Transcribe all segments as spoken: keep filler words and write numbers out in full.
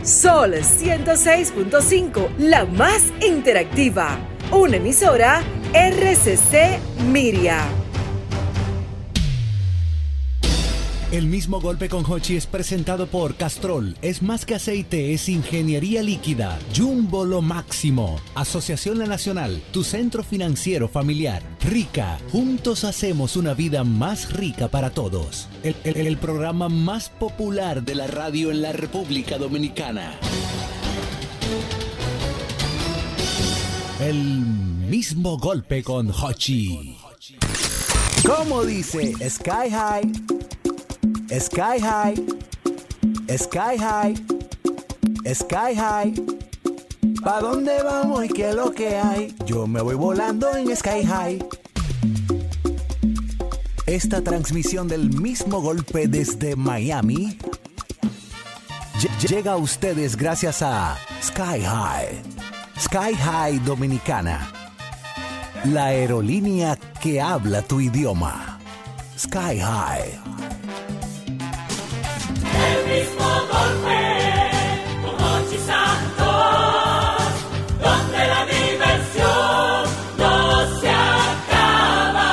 Sol ciento seis punto cinco, la más interactiva. Una emisora R C C Miria. El mismo golpe con Hochi es presentado por Castrol. Es más que aceite, es ingeniería líquida. Jumbo lo máximo. Asociación La Nacional, tu centro financiero familiar. Rica, juntos hacemos una vida más rica para todos. El, el, el programa más popular de la radio en la República Dominicana. El mismo golpe con Hochi. ¿Cómo dice? Sky High. Sky High, Sky High, Sky High. ¿Pa' dónde vamos y qué es lo que hay? Yo me voy volando en Sky High. Esta transmisión del mismo golpe desde Miami llega a ustedes gracias a Sky High, Sky High Dominicana, la aerolínea que habla tu idioma. Sky High. El mismo golpe con Hochi Santos, donde la diversión no se acaba.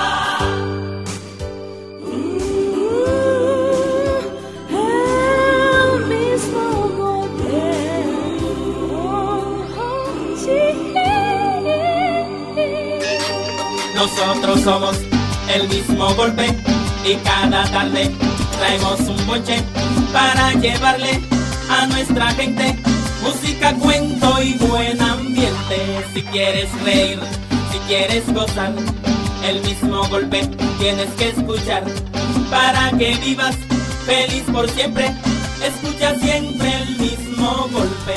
Uh, el mismo golpe con Hochi. Nosotros somos el mismo golpe y cada tarde traemos un bonche para llevarle a nuestra gente música, cuento y buen ambiente. Si quieres reír, si quieres gozar, el mismo golpe tienes que escuchar para que vivas feliz por siempre. Escucha siempre el mismo golpe.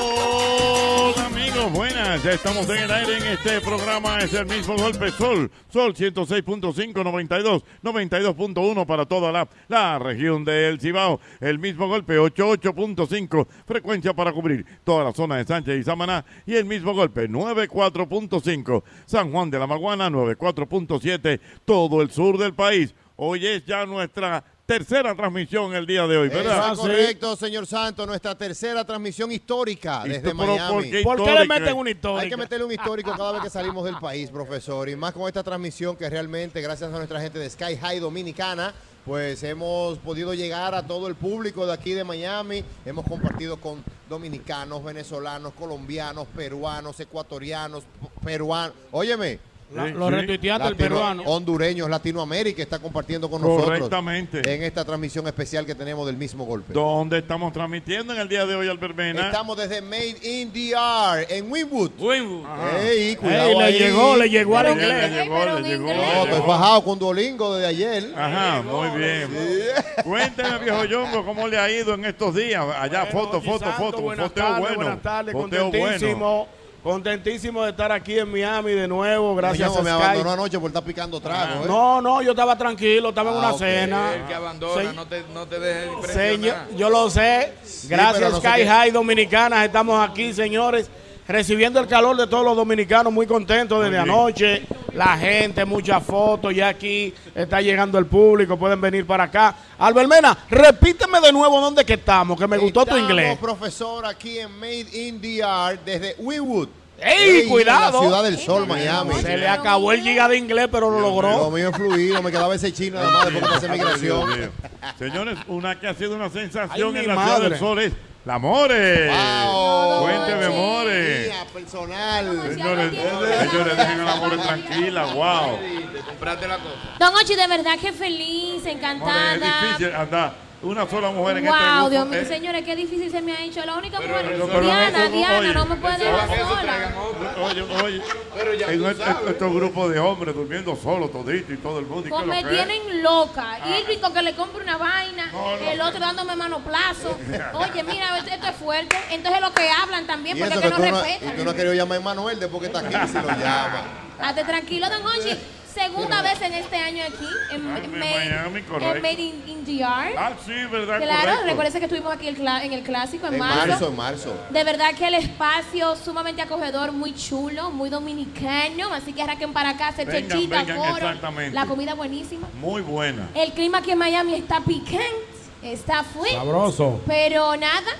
Hola amigos, buenas, ya estamos en el aire en este programa, es el mismo golpe. Sol, Sol ciento seis punto cinco, noventa y dos, noventa y dos punto uno para toda la, la región del Cibao, el mismo golpe ochenta y ocho punto cinco, frecuencia para cubrir toda la zona de Sánchez y Samaná, y el mismo golpe noventa y cuatro punto cinco, San Juan de la Maguana, noventa y cuatro punto siete, todo el sur del país. Hoy es ya nuestra tercera transmisión el día de hoy, ¿verdad? Es correcto, señor Santos, nuestra tercera transmisión histórica desde Esto, pero, Miami. ¿por qué, ¿Por qué le meten un histórico? Hay que meterle un histórico cada vez que salimos del país, profesor, y más con esta transmisión que realmente, gracias a nuestra gente de Sky High Dominicana, pues hemos podido llegar a todo el público de aquí de Miami. Hemos compartido con dominicanos, venezolanos, colombianos, peruanos, ecuatorianos, peruanos. Óyeme. La, lo retuiteaste el peruano. Hondureños, Latinoamérica está compartiendo con nosotros. Correctamente. En esta transmisión especial que tenemos del mismo golpe. ¿Dónde estamos transmitiendo en el día de hoy, Albert Mena? Estamos desde Made in D R, en Winwood. Winwood. Ey, cuidado Ey, le ahí. llegó, le llegó al Le inglés. llegó, le llegó. No, estoy bajado con Duolingo desde ayer. Ajá, muy bien. Sí. Cuénteme, viejo Yongo, ¿cómo le ha ido en estos días? Allá, Bueno, foto, Hochi foto, Santos, foto. Buenas Foteo tardes, bueno. buenas tardes, Foteo contentísimo. bueno. Contentísimo de estar aquí en Miami de nuevo, gracias Ñongo me a Sky. abandonó anoche por estar picando trago. ¿eh? No, no, yo estaba tranquilo, estaba en Ah, una ok. cena. El que abandona, Sí. no te, no te dejes Señor, impresionar. yo lo sé. Gracias pero no sé Sky qué- High Dominicanas, estamos aquí, señores, recibiendo el calor de todos los dominicanos, muy contentos desde bien. anoche. La gente, muchas fotos, ya aquí está llegando el público, pueden venir para acá. Albert Mena, repíteme de nuevo dónde que estamos, que me gustó tu inglés. Estamos, profesor, aquí en Made in D R desde Winwood. ¡Ey, Ey, cuidado! En la Ciudad del Sol, Miami. Se le acabó el giga de inglés, pero lo Lo logró. mío es fluido, me quedaba ese chino nada más después de hacer Ay, Dios migración. mío. Señores, una que ha sido una sensación Ay, mi en la Ciudad madre. del Sol es la More. Wow. Cuénteme, More. Mía, personal. Señores, señores, dejen a la More tranquila, wow. Te compraste la cosa. Don Hochi, de verdad que feliz, More, es encantada. difícil andar una sola mujer en Wow, este grupo. Dios mío, Eh, señores, qué difícil se me ha hecho. La única Pero- mujer, pero- pero- Diana, pero- Diana, oye, no me puede dejar Eso sola. traigan otra. Oye, oye, Pero ya en tú nuestro- sabes. estos grupos de hombres durmiendo solos todito y todo el mundo. ¿y qué Pues es lo me que tienen loca. Irving con que le compre una vaina, No, no. el otro dándome manoplazo. Oye, mira, esto es fuerte. Entonces lo que hablan también, Y porque eso es que que tú no no, y respetan. tú no has querido llamar a Emanuel después que está aquí, si lo llama. Hazte tranquilo, Don Hochi. Segunda vez en este año aquí, en, Ay, en de Made, Miami, en correcto. Made in, in D R. Ah, sí, verdad, Claro, correcto. recuérdense que estuvimos aquí el cla- en el clásico en, En marzo, en marzo. De verdad que el espacio sumamente acogedor, muy chulo, muy dominicano, así que arranquen para acá, hacer Vengan, chechita, vengan, coro, exactamente. la comida buenísima. Muy buena. El clima aquí en Miami está picante, está fuerte, Sabroso. pero nada,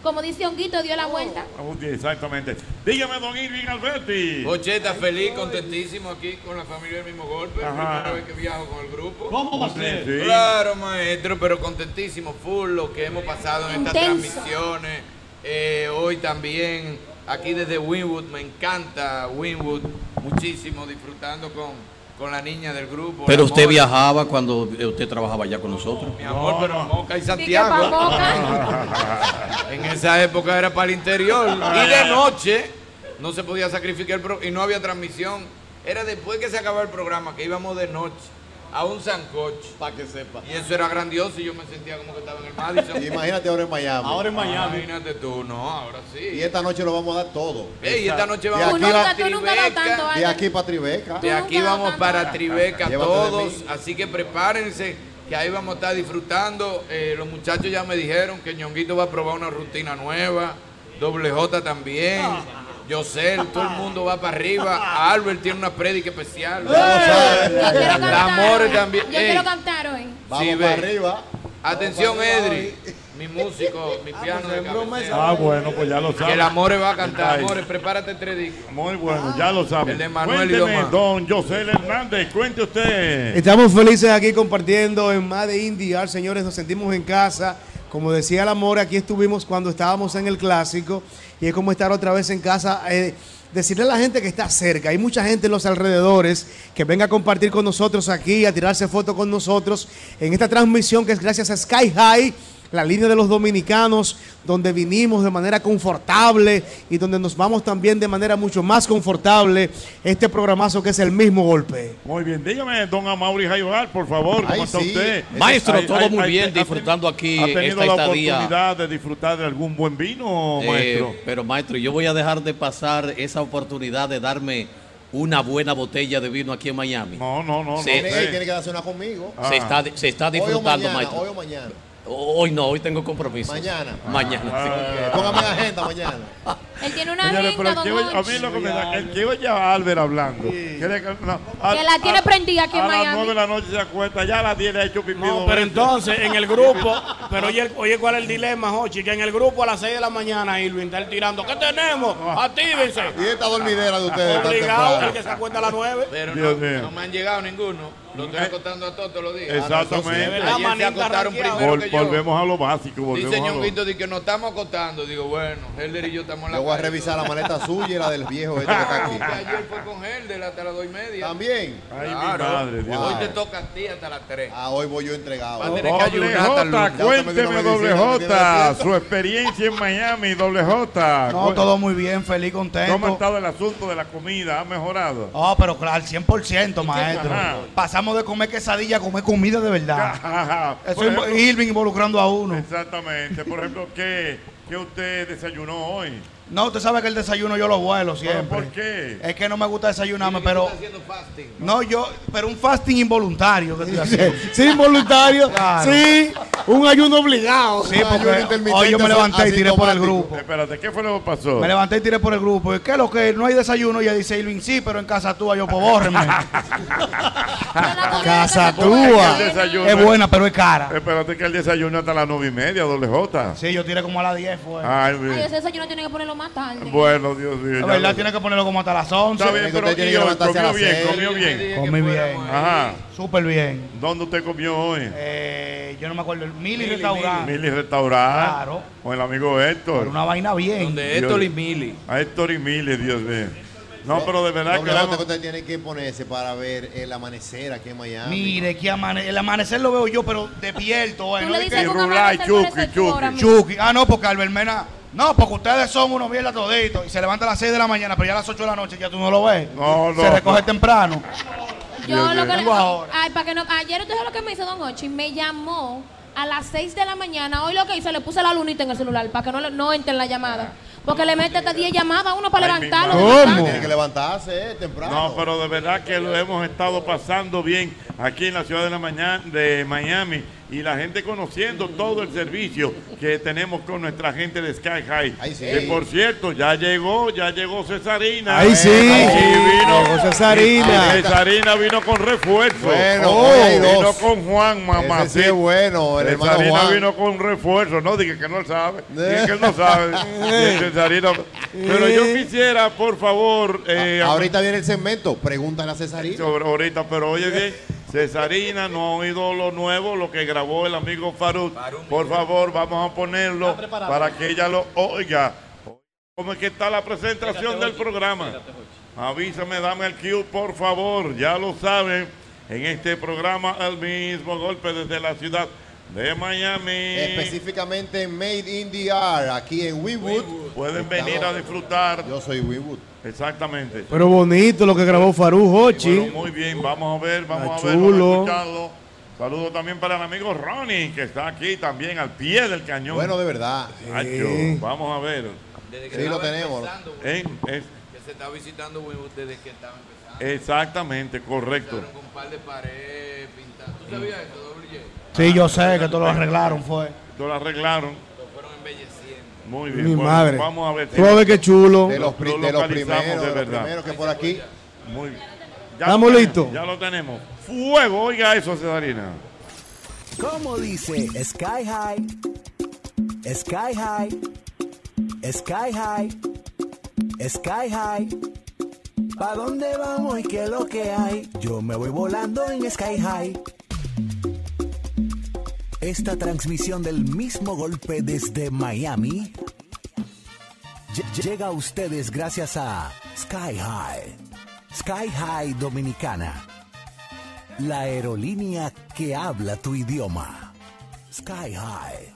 como dice Honguito, dio la vuelta. Oh, sí, exactamente. Dígame, don Irving Alberti. Bocheta, feliz, contentísimo aquí con la familia del mismo golpe. Ajá. Primera vez que viajo con el grupo. ¿Cómo va a ser? Sí. Claro, maestro, pero contentísimo, full lo que hemos pasado en estas Intenso. transmisiones. Eh, hoy también, aquí desde Winwood, me encanta Winwood, muchísimo, disfrutando con, con la niña del grupo. Pero la usted Mora. viajaba cuando usted trabajaba allá con nosotros. Mi amor, pero Moca y Di que pa' Santiago. Moca. En esa época era para el interior. Y de noche no se podía sacrificar el pro- y no había transmisión. Era después que se acababa el programa que íbamos de noche a un sancocho. Para que sepa. Y eso era grandioso y yo me sentía como que estaba en el Madison. Imagínate ahora en Miami. Ahora en Miami. Imagínate tú, no, ahora sí. Y esta noche lo vamos a dar todo. Ey, y esta noche Y vamos aquí Tú nunca, para tú nunca has dado tanto, Tribeca. De Albert. aquí para Tribeca. De aquí nunca vamos has dado para tanto. Tribeca Llévate de todos. mí. Así que prepárense, que ahí vamos a estar disfrutando. Eh, los muchachos ya me dijeron que Ñonguito va a probar una rutina nueva. Doble J también. Yo sé, todo el mundo va para arriba. Albert tiene una prédica especial. Yo quiero La cantar More hoy. también. Yo Ey. quiero cantar hoy. Vamos Sí, para ve. arriba. Atención, Vamos para arriba Edri, mi músico, mi piano de cabecera. Ah, bueno, pues ya lo Que sabe. el Amore va a cantar. Ahí. Amore, prepárate tres discos. Muy bueno, ya lo sabe. El de Manuel y Cuénteme, Omar. don José Hernández, cuente usted. Estamos felices aquí compartiendo en Made in D R, señores, nos sentimos en casa. Como decía el Amor, aquí estuvimos cuando estábamos en el clásico y es como estar otra vez en casa. Eh, decirle a la gente que está cerca, hay mucha gente en los alrededores que venga a compartir con nosotros aquí, a tirarse fotos con nosotros en esta transmisión que es gracias a Sky High, la línea de los dominicanos, donde vinimos de manera confortable y donde nos vamos también de manera mucho más confortable. Este programazo que es El Mismo Golpe. Muy bien, dígame, don Amaury Jaibar, por favor, ¿cómo Ay, está sí. usted? Maestro, Ay, todo ay, muy ay, bien, ¿ha disfrutando teni- aquí ¿Ha tenido esta la estadía? oportunidad de disfrutar de algún buen vino, Eh, maestro? pero maestro, yo voy a dejar de pasar esa oportunidad de darme una buena botella de vino aquí en Miami. No, no, no. Sí. no Tiene, sé. tiene que darse una conmigo. Ah. Se está, se está Hoy o disfrutando, mañana, maestro. hoy o mañana. Hoy no, hoy tengo compromiso. Mañana. Mañana, sí. Eh, Póngame en agenda mañana. Él tiene una Señores, pero agenda, el que don oye- a mí Hochi, lo que me da, el que oye a Albert hablando, que, le- no, a- que la tiene a- prendida aquí en a las Miami. nueve de la noche se acuesta, ya a las diez le ha hecho pipí. No, dos pero veces. entonces en el grupo, pero oye, oye cuál es el dilema, Jochi, que en el grupo a las seis de la mañana Irving está él tirando, ¿qué tenemos? Actívense. Y esta dormidera de ustedes tan Obligado, el temprano. que se acuesta a las nueve. Pero Dios no, mío. no me han llegado ninguno. Lo estoy acostando a todos todos los días. Exactamente. De verdad, Ayer se manita acostaron ranqueado. primero Vol- que yo. volvemos a lo básico. Volvemos Dice a lo... Ñonguito de que nos estamos acostando. Digo, bueno, Helder y yo estamos en la Yo voy a calle revisar la todos. maleta suya y la del viejo este que está Que aquí. ayer fue con Helder hasta las dos y media. También. Ay, mi Claro. madre, Dios. Wow. Hoy te toca a ti hasta las tres. Ah, hoy voy yo entregado. Va a tener que Doble ayunar hasta el J, lunes. Ya usted me dio cuénteme, una doble medicina, me tiene J, despierto. su experiencia en Miami, doble J. No, Cu- todo muy bien, feliz, ¿Cómo ha contento. estado el asunto de la comida? ¿Ha mejorado? Oh, pero claro, al cien por ciento, maestro. Ajá. Pasamos de comer quesadilla a comer comida de verdad. Ajá. Eso Por es ejemplo- Irving involucrando a uno. Exactamente. Por ejemplo, ¿qué, qué usted desayunó hoy? No, usted sabe que el desayuno yo lo vuelo ¿Pero siempre. por qué? Es que no me gusta desayunarme, Dile que tú pero... estás haciendo fasting. No, yo... Pero un fasting involuntario que estoy haciendo. Sí, involuntario. Claro. Sí, un ayuno obligado. Sí, ayuno porque intermitente hoy yo me levanté y tiré por el asintomático. grupo. Espérate, ¿qué fue lo que pasó? Me levanté y tiré por el grupo. ¿Y qué es lo que? No hay desayuno. Y ella dice, Irving, sí, pero en casa tuya yo, pues bórrenme. Casa Porque túa. el desayuno- Es buena, pero es cara. Espérate que el desayuno hasta las nueve y media, doble J. Sí, yo tiré como a las diez, fue. Ay, Ay, mi- ese desayuno tiene que ponerlo más tarde. bueno, Dios mío. La ya verdad, lo- tiene que ponerlo como hasta las once. Está bien, Tiene que- pero usted tiene ¿y que hoy levantarse a comió las bien, seis. comió Yo le bien. dije que Comí fuéramos bien. ahí. Ajá. Súper bien. ¿Dónde usted comió hoy? Eh, yo no me acuerdo. El Mili Mili, Restaurante. Mili Restaurante. Claro. Con el amigo Héctor. Pero una vaina bien. Donde Héctor y Mili. A Héctor y Mili, Dios mío. No, pero de verdad que Doble le J hemos- que usted tiene que ponerse para ver el amanecer aquí en Miami. Mire, que amane el amanecer lo veo yo, pero despierto. Tú Bueno, le de dices que- que un Rulay, amanecer Chucky, parece tú Chucky. ahora mismo. Chucky. Ah, no, porque Albermena. No, porque ustedes son unos mierda toditos. Y se levanta a las seis de la mañana, pero ya a las ocho de la noche ya tú no lo ves. No, no. Se recoge temprano. Yo Dios lo que mío. le Tengo ahora. Ay, para que no, ayer usted sabe lo que me hizo Don Hochi, me llamó a las seis de la mañana. Hoy lo que hice, le puse la lunita en el celular para que no, le- no entre en la llamada. Porque le mete hasta diez llamadas a uno para Ay, mi levantarlo. madre. de ¿Cómo? verdad. Tiene que levantarse eh, temprano. No, pero de verdad que lo hemos estado pasando bien aquí en la ciudad de, la mañana, de Miami. y la gente conociendo todo el servicio que tenemos con nuestra gente de Sky High. Ay, sí. Que por cierto, ya llegó, ya llegó Cesarina. ¡Ay, sí! Y vino, Llegó Cesarina. Cesarina vino con refuerzo. Bueno, Oh, hoy hay vino dos. con Juan, mamá. Ese sí es bueno, el hermano Cesarina Juan. vino con refuerzo, no dije que no él sabe, dije que él no sabe. Dije, Cesarina. Pero yo quisiera, por favor, eh, A- ahorita viene el segmento, pregúntale a Cesarina. sobre ahorita, pero oye bien, Cesarina no ha oído lo nuevo, lo que grabó el amigo Faruk. Por favor, vamos a ponerlo para que ella lo oiga. ¿Cómo es que está la presentación del programa? Avísame, dame el cue, por favor. Ya lo saben, en este programa el mismo golpe desde la ciudad de Miami. Específicamente en Made in the Air, aquí en Winwood. Pueden venir a disfrutar. Yo soy Winwood. Exactamente. Pero bonito lo que grabó Farú Hochi. Bueno, muy bien, vamos a ver, vamos Está a ver, chulo. vamos a escucharlo. Saludos también para el amigo Ronnie, que está aquí también al pie del cañón. Bueno, de verdad. Nacho, vamos a ver. Desde que Sí, lo estaba tenemos. empezando, En- es- que se está visitando Winwood desde que estaba empezando. exactamente, correcto. Empezaron con un par de paredes pintadas. ¿Tú sabías eso, doble J? Sí, yo sé que todo lo arreglaron, fue. Lo arreglaron. Lo fueron embelleciendo. Muy bien. Mi bueno, madre. Vamos a ver. Tú vas a ver qué chulo. De los, pri- Lo de los localizamos primeros, de de los verdad. primeros que por aquí. Muy bien. Ya ¿Estamos lo listos? tenemos, Ya lo tenemos. Fuego, oiga eso, Cesarina. Como dice Sky High, Sky High, Sky High, Sky High. ¿Pa' dónde vamos y qué es lo que hay? Yo me voy volando en Sky High. Esta transmisión del mismo golpe desde Miami lle- llega a ustedes gracias a Sky High, Sky High Dominicana. La aerolínea que habla tu idioma. Sky High.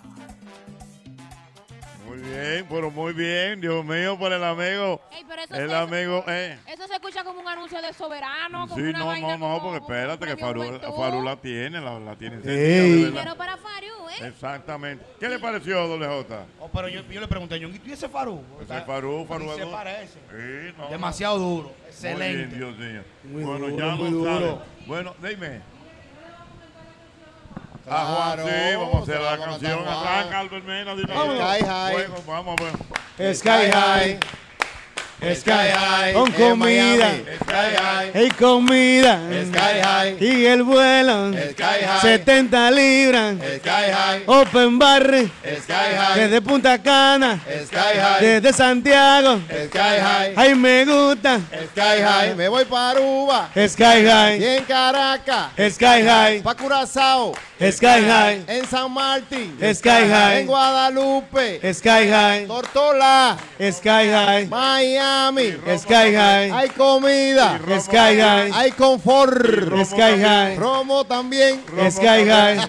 Muy bien, pero muy bien. Dios mío, por el amigo. Ey, pero eso El se- amigo, eh. Eso se escucha como un anuncio de Soberano. Como Sí, una no, vaina no, no, como- porque espérate que como Farú, juventud. Farú la tiene, la, la tiene encendida, Ey. de verdad. Dinero para Farú, ¿eh? Exactamente. ¿Qué le pareció, doble J? Oh, pero yo, yo le pregunté a Ñonguito, ¿y ese Farú? Ese es Farú, Farú Ni es se duro. parece. Sí, no, Demasiado duro. Muy Excelente. bien, Dios mío. Muy bueno, duro, ya muy lo duro. saben. Bueno, dime. A Juan, Claro, sí, vamos a hacer se la vamos a canción. cantar, Juan. Arranca, Albert Mena. de una Vamos. vez. Sky High. Fuego, vamos a ver. Sky High, Sky High. Con en comida. Miami. Sky High. Hey, comida. Sky High. Y el vuelo. Sky High. setenta libras. Sky High. Open bar. Sky High. Desde Punta Cana. Sky High. Desde Santiago. Sky High. Ay, me gusta. Sky High. Me voy para Aruba. Sky Y High. en Caracas. Sky High. Pa' Curazao. Sky High. En San Martín. Sky High. En Guadalupe. Sky High. Tortola. Sky High. Miami. Sky High. Hay comida. Sky High. Hay confort. Sky High. Romo también. Sky High.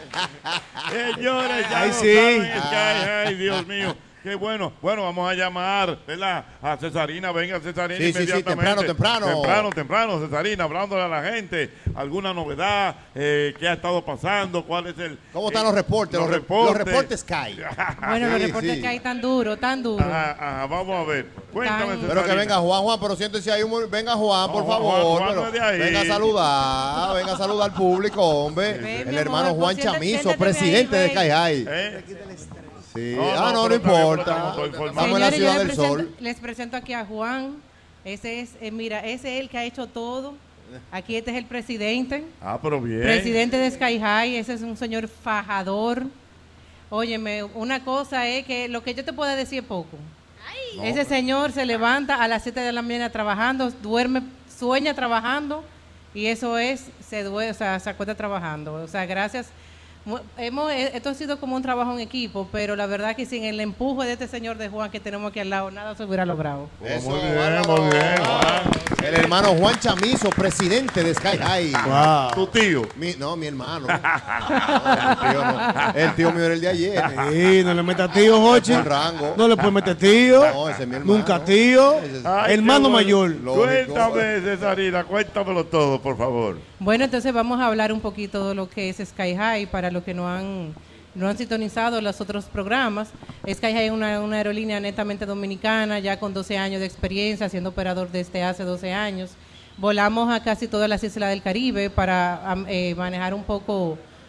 Señores, ya Ay, lo sí. saben, Sky, ay, Dios mío. Qué bueno. Bueno, vamos a llamar, ¿verdad? A Cesarina. Venga, Cesarina, Sí, sí, sí, inmediatamente. temprano, temprano. Temprano, temprano, Cesarina, hablándole a la gente. ¿Alguna novedad? Eh, ¿Qué ha estado pasando? ¿Cuál es el...? ¿Cómo están eh, los reportes? Los, re- los reportes Sky. Bueno, los Sí, reportes sí. que hay tan duro, tan duro. Ajá, ajá, vamos a ver. Cuéntame, Tan- Cesarina. Pero que venga Juan, Juan, pero siéntese ahí. un- Venga Juan, por No, favor. Juan, Juan pero no es de ahí. venga a saludar, venga a saludar al público, hombre. Ven, El mi hermano amor, Juan pues, siéntate- Chamizo, siéntate presidente ahí, de ven. Sky High. ¿Eh? Sí. No, ah, no, no, no pero está bien, importa. pero estoy informado. Estamos en la Señores, yo ciudad les del presento, sol. les presento aquí a Juan. Ese es, eh, mira, ese es el que ha hecho todo. Aquí este es el presidente. Ah, pero bien. Presidente de Sky High. Ese es un señor fajador. Óyeme, una cosa es que lo que yo te puedo decir es poco. No, Ese señor se levanta a las siete de la mañana trabajando, duerme, sueña trabajando y eso es, se duerme, o sea, se acuesta trabajando. O sea, gracias. Mu- Hemos, eh, esto ha sido como un trabajo en equipo, pero la verdad que sin el empuje de este señor de Juan que tenemos aquí al lado, nada se hubiera logrado. Eso, muy bien, bárbaro. muy bien, Juan. El hermano Juan Chamizo, presidente de Sky High. Wow. Tu tío. Mi- no, mi hermano. No, el, tío no. El tío mío era el de ayer. Sí, no le metas tío, Jochi. Con rango. No le puedes meter tío. No, ese es mi hermano. Nunca tío. Ese es- Ay, Hermano qué bueno. mayor. Lógico. Cuéntame, Cesarina, cuéntamelo todo, por favor. Bueno, entonces vamos a hablar un poquito de lo que es Sky High para los que no han, no han sintonizado los otros programas. Sky High es una, una aerolínea netamente dominicana, ya con doce años de experiencia, siendo operador desde hace doce años. Volamos a casi todas las islas del Caribe para am- eh, manejar un poco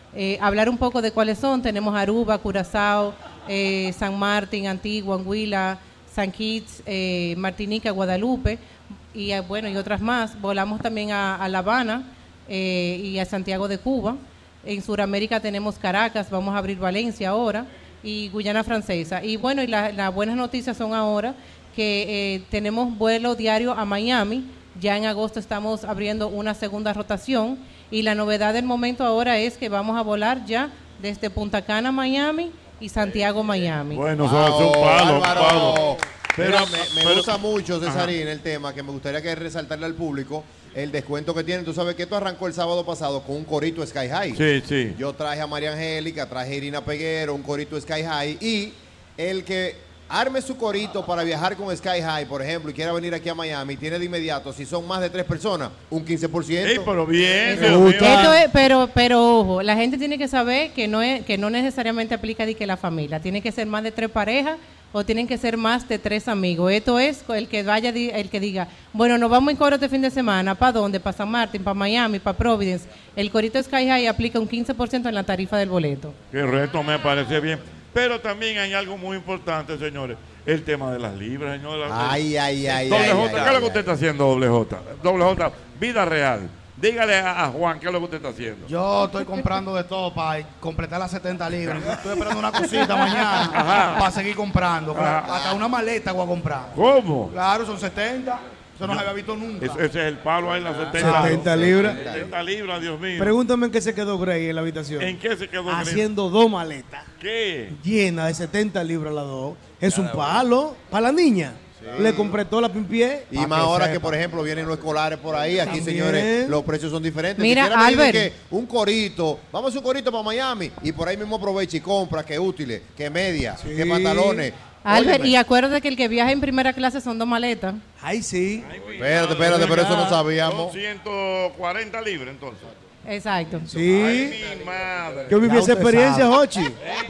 eh, hablar un poco de cuáles son. Tenemos Aruba, Curazao, eh, San Martín, Antigua, Anguila, San Kitts, eh, Martinica, Guadalupe y eh, bueno y otras más. Volamos también a, a La Habana eh, y a Santiago de Cuba. En Sudamérica tenemos Caracas, vamos a abrir Valencia ahora y Guyana Francesa. Y bueno, y las la buenas noticias son ahora que eh, tenemos vuelo diario a Miami. Ya en agosto estamos abriendo una segunda rotación y la novedad del momento ahora es que vamos a volar ya desde Punta Cana, Miami y Santiago, Miami. Bueno, eso es un palo, un palo. Pero, Mira, me, me pero, gusta mucho, Cesarín, el tema, que me gustaría que resaltarle al público el descuento que tienen. Tú sabes que esto arrancó el sábado pasado con un corito Sky High. Sí, sí. Yo traje a María Angélica, traje a Irina Peguero, un corito Sky High. Y el que arme su corito para viajar con Sky High, por ejemplo, y quiera venir aquí a Miami, tiene de inmediato, si son más de tres personas, un quince por ciento. Sí, pero bien. Esto es, pero, pero ojo, la gente tiene que saber que no es, que no necesariamente aplica de que la familia, tiene que ser más de tres parejas o tienen que ser más de tres amigos. Esto es el que vaya, el que diga, bueno, nos vamos en coro este fin de semana, ¿para dónde? Para San Martín, para Miami, para Providence. El corito Sky High aplica un quince por ciento en la tarifa del boleto. Que reto me parece bien. Pero también hay algo muy importante, señores. El tema de las libras, señores. Ay, ay, ay. Doble ay, J, ay, ¿qué ay, es lo que ay. usted está haciendo, Doble J? Doble J, vida real. Dígale a, a Juan qué es lo que usted está haciendo. Yo estoy comprando de todo para completar las setenta libras. Estoy esperando una cosita mañana para seguir comprando. Ajá. Hasta una maleta voy a comprar. ¿Cómo? Claro, son setenta. Eso no se había visto nunca. Es- ese es el palo ahí, las setenta. setenta libras. setenta libras, Dios mío. Pregúntame en qué se quedó Grey en la habitación. ¿En qué se quedó Grey? Haciendo dos maletas. ¿Qué? Llenas de setenta libras las dos. Es un palo para la niña. Le compré toda la pimpié. Y más ahora que, por ejemplo, vienen los escolares por ahí. Aquí, También. señores, los precios son diferentes. Mira, Si quieren venir, Albert. que un corito, vamos a hacer un corito para Miami. Y por ahí mismo aprovecha y compra, que útiles, que medias, que pantalones. Albert, Óyeme. y acuérdate que el que viaja en primera clase son dos maletas. Ay, sí. Espérate, espérate, pero eso no sabíamos. Son ciento cuarenta libras, entonces. Exacto. Sí. Ay, mi madre. Yo viví Ya esa usted experiencia, sabe. Jochi.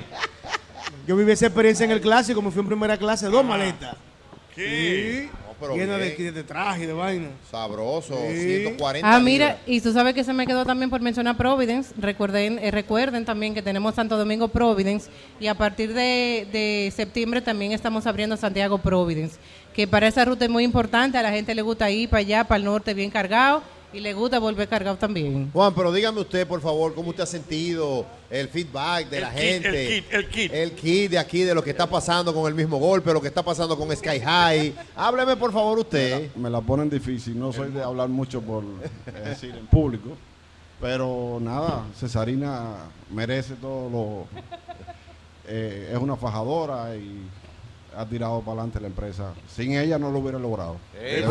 Yo viví esa experiencia en el clásico, me fui en primera clase, dos maletas. ¿Qué? Sí. No, pero Llena de, bien. de traje, de vaina. Sabroso, Sí. ciento cuarenta Ah, mira, libras. y tú sabes que se me quedó también por mencionar Providence. Recuerden, eh, recuerden también que tenemos Santo Domingo Providence y a partir de, de septiembre también estamos abriendo Santiago Providence, que para esa ruta es muy importante. A la gente le gusta ir para allá, para el norte bien cargado y le gusta volver cargado también. Juan, pero dígame usted, por favor, cómo usted ha sentido el feedback de El la kit, gente. el kit, el kit. El kit de aquí, de lo que está pasando con el mismo golpe, lo que está pasando con Sky High. Hábleme, por favor, usted. Me la ponen difícil, no soy de hablar mucho por es decir en público, pero nada, Cesarina merece todo lo eh, es una fajadora y ha tirado para adelante la empresa. Sin ella no lo hubiera logrado. ¡Qué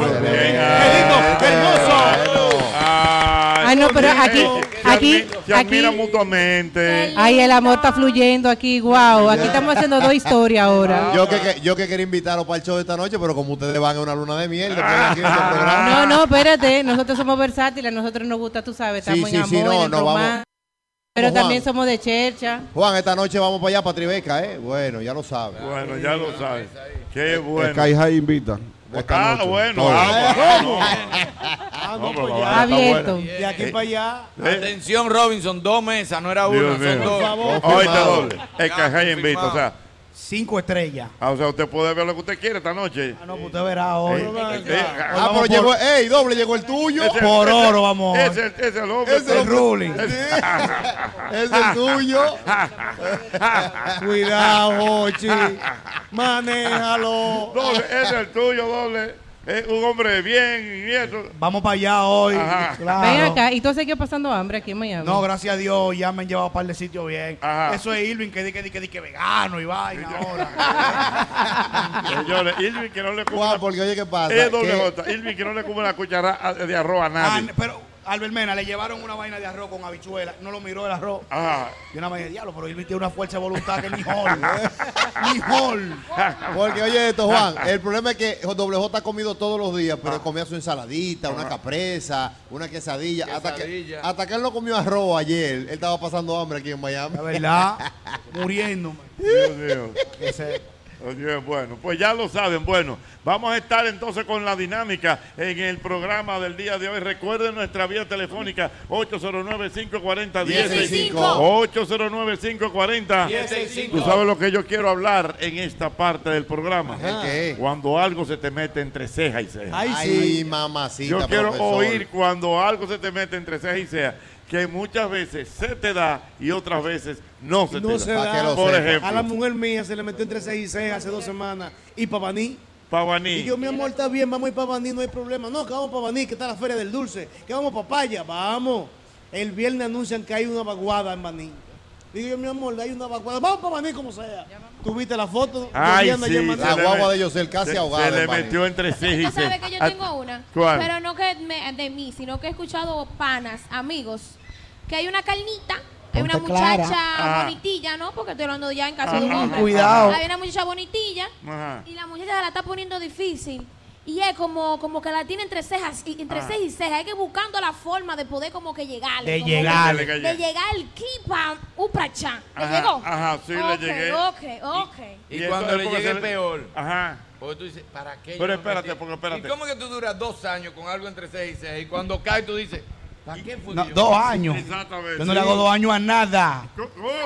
hermoso! Ay, no, pero aquí, aquí, se aquí, admiran mutuamente. ay, el amor está fluyendo aquí, wow. Aquí estamos haciendo dos historias ahora. Yo que, que- yo que quería invitarlo para el show de esta noche, pero como ustedes van a una luna de miel, después de aquí en este programa. No, no, espérate, nosotros somos versátiles, a nosotros nos gusta, tú sabes, Sí, estamos sí, en sí, amor, no, en el no, vamos. romance, pero Juan. también somos de chercha. Juan, esta noche vamos para allá, para Tribeca, ¿eh? Bueno, ya lo sabe. Bueno, ya lo sabes. Qué bueno. Sky High invita. esta Ah, noche. bueno. Todo. Ah, bueno. Ah, No, no, pero pues la ya. vaina está Abierto. buena. De aquí para allá. Atención, Robinson, dos mesas, no era una, Dios son mío. dos. Por favor. Oíste, Confirmado. doble. El Cajay invita, o sea, Cinco estrellas. ah, o sea, usted puede ver lo que usted quiere esta noche. Ah, no, pues usted verá hoy. Eh, Hoy eh, Ah, vamos pero por- llegó, ey, doble, llegó el tuyo. Ese- Por ese- oro vamos hoy. Ese ese es el hombre. Ese El ruling. Es el tuyo. Cuidado, Jochi. Manéjalo. Doble, ese es el tuyo, doble. Es un hombre bien y eso. Vamos para allá hoy. Ajá. Claro. Ven acá, y tú has seguido pasando hambre aquí en Miami. No, gracias a Dios, ya me han llevado a un par de sitios bien. Ajá. Eso es Irving que di que di que di que vegano y vaina ahora. Señores, Irving que no le come Juan, una, porque oye, ¿qué pasa? es doble Que- J. Irving que no le come una cuchara de arroz a Ah, nadie. pero Albert Mena le llevaron una vaina de arroz con habichuela. No lo miró el arroz. Ajá. Y una vaina de diablo, pero Irving tiene una fuerza de voluntad que ni hall. Ni hall. Porque oye esto, Juan, el problema es que doble J ha comido todos los días, pero comía su ensaladita, una capresa, una quesadilla, hasta que, Quesadilla. hasta que él no comió arroz ayer, él estaba pasando hambre aquí en Miami. La verdad, muriéndome. Dios mío. Ese- Oye, bueno, pues ya lo saben. Bueno, vamos a estar entonces con la dinámica en el programa del día de hoy. Recuerden nuestra vía telefónica ocho cero nueve, cinco cuatro cero, uno cero seis cinco. ocho cero nueve, cinco cuatro cero, uno cero seis cinco. Tú sabes lo que yo quiero hablar en esta parte del programa. ¿El qué? Cuando algo se te mete entre ceja y ceja. Ay, sí, mamacita. Yo quiero profesor. oír cuando algo se te mete entre ceja y ceja, que muchas veces se te da y otras veces no se No te se da. da. Por ejemplo, A la mujer mía se le metió entre seis y seis hace dos semanas. Y para Baní. Pavaní. Y yo, mi amor, está bien, vamos a ir para Baní, no hay problema. No, que vamos para Baní, que está la Feria del Dulce. Que vamos para Papaya, vamos. El viernes anuncian que hay una vaguada en Baní. Digo yo, mi amor, hay una vaguada. Vamos para Baní como sea. ¿Tuviste la foto? Ay, Lloviendo sí, allá en Baní. La se guagua le- de Yosel casi se- ahogada Se le en Baní. metió entre ceja y Tú sabes ceja. que yo tengo una, ¿Cuál? pero no que me- de mí, sino que he escuchado panas, amigos, que hay una carnita, hay una Ponte clara. muchacha Ajá. bonitilla, ¿no? Porque estoy hablando ya en caso de un Ajá. hombre. Cuidado. Hay una muchacha bonitilla Ajá. y la muchacha se la está poniendo difícil. Y es como, como que la tiene entre cejas, y entre Ah. cejas y cejas. Hay que buscando la forma de poder como que llegarle. De como llegarle. que- De llegar al kipa, uprachá. ¿Le Ajá, llegó? ajá, sí, le Ok, llegué. Ok, ok. Y, Y cuando entonces, le porque llegue se le- peor. Ajá. Porque tú dices, ¿para qué? yo Pero me espérate, metí? porque espérate. ¿Y cómo que tú duras dos años con algo entre seis y seis? Y cuando cae tú dices, ¿para qué fue No, que yo dos me- años. Exactamente. Yo no le hago dos años a nada. Oh,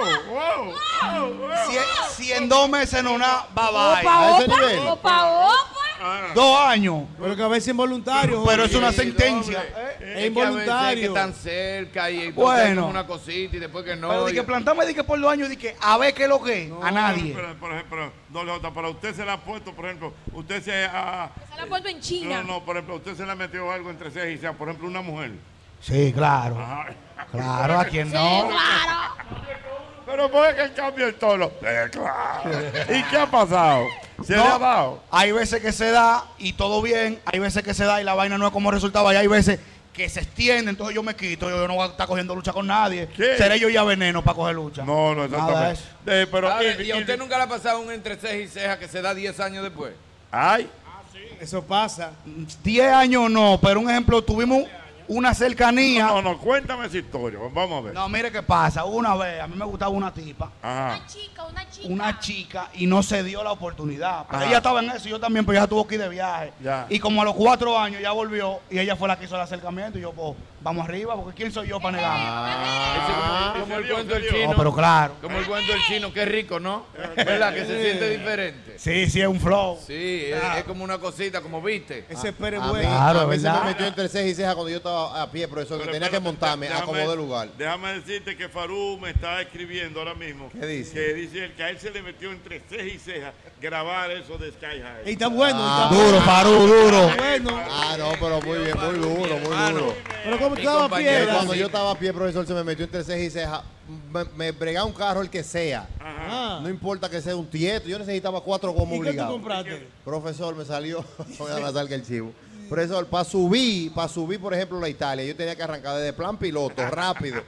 oh, oh, oh. Si, si en dos meses no nada, bye bye. Opa, a ese opa, nivel. opa, opa. Ah. Dos años. Pero que a veces involuntario. Pero joven. es una Sí, sentencia. doble. ¿eh? Es Es que a veces involuntario. que están cerca y entonces Bueno. hacen una cosita y después que no. Pero di que plantame di que por dos años di que a ver qué es lo que es. A nadie. Pero, por ejemplo, no, Lota, para usted se le ha puesto, por ejemplo, usted se ha... Se la ha puesto en China. No, no, por ejemplo, usted se le ha metido algo entre ceja y ceja, por ejemplo, una mujer. Sí, claro. Ajá. Claro, a quien Sí, no. claro. Pero ¿por qué cambia el tono? Eh, claro. ¿Y qué ha pasado? ¿Se No, le ha dado? Hay veces que se da y todo bien, hay veces que se da y la vaina no es como resultaba, y hay veces que se extiende, entonces yo me quito, yo, yo no voy a estar cogiendo lucha con nadie. ¿Qué? Seré yo ya veneno para coger lucha. No, no, Nada exactamente. de eso. Eh, pero, A ver, y- ¿Y a y- usted nunca le ha pasado un entre ceja y ceja que se da diez años después? Ay, Eso pasa. Diez años no, pero un ejemplo, tuvimos una cercanía. no, no, cuéntame esa historia, vamos a ver. No, mire qué pasa. Una vez, a mí me gustaba una tipa, Ajá. Una chica, una chica. una chica, y no se dio la oportunidad. Pero Ajá. ella estaba en eso y yo también, pero ella tuvo que ir de viaje. Ya. Y como a los cuatro años ya volvió y ella fue la que hizo el acercamiento y yo, pues, vamos arriba, porque ¿quién soy yo para negarme? Ese como, como el se dio, cuento del se dio. chino. No, pero claro. Como el cuento del chino, qué rico, ¿no? ¿Verdad? Que se siente diferente. Sí, sí, es un flow. Sí, es, es como una cosita, como viste. Ese Pérez A mí, bueno. Claro, a mí se ¿verdad? me metió entre ceja y ceja cuando yo estaba a pie, profesor, que Pero tenía que espérate, montarme a déjame- como de lugar. Déjame decirte que Farú me está escribiendo ahora mismo. ¿Qué dice? Que dice él que a él se le metió entre ceja y ceja grabar eso de Sky High. Y está bueno. Ah. está Duro, Farú, duro. bueno. Ah, no, pero muy bien, muy duro, muy Mano. duro. Pero como Mi estaba a pie. compañero, Que era- cuando yo estaba a pie, profesor, se me metió entre ceja y ceja. Me, me bregaba un carro el que sea. Ah. No importa que sea un tieto. Yo necesitaba cuatro gomas ¿Y qué tú obligados. compraste? Profesor, me salió. Voy a lanzar que el chivo. Profesor, para subir, para subir, por ejemplo, la Italia, yo tenía que arrancar desde plan piloto, rápido.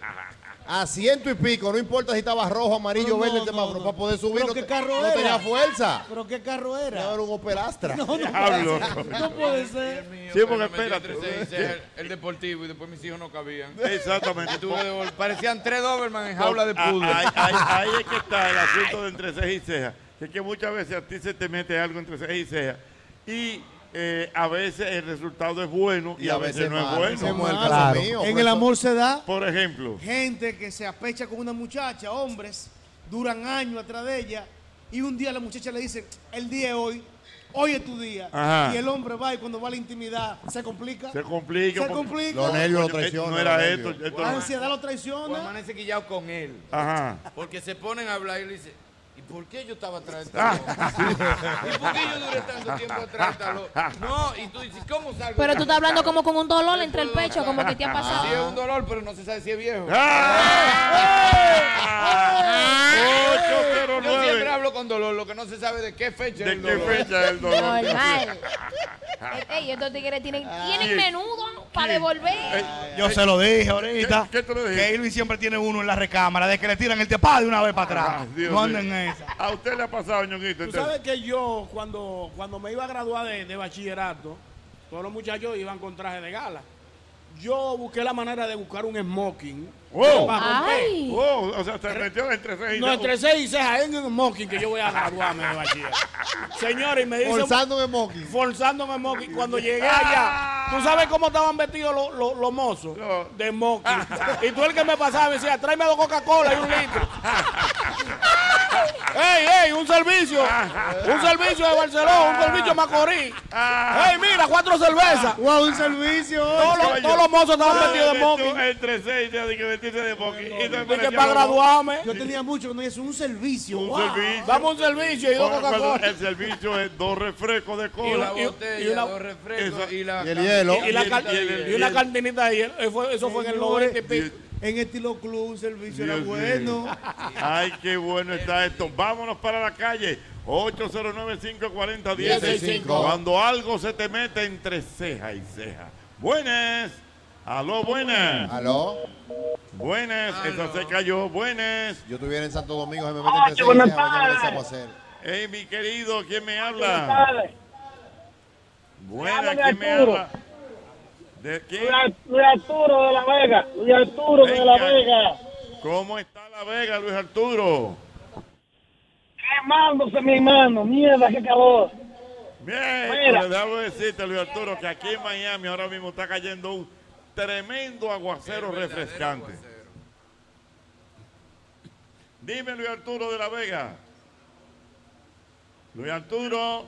A ciento y pico, no importa si estaba rojo, amarillo, Pero no, verde, el no, semáforo, no. para poder subir. ¿Pero no qué te- carro no era? tenía fuerza. ¿Pero qué carro era? Era un Opel Astra. No, no Diablo. puede ser. No puede ser. Mío, Sí, que porque me metió espérate. entre seis y seis, el, el deportivo y después mis hijos no cabían. Exactamente. Y tuve de vol- parecían tres Doberman en jaula de Ah, poodle. Ahí, ahí- ahí es que está el asunto de entre ceja y ceja. Que es que muchas veces a ti se te mete algo entre ceja y ceja. Y eh, a veces el resultado es bueno y, a veces, no es malo, bueno. como el caso Claro. mío, En el profesor. amor se da. Por ejemplo, Gente que se apecha con una muchacha, hombres, duran años atrás de ella, y un día la muchacha le dice, el día es hoy, hoy es tu día. Ajá. Y el hombre va y cuando va a la intimidad se complica. se complica. Se porque- complica. Los nervios lo Coño, eh, traicionan. No era los esto. nervios. esto La no- ansiedad lo O traiciona. amanece quillado con él. Ajá. Porque se ponen a hablar y le dicen, ¿y por qué yo estaba atrás de esta Ah. loca? ¿Y por qué yo duré tanto tiempo atrás de esta loca? No, y tú dices, ¿cómo salgo? Pero de tú estás hablando como con un dolor entre el pecho, como que te ha Sí, es pasado. un dolor, pero no se sabe si es viejo. ocho cero Yo siempre nueve. hablo con dolor, lo que no se sabe de qué fecha es ¿De el qué dolor. fecha es el dolor? Normal. Ey, estos tigres tienen, tienen menudo para devolver. Yo se lo dije ahorita. ¿Qué- qué tú le dijiste? Que Irving siempre tiene uno en la recámara, de que le tiran el tepá de una vez para atrás. Ah, Dios no mío. anden en esa. ¿A usted le ha pasado, ñonguito? Tú sabes que yo, cuando, cuando me iba a graduar de, de bachillerato, todos los muchachos iban con traje de gala. yo busqué la manera de buscar un smoking. ¡Oh! para romper. Ay. Oh, o sea, se metió entre seis y No, entre seis y seis, en un smoking que yo voy a graduarme de bachiller. Señores, y me dicen... Forzando un smoking. Forzando un smoking. Cuando llegué allá, ¿tú sabes cómo estaban vestidos los, los, los mozos? No. De smoking. Y tú el que me pasaba me decía, tráeme dos Coca-Cola y un litro. ¡Ey, ey! Un servicio. Un servicio de Barcelona, un servicio de Macorís. ¡Ey, mira! Cuatro cervezas. ¡Wow! Un servicio. Todos los, todos los mozos estaban vestidos de smoking. Entre seis, ya de que vestirse de smoking. Y te Dije, pareció para loco. graduarme. Yo tenía mucho que no es un servicio. Un wow. servicio. Dame un servicio y dos Bueno, cuando Coca-Cola. el servicio es dos refrescos de Y cola. la y- botella, y una- dos refrescos Eso. y la... Y el hielo. Y, la y cal- el- y una cantinita de hielo. Eh, fue- Eso fue en el Señores, noventa y pico. En estilo club, un servicio Dios era bueno. mío. Ay, qué bueno está esto. Vámonos para la calle. ocho cero nueve, cinco cuatro cero, uno cero seis cinco. Cuando algo se te mete entre ceja y ceja. Buenas. Aló, buenas. ¿Aló? Buenas. Esa se cayó. Buenas. Yo estuviera en Santo Domingo, se me mete entre seis y seis, mañana le estamos a hacer. Hey, mi querido, ¿quién me habla? Buenas, ¿quién me Arturo. habla? ¿De quién? Luis Arturo de La Vega. Luis Arturo de La Venga. Vega. ¿Cómo está La Vega, Luis Arturo? Quemándose, mi hermano. Mierda, qué calor. Bien, Mira. pues déjame decirte, Luis Arturo, que aquí en Miami ahora mismo está cayendo un tremendo aguacero refrescante. Dime, Luis Arturo de La Vega. Luis Arturo,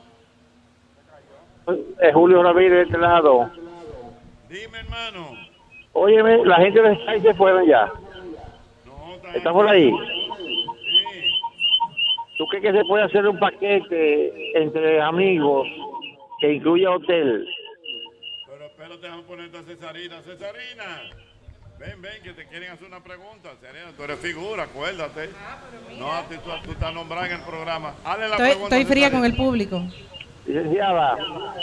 Es Julio Ramírez de este lado. dime, hermano. Óyeme, la gente de Sky se fueron ya. No, está ¿Está por ahí? Sí. ¿Tú crees que se puede hacer un paquete entre amigos que incluya hotel? Pero espérate, déjame ponerte a Cesarina. Cesarina, ven, ven, que te quieren hacer una pregunta. Cesarina, tú eres figura, acuérdate. No, a ti, tú, tú estás nombrada en el programa. Hazle la Estoy, pregunta. estoy fría Cesarina. con el público. Licenciada,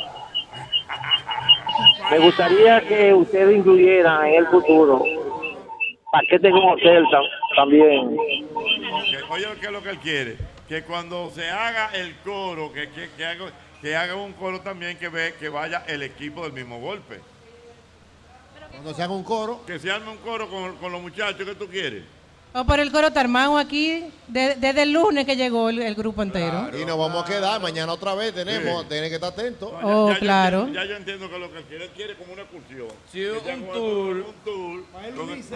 me gustaría que ustedes incluyeran en el futuro paquete con hotel tam- también. Ok, oye, ¿qué es lo que él quiere? Que cuando se haga el coro, que, que, que haga, que haga un coro también que, ve, que vaya el equipo del mismo golpe. Cuando se haga un coro. Que se arme un coro con, con los muchachos que tú quieres. O por el coro Tarmao aquí, de- desde el lunes que llegó el, el grupo entero. Y nos vamos a quedar. Mañana otra vez tenemos. Sí. Tienen que estar atentos. No, Oh, yo claro. entiendo- ya yo entiendo que lo que él quiere, él quiere como una excursión. Sí, Que un sea como tour. Un tour. Con el-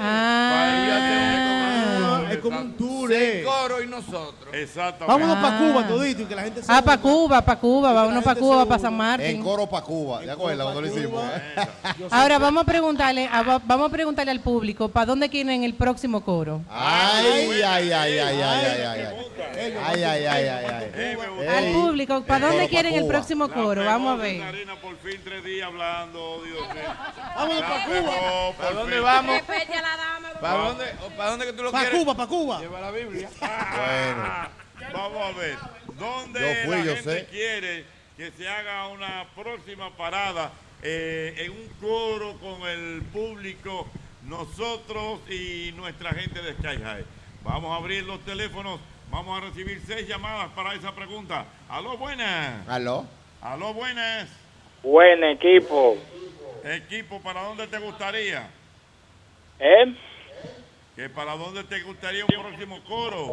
Ah. Es como un tour, Sin eh. coro y nosotros. Exactamente. Vámonos Ah. para Cuba todito y que la gente se Ah, para una. Cuba, para Cuba, vámonos para gente Cuba, se para San En Martín. coro para Cuba. ¿De acuerdo? Cuando lo hicimos. Ahora vamos a preguntarle, a- va- vamos a preguntarle al público, ¿para dónde quieren el próximo coro? Ay, ay, ay, ay, ay, ay, ay, ay. Ay, ay, ay, ay, ay. Al Ey. público, ¿para El dónde coro pa' quieren el Cuba. próximo coro? Vamos a ver. Cesarina, por fin tres días hablando, Dios mío. Vámonos La para pegó, Cuba. por ¿Para dónde fin. vamos? Respete a la dama. ¿Para dónde, o ¿Para dónde que tú lo Para quieres? Cuba, para Cuba. Lleva la Biblia. Ah, Vamos a ver, ¿dónde Yo fui, la yo gente sé. quiere que se haga una próxima parada eh, en un coro con el público, nosotros y nuestra gente de Sky High? Vamos a abrir los teléfonos, vamos a recibir seis llamadas para esa pregunta. Aló, buenas. ¿Aló? Aló, buenas. Buen equipo. Equipo, ¿para dónde te gustaría? ¿Eh? ¿Que para dónde te gustaría un próximo coro?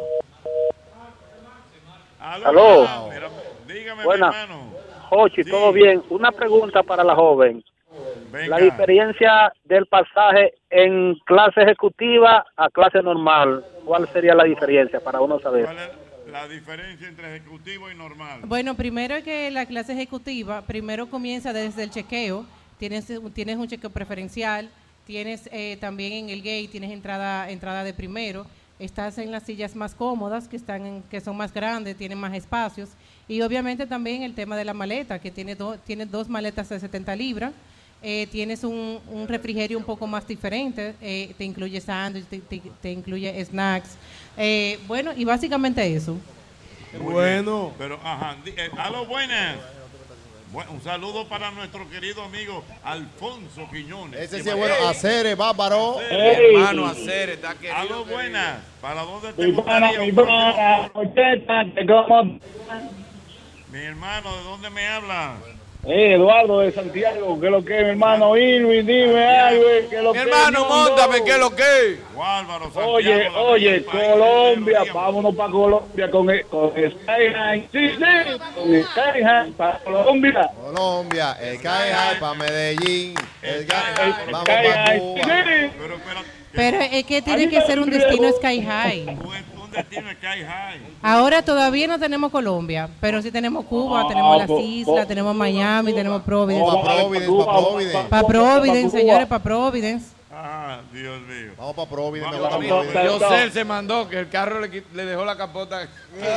Aló. Aló. Ah, mira, dígame, Buena. mi hermano. Jochi, Sí. todo bien. Una pregunta para la joven. Venga. La diferencia del pasaje en clase ejecutiva a clase normal, ¿cuál sería la diferencia para uno saber? ¿Cuál es la diferencia entre ejecutivo y normal? Bueno, primero que la clase ejecutiva, primero comienza desde el chequeo, tienes, tienes un chequeo preferencial, tienes eh, también en el gate, tienes entrada, entrada de primero, estás en las sillas más cómodas, que están en- que son más grandes, tienen más espacios, y obviamente también el tema de la maleta, que tiene, do- tiene dos maletas de setenta libras, eh, tienes un, un refrigerio un poco más diferente, eh, te incluye sándwich, te, te- te incluye snacks, eh, bueno, y básicamente eso. Muy Bueno. bien. Pero, ajá. di- eh, aló, buenas. Bu- un saludo para nuestro querido amigo Alfonso Quiñones. Ese Que sí es va- bueno. Acere, bárbaro. Mi hermano Acer está querido. Aló, querido. buenas. ¿Para dónde te Mi pana, gustaría mi un próximo pana, coro? ochenta, que como... Mi hermano, ¿de dónde me habla? Eh, Eduardo de Santiago, ¿qué es lo que es, mi hermano Irving? Dime algo, ¿qué es lo Mi que es? hermano, móntame, ¿qué es lo que es? Álvaro, Santiago, Oye, la oye, calle país, Colombia, vámonos para Colombia con, con Skyline. Sí, sí, con Skyline para Colombia. Colombia, el Sky High para Medellín. El Sky- Vamos Sky para High, Cuba. sí. Pero es que tiene que ser un destino Sky High. Un destino Sky High. Ahora todavía no tenemos Colombia, pero sí tenemos Cuba, tenemos las islas, tenemos Miami, tenemos Providence. Vamos para Providence, para Providence. Para Providence, señores, para Providence. Ah, Dios mío. Vamos para Providence. Yo- me gusta Providence. Yosel se mandó que el carro le, qui- le dejó la capota.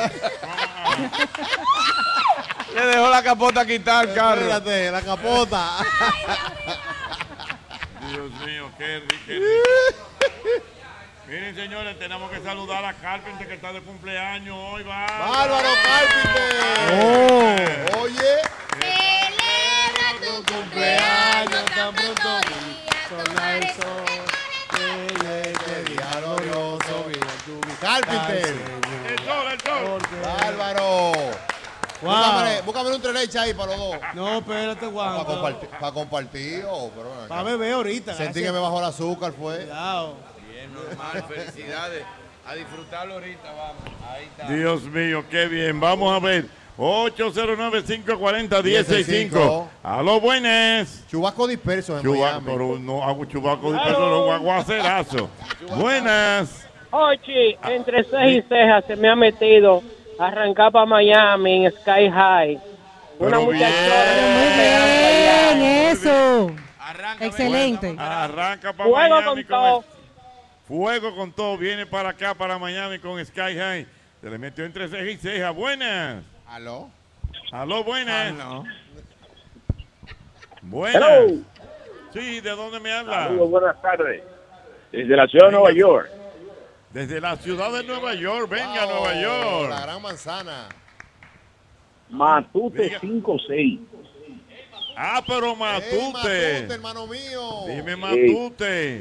Le dejó la capota quitar al carro. Espérate, la capota. Dios mío, qué rico. Qué rico. Miren, señores, tenemos que saludar a Carpenter que está de cumpleaños hoy. Bárbaro Carpenter. Oh. Oye. Celebra tu cumpleaños tan pronto. Sola el sol. Qué día glorioso. Carpenter. El sol, el sol. Bárbaro. Wow. Búscame, búscame un trelecha ahí para los dos. No, espérate, Para Juan. compartir, para compartir. Oh, pero bueno, Para beber ahorita. Sentí gracias. que me bajó el azúcar, fue. Cuidado. Bien, normal, felicidades. A disfrutarlo ahorita, vamos. Ahí está. Dios mío, qué bien. Vamos a ver. ocho cero nueve, cinco cuatro cero, uno cero seis cinco. A los buenas. Chubasco disperso en Chubaco, Miami. pero no hago chubaco disperso, no un aguacerazo. Buenas. Oye, entre ceja y ceja se me ha metido a arrancar para Miami en Sky High. Una Pero muchachona. Bien, eso. Excelente. Arranca para Fuego Miami con con todo. el- Fuego con todo. Viene para acá, para Miami con Sky High. Se le metió entre ceja y ceja. Buenas. ¿Aló? Aló, buenas. Aló. Buenas. Hello. Sí, ¿de dónde me habla? Saludos, buenas tardes. Desde la ciudad de Nueva York. Desde la ciudad de Nueva York. Venga, Wow, Nueva York. La gran manzana. Matute Diga. cinco seis. Ah, pero Ey, Matute. Matute, hermano mío. Dime Matute.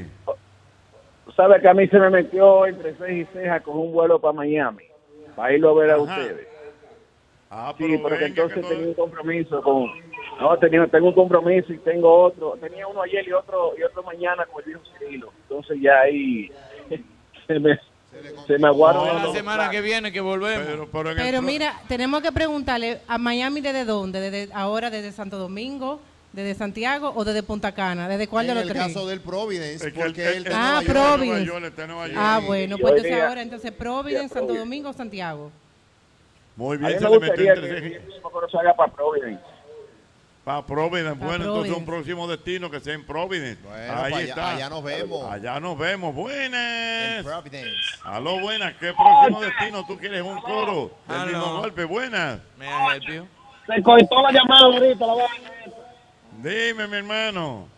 Tú sabes que a mí se me metió entre ceja y ceja con un vuelo para Miami. Para irlo a ver a Ajá. ustedes. Ah, Sí, pero pero que venga, entonces que todo- tenía un compromiso con... No, tenía, tengo un compromiso y tengo otro. Tenía uno ayer y otro y otro mañana con el viejo Cirilo. Entonces ya ahí se me, se me aguaron. No, la los semana planes. que viene que volvemos. Pero, pero en el Pero pro- mira, tenemos que preguntarle a Miami desde dónde, desde ahora, desde Santo Domingo, desde Santiago o desde Punta Cana, desde cuál de En los el tres. caso del Providence, Es que porque el- él el- está Ah, en Nueva York. Providence. Nueva York, está en Nueva York. Ah, bueno, Y pues hoy entonces día- ahora, entonces Providence, Santo Providence. Domingo, Santiago. Muy A mí bien, me se le metió gustaría entre que ceja y el mismo coro se haga para Providence. Para Providence. Pa' Bueno, entonces un Providence. próximo destino que sea en Providence. Bueno, Ahí pa' allá- está. allá nos vemos. Allá nos vemos. En Buenas. Providence. Aló, buenas. ¿Qué próximo destino tú quieres un coro? El Aló. mismo golpe. Buenas. Me ha helpio. Se cortó la llamada ahorita, la vaina. Dime, mi hermano.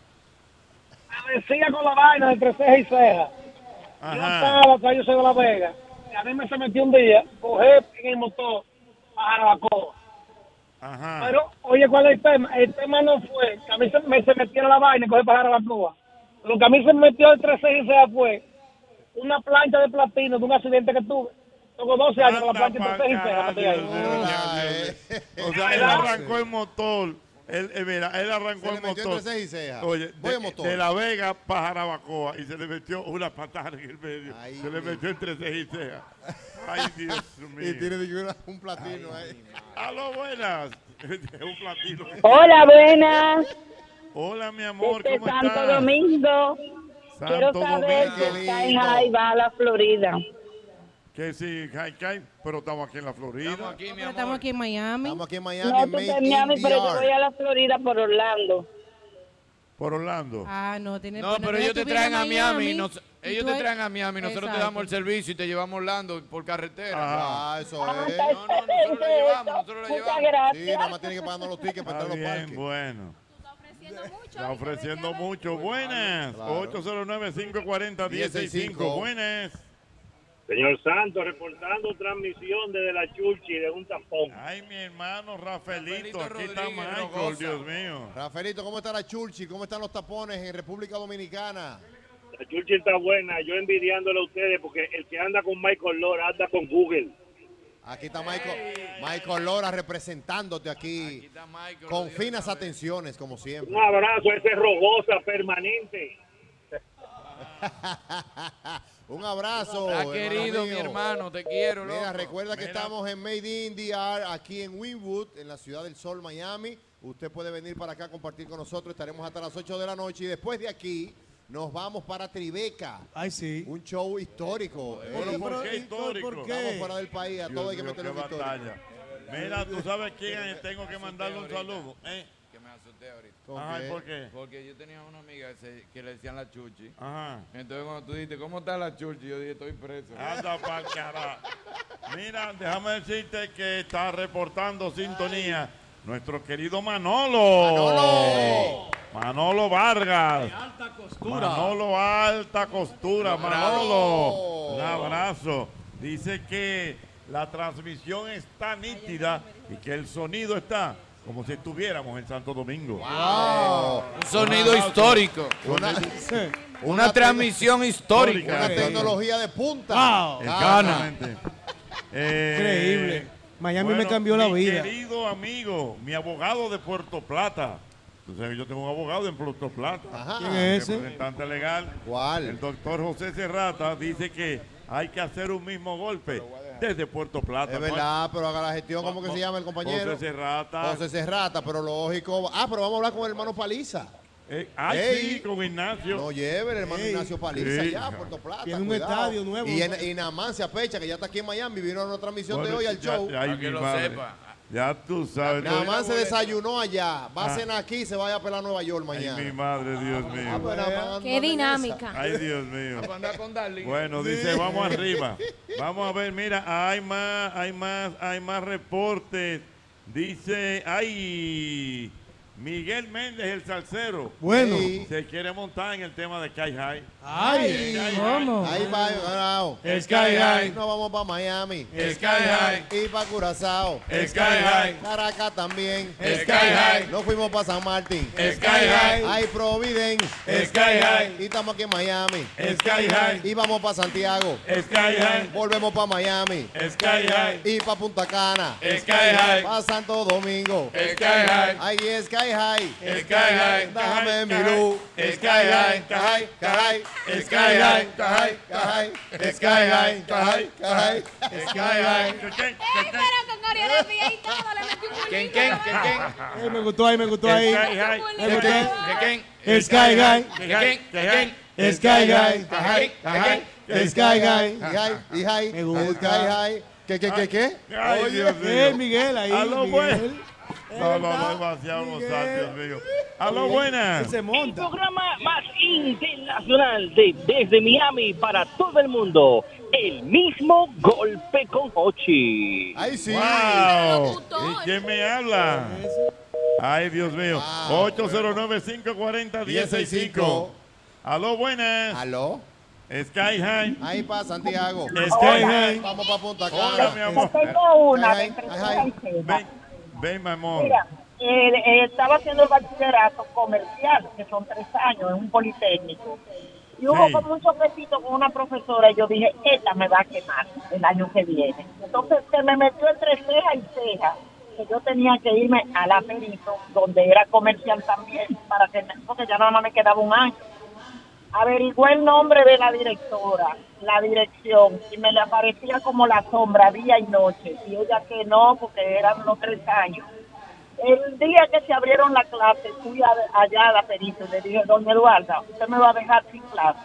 Me decía con la vaina entre ceja y ceja. Yo Ajá. estaba acá, yo soy de La Vega. Y a mí me se metió un día, coger en el motor a Jarabacoa. Ajá. Pero, oye, ¿cuál es el tema? El tema no fue que a mí se me, se metió la vaina y coger para Jarabacoa. Lo que a mí se me metió entre ceja y ceja fue una plancha de platino de un accidente que tuve. Tengo doce años con la plancha entre ceja y ceja. metí ahí. Ah, eh. O sea, él arrancó el motor. Él, eh, mira, él arrancó Se le el metió motor. entre ceja y ceja. Oye, Voy de, a motor. de La Vega para Jarabacoa y se le metió una patada en el medio. Ay, se le mi- metió entre ceja y ceja. Ay, Dios mío. Y tiene de que una- un platino ahí. Aló, buenas. Un platino. Hola, buenas. Hola, mi amor, Desde ¿cómo Santo estás? Domingo. Santo Quiero saber Domingo. si Sky High va a la Florida. Que sí, Kai Kai, pero estamos aquí en la Florida. Estamos aquí, mi Pero amor. estamos aquí en Miami. Estamos aquí en Miami. No, en tú Made estás en in Miami, pero yo D R. voy a la Florida por Orlando. Por Orlando. Ah, no, tiene No, pero ellos te traen a Miami. nos- y ellos tú te ahí- traen a Miami. Nosotros te Exacto. damos el servicio y te llevamos a Orlando por carretera. Ah, eso Ah, es. está No, no, nosotros lo excelente llevamos, eso. nosotros lo Muchas llevamos. Sí, gracias. nada más tiene que pagarnos los tickets para Está entrar a los bien, parques. bueno. mucho. Está ofreciendo mucho. Buenas. Claro. ocho cero nueve, cinco cuatro cero, uno cero seis cinco. Buenas. Señor Santos, reportando transmisión desde la Churchi de un tapón. Ay, mi hermano Rafaelito. Rafaelito Aquí está Rodríguez, Michael, Rogosa. Dios mío. Rafaelito, ¿cómo está la Churchi? ¿Cómo están los tapones en República Dominicana? La Churchi está buena, yo envidiándole a ustedes porque el que anda con Michael Lord anda con Google. Aquí está Michael, Michael Lora representándote aquí, aquí con finas atenciones, como siempre. Un abrazo a ese rogosa permanente. Un abrazo. Está querido, mío. mi hermano, te quiero, Mira, loco. recuerda que Mira. estamos en Made in D R, aquí en Wynwood, en la Ciudad del Sol, Miami. Usted puede venir para acá a compartir con nosotros. Estaremos hasta las ocho de la noche y después de aquí nos vamos para Tribeca. Ay, sí. Un show histórico. ¿Pero Ey, por qué histórico? ¿Por qué? Vamos fuera del país, a Dios todo hay que mío, meterlo qué en histórico. batalla. Mira, ¿tú sabes quién tengo que mandarle un saludo? ¿Eh? Que me asusté ahorita. Ajá, ¿y por qué? Porque yo tenía una amiga que, se- que le decían la Chuchi. Ajá. Entonces cuando tú dijiste, ¿cómo está la Chuchi? Yo dije, estoy preso. Anda pa'l carajo. Mira, déjame decirte que está reportando sintonía nuestro querido Manolo. Manolo. Manolo Vargas. De alta costura. Manolo Alta Costura. Manolo. Un abrazo. Dice que la transmisión está nítida y que el sonido está como si estuviéramos en Santo Domingo. Wow. Un sonido histórico. Una, Una transmisión histórica. Una tecnología de punta. Wow. Exactamente. Eh, Increíble. Miami bueno, me cambió la mi vida. querido amigo, mi abogado de Puerto Plata. Tú sabes que yo tengo un abogado en Puerto Plata. Ajá. ¿Quién es ese? Representante legal. ¿Cuál? El doctor José Serrata dice que hay que hacer un mismo golpe desde Puerto Plata. Es verdad, pero haga la gestión. ¿Cómo que se llama el compañero? José Serrata. José Serrata, pero lógico. Ah, pero vamos a hablar con el hermano Paliza. Eh, ay, Ey. sí, con Ignacio. No lleve el hermano Ey. Ignacio Paliza Sí. ya a Puerto Plata. Tiene un cuidado. estadio nuevo. Y, en, y Namán se apecha, que ya está aquí en Miami. Vino a una transmisión Bueno, de hoy al ya- show. ya, ay, Para que mi lo madre. sepa. Ya tú sabes. Namán se desayunó allá. Va Ah. a cenar aquí y se vaya a pelar a Nueva York Ay, mañana. mi madre, Dios Ah, mío. pues Namán, Qué no dinámica. Ay, Dios mío. Para andar con Darling. Bueno, dice, vamos arriba. Vamos a ver, mira, hay más, hay más, hay más reportes. Dice, ay, Miguel Méndez, el salsero. Bueno. Sí. Se quiere montar en el tema de Sky High. Ay, ¿Cómo? Ahí va, ganado. Sky High. Nos vamos para Miami. Sky High. Y para Curazao. Sky High. Caracas también. Sky High. Nos fuimos para San Martín. Sky High. Hay Providence. Sky High. Y estamos aquí en Miami. Sky High. Y vamos para Santiago. Sky High. Volvemos para Miami. Sky High. Y para Punta Cana. Sky High. Para Santo Domingo. Sky High. Ahí es Sky High. Sky High. Déjame mi luz. Sky High. Cajay, cajay. Sky High. Cajay, cajay. Sky High. Cajay, cajay. Sky High. ¿Qué, qué, Eh, pero con coreografía y todo, le metí un ¿Quién, bulito. quién, quién, quién? Ay, me gustó ahí, me gustó ahí. Sky High. Me gustó ahí. ¿Quién, quién? Sky High. ¿Quién, quién? Sky High. Cajay, cajay. Sky High. Y high, y high. Me gusta. Sky high. ¿Qué, qué, qué, qué? Ay, Oye, Dios mío. Eh, Miguel ahí. Aló, Miguel. bueno. No, no, no, ¿Verdad? demasiado Miguel. gozar, Dios mío. Aló, buenas. Él se El monta. programa más internacional de desde Miami para todo el mundo. El mismo golpe con Hochi. Ahí sí. Wow. gustó. ¿Y quién me habla? Ay, Dios mío. Wow. ocho cero nueve, cinco cuatro cero, uno cero seis cinco. Aló, buenas. Aló. Sky High. Ahí para Santiago. Sky High. Vamos para Punta Hola, Cana. mi amor. Tengo una de Ay, entre ay, ceja ay. y ceja. Ven, ven, mi amor. Mira, eh, eh, estaba haciendo el bachillerato comercial, que son tres años, en un politécnico. Y hubo Sí. como un sopecito con una profesora y yo dije, esta me va a quemar el año que viene. Entonces se me metió entre ceja y ceja que yo tenía que irme a la Perito, donde era comercial también, para que me- porque ya nada más me quedaba un año. Averigué el nombre de la directora, la dirección, y me le aparecía como la sombra día y noche. Y ella que no, porque eran los tres años. El día que se abrieron la clase, fui a- allá a la Perito y le dije, doña Eduarda, usted me va a dejar sin clase.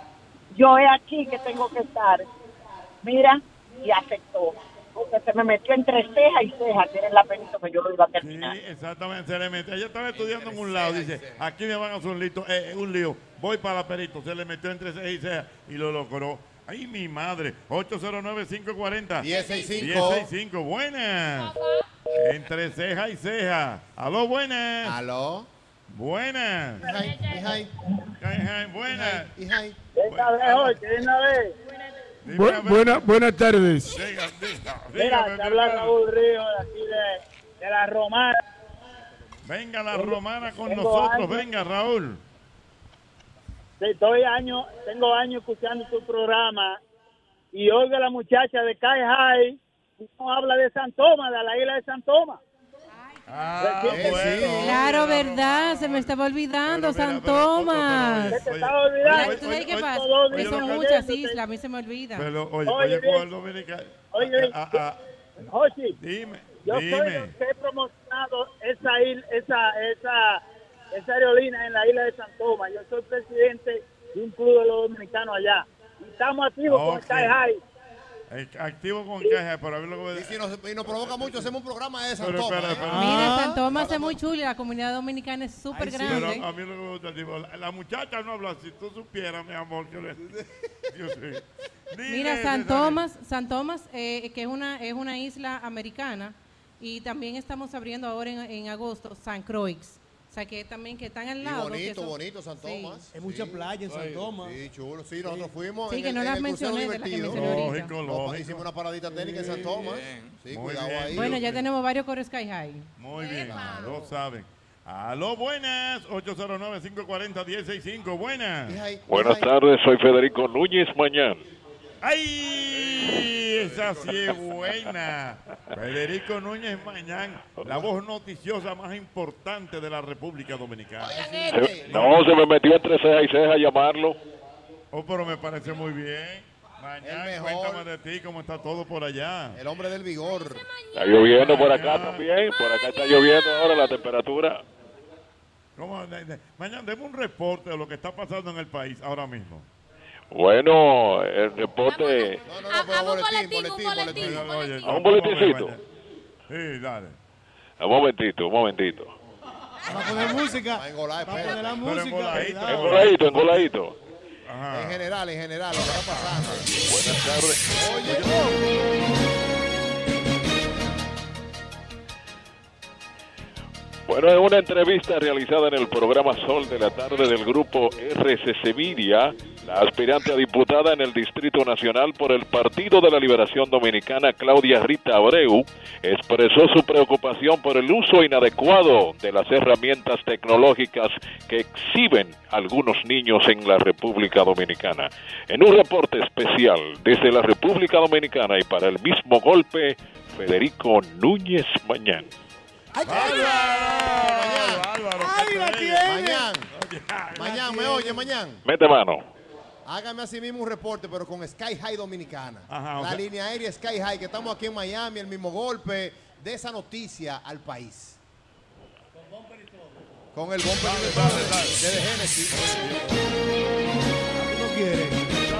Yo he aquí que tengo que estar. Mira, y aceptó. Porque se me metió entre ceja y ceja, que era en la Perito que yo lo iba a Sí, terminar. exactamente, se le metió. Ella estaba estudiando en un lado, dice, aquí me van a hacer un, lito, eh, un lío, voy para la Perito, se le metió entre ceja y ceja y lo logró. Ay, mi madre, ocho cero nueve, cinco cuatro cero, diez sesenta y cinco. diez sesenta y cinco, buenas. Entre ceja y ceja. Aló, buenas. Aló. Buenas. Y high, y high, Ay, ay, buenas. y high. Venga, de hoy, de una vez. Dime, a ver. Buena, buenas tardes. Diga, diga, Mira, dígame, te habla mi hermano. Raúl Ríos de aquí de, de la Romana. Venga la romana con tengo nosotros, años. venga Raúl. Sí, estoy años, tengo años escuchando tu programa y oigo a la muchacha de Sky High no habla de San Tomás, de la isla de San Tomás. Ah, Eh, bueno. Claro, verdad, se me estaba olvidando, San Tomás. Se te estaba olvidando. ¿Tú sabes qué pasa? Oye, Que son oye, muchas oye, islas, a mí se me olvida. Pero, oye, Oye, oye, con el dominicano. Oye, Ah, ah, Jochi, dime, yo soy dime. el que he promocionado esa, il- esa, esa, esa aerolínea en la isla de San Tomás. Yo soy presidente de un club de los dominicanos allá. Y estamos activos con Ok. Sky High. Eh, Activo con caja, pero a ver lo que... Y si nos, y nos provoca mucho, hacemos un programa de San Pero, Tomás. espera, ¿eh? espera. Mira, San Tomás es muy chulo y la comunidad dominicana es súper Pero grande. a mí lo que me gusta, tipo, la, la muchacha no habla, si tú supieras, mi amor, que le... Dios mío. Dime, Mira, San César. Tomás, San Tomás eh, que es una, es una isla americana, y también estamos abriendo ahora en, en agosto San Croix. O sea, que también que están al Y lado. que bonito, son- bonito San Sí. Tomás. Hay mucha playa en San Sí, Tomás. Sí, chulo. Sí, nosotros fuimos. Sí, en que el- no en las el crucero mencioné, de las que divertido. mencioné ahorita. Lógico, Nos- lógico. Hicimos una paradita técnica en San Tomás. Sí, Muy cuidado bien. ahí. Bueno, ya tenemos varios coros Sky High. Muy bien, lo saben. Aló, buenas, ocho cero nueve, cinco cuatro cero, uno cero seis cinco, buenas. Buenas tardes, soy Federico Núñez Mañán. ¡Ay! Esa sí es buena. Federico Núñez Mañán, la voz noticiosa más importante de la República Dominicana. Se- no, se me metió entre ceja y ceja a llamarlo. Oh, pero me parece muy bien. Mañana, cuéntame de ti, cómo está todo por allá. El hombre del vigor. Está lloviendo por acá también, por acá está lloviendo ahora la temperatura. ¿Cómo? De- de- Mañana, deme un reporte de lo que está pasando en el país ahora mismo. Bueno, el reporte... No, no, no, pero boletín, boletín, boletín. Oye, ¿A un boletincito? Sí, dale. Un momentito, un momentito. Va a poner música. Va a engolar, Va a poner la espera. música. engoladito. cuidado. Engoladito, engoladito. En general, en general, lo que está pasando. Buenas tardes. Oye, Bueno, en una entrevista realizada en el programa Sol de la tarde del grupo R C C Media, la aspirante a diputada en el Distrito Nacional por el Partido de la Liberación Dominicana, Claudia Rita Abreu, expresó su preocupación por el uso inadecuado de las herramientas tecnológicas que exhiben algunos niños en la República Dominicana. En un reporte especial desde la República Dominicana y para el mismo golpe, Federico Núñez Mañán. Ahí la tiene. Mañana. Mañana, ¿me oye, mañana? Mete mano. Hágame así mismo un reporte, pero con Sky High Dominicana. Ajá, o la sea- línea aérea Sky High, que estamos aquí en Miami, el mismo golpe de esa noticia al país. Con el bumper y todo, de The Genesis. ¿Tú no quieres?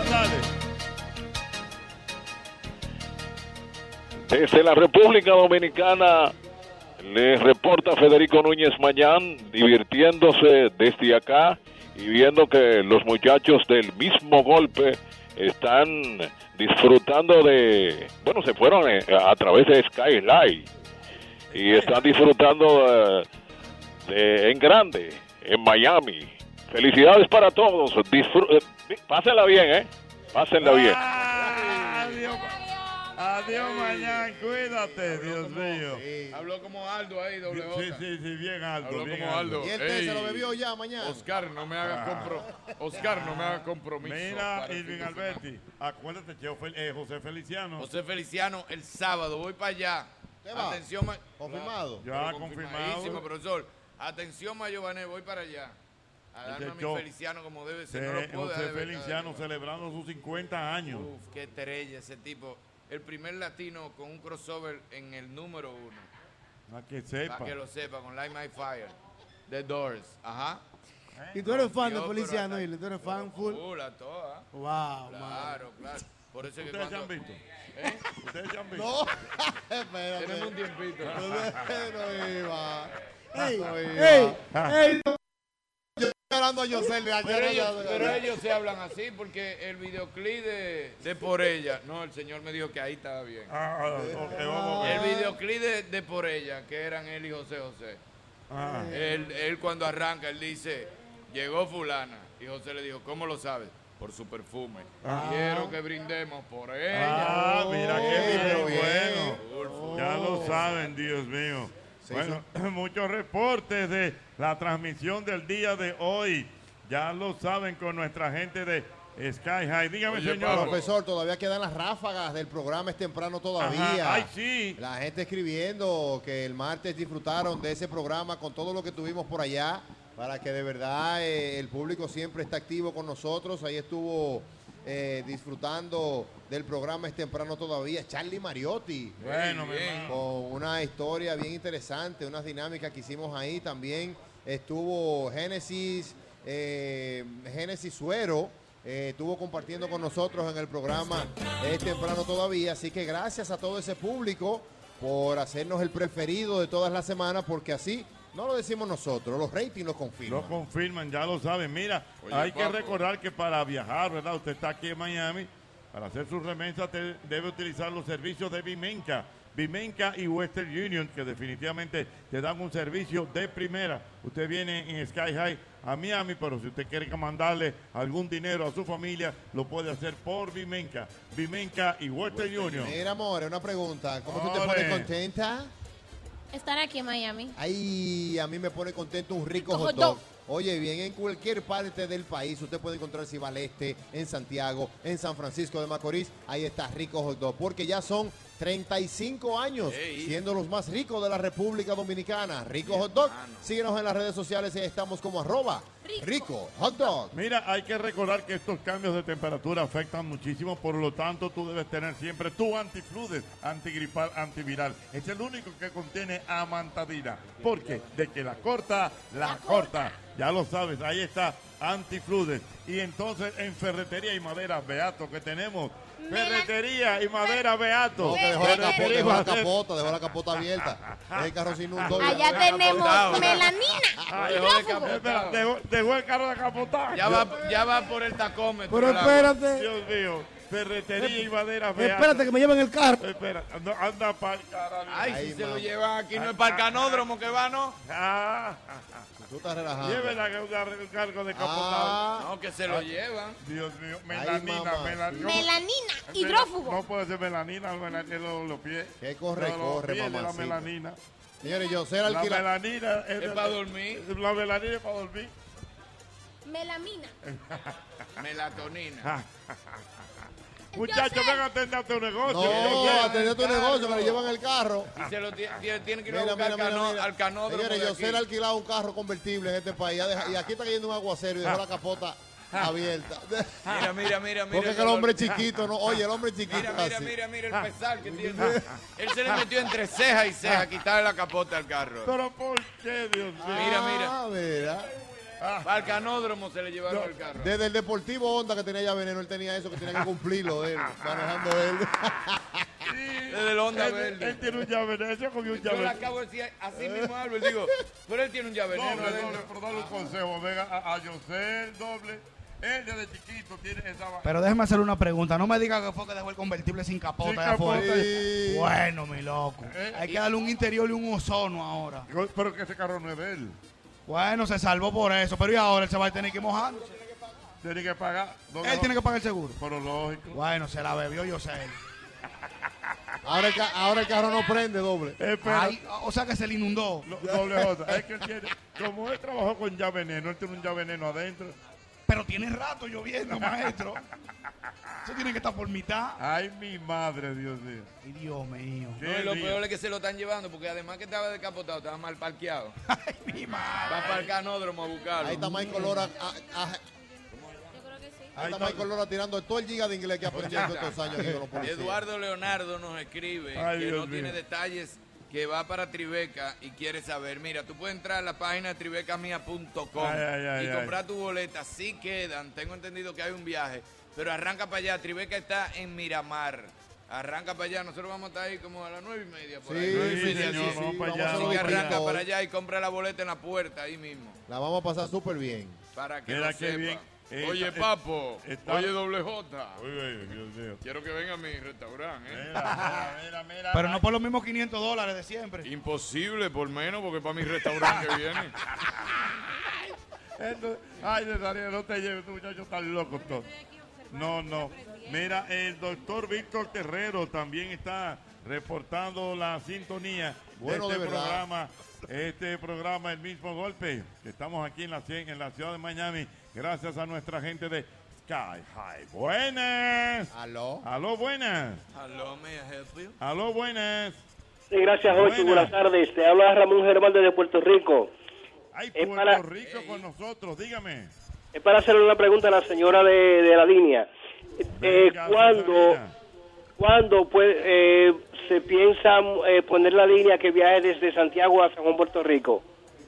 Desde la República Dominicana les reporta Federico Núñez Mañán, divirtiéndose desde acá y viendo que los muchachos del mismo golpe están disfrutando de, bueno, se fueron eh, a través de Skyline y están disfrutando eh, de, en grande, en Miami. Felicidades para todos, Disfru eh, pásenla bien, ¿eh? Pásenla bien. Adiós, adiós mañana, cuídate, Dios mío. Habló como Aldo ahí, doble Sí, sí, sí, bien alto. Habló bien como Aldo. Y este se lo Ey, bebió ya mañana. Oscar, no me hagas compro Oscar, no me hagas compromiso. Mira, para el Irving fin de semana. Alberti, acuérdate, Cheo Fel- eh, José Feliciano. José Feliciano, el sábado, voy para allá. ¿Qué va? Atención, ma- Confirmado. Ya, Pero confirmado. confirmadísimo, profesor. Atención, Mayo Bané, voy para allá. A Ese darme a mi show. Feliciano como debe ser. Sí, No lo puedo José dejar de ver Feliciano cada celebrando sus cincuenta años. día. Uf, qué estrella ese tipo. El primer latino con un crossover en el número uno. Para que sepa. Para que lo sepa, con Light My Fire. The Doors. Ajá. ¿Y tú eres fan de Rompió, Feliciano, pero Ile? ¿Tú eres fan full? Full a todas. Wow, man. Claro, claro. Por eso es que ¿Ustedes se cuando... han visto? ¿Eh? ¿Ustedes se han visto? No, espérate. Tenemos un tiempito. No iba. ¡Ey! No ¡Ey! iba. ¡Ey! Yo estoy hablando a Yosel de Pero ayer. ellos, pero ellos se hablan así porque el videoclip de, de Por Ella, no, el señor me dijo que ahí estaba bien. Ah, ok, vamos a El ver. videoclip de, de Por Ella, que eran él y José José. Ah. Él, él cuando arranca, él dice, llegó fulana. Y José le dijo, ¿cómo lo sabes? Por su perfume. Ah. Quiero que brindemos por ella. Ah, mira qué pero bien, bien. bueno. Ya lo saben, Dios mío. Sí, Bueno, muchos reportes de la transmisión del día de hoy. Ya lo saben con nuestra gente de Sky High. Dígame, Oye, señor. Profesor, todavía quedan las ráfagas del programa, es temprano todavía. Ajá. Ay, sí. La gente escribiendo que el martes disfrutaron de ese programa con todo lo que tuvimos por allá, para que de verdad eh, el público siempre está activo con nosotros. Ahí estuvo eh, disfrutando del programa, es temprano todavía, Charlie Mariotti. Bueno, mi hermano. Con una historia bien interesante, unas dinámicas que hicimos ahí. También estuvo Génesis, eh, Génesis Suero. Eh, estuvo compartiendo con nosotros en el programa Es temprano todavía, así que gracias a todo ese público por hacernos el preferido de todas las semanas, porque así no lo decimos nosotros, los ratings lo confirman. Lo confirman, ya lo saben. Mira, Oye, hay papo. que recordar que para viajar, ¿verdad? Usted está aquí en Miami, para hacer sus remesas te- debe utilizar los servicios de Vimenca. Vimenca y Western Union, que definitivamente te dan un servicio de primera. Usted viene en Sky High a Miami, pero si usted quiere mandarle algún dinero a su familia, lo puede hacer por Vimenca. Vimenca y Western Union. Mira, amor, una pregunta. ¿Cómo tú te Ole. pones contenta? Estar aquí en Miami. Ay, a mí me pone contento un rico Rico hot hot dog. dog. Oye, bien, en cualquier parte del país usted puede encontrar Cibal Este, en Santiago, en San Francisco de Macorís. Ahí está Rico Hot Dog, porque ya son treinta y cinco años Ey. siendo los más ricos de la República Dominicana. Rico Hot Dog. Síguenos en las redes sociales y estamos como arroba Rico Hot Dog. Mira, hay que recordar que estos cambios de temperatura afectan muchísimo, por lo tanto tú debes tener siempre tu antifludes, antigripal, antiviral. Es el único que contiene amantadina, porque de que la corta, la, corta. Ya lo sabes, ahí está antifludes. Y entonces en Ferretería y Madera Beato que tenemos, Ferretería y Madera Beato. No, que dejó la, capota, Ferretería y dejó la Madera- capota, dejó la capota abierta. El carro se inundó. Allá tenemos melanina. Ah, y dejó de prófugo. Espera, dejó, dejó el carro de capotado. Ya va, ya va por el tacómetro. Pero el agua. espérate. Dios mío. Ferretería y Madera Beato. Espérate que me lleven el carro. Espera, no, anda para Ay, Ay, si se mamá. lo llevan aquí, no es para el canódromo que va, ¿no? Ah, Tú estás relajado. llévela que usar el cargo de capotado. Ah. No, que se lo llevan. Dios mío, Ay, melanina, mamá. melanina. Melanina, Mela- hidrófugo. No puede ser melanina, melanina los, los pies. Que corre, No, los corre, pies de la mamacita. melanina. Señores, yo sé La alquilar. melanina es, Es para dormir. La melanina es para dormir. Melamina. Melatonina. Muchachos, ven a atender a tu negocio. No, atender tu negocio, que le llevan el carro. Y se lo tie- tie- tiene que ir a Mira, buscar mira, al mira, cano- mira. al canódromo. Señores, de yo aquí. sé alquilado un carro convertible en este país. Ya deja- Y aquí está cayendo un aguacero y dejó la capota abierta. Mira, mira, mira, mira. Porque es que el hombre es chiquito, ¿no? Oye, el hombre es chiquito. Mira, mira, así. mira, mira el pesar que tiene. Él se le metió entre ceja y ceja quitarle la capota al carro. Pero ¿por qué, Dios mío? Mira, mira. Ah, mira. Al canódromo se le llevaron el carro. Desde el Deportivo Honda que tenía ya veneno, él tenía eso que tenía que cumplirlo él, manejando él. Desde el Honda él, Verde. él tiene un llave, ese cogió un Yo le llave. acabo de decir así mismo a Albert, digo, pero él tiene un llave negro Doble, adentro. doble, por darle un consejo. Venga, a, a José, doble. Él desde chiquito tiene esa vaina. Pero déjeme hacer una pregunta. No me diga que fue que dejó el convertible sin capota Sin allá afuera. capota. Sí. Bueno, mi loco. Eh, Hay que darle un interior y un ozono ahora. Pero que ese carro no es de él. Bueno, se salvó por eso. Pero y ahora él se va a tener que mojar. Tiene que pagar. Él tiene que pagar el seguro. Pero lógico. Bueno, se la bebió yo sé. Ahora el, ca- ahora el carro no prende doble. Espera. Ay, o sea que se le inundó. Lo- doble J. Es que él tiene. Como él trabajó con llave veneno, él tiene un llave veneno adentro. Pero tiene rato lloviendo, maestro. Eso tiene que estar por mitad. Ay, mi madre, Dios mío. Ay, Dios mío. No, y lo peor es que se lo están llevando porque además que estaba decapotado, estaba mal parqueado. Ay, mi madre. Va para el canódromo a buscarlo. Ahí está Michael Lora. a- a- Yo creo que sí. ahí está Michael Lora tirando todo el giga de inglés que aprendió en estos años aquí con los policías. Eduardo Leonardo nos escribe Ay, que Dios no mío. tiene detalles, que va para Tribeca y quiere saber. Mira, tú puedes entrar a la página de tribecamia punto com Ay, ay, ay, y ay. comprar tu boleta. Sí quedan, tengo entendido que hay un viaje, pero arranca para allá. Tribeca está en Miramar. Arranca para allá, nosotros vamos a estar ahí como a las nueve y media. Por Sí, ahí, nueve y sí, media, señor, sí, vamos sí. para allá. Vamos a Así que hacer un arranca picado. para allá y compra la boleta en la puerta ahí mismo. La vamos a pasar súper bien. Para que Mira lo qué sepa. bien. Eh, Oye, está- papo. está- Oye, doble J. Uy, uy, Dios mío. Quiero que venga a mi restaurante, ¿eh? Mira, mira, mira. Pero no por los mismos quinientos dólares de siempre. Imposible, por menos, porque para mi restaurante que viene. Esto- ay, Cesario, no te lleves, tu muchacho tan loco todo. No, no. Mira, el doctor Víctor Terrero también está reportando la sintonía Bueno, de este de verdad. programa. Este programa, El Mismo Golpe, que estamos aquí en la, cien en la ciudad de Miami, gracias a nuestra gente de Sky High. Buenas. Aló. Aló, buenas. Aló, may I help you? Aló, buenas. Sí, gracias, Jorge. Buenas. Buenas tardes. Te habla Ramón Germán desde Puerto Rico. Ay, Es Puerto para- Rico con nosotros, dígame. Es para hacerle una pregunta a la señora de, de la línea. Eh, Venga, ¿Cuándo, Cesarina. ¿cuándo puede, eh, se piensa eh, poner la línea que viaje desde Santiago a San Juan, Puerto Rico?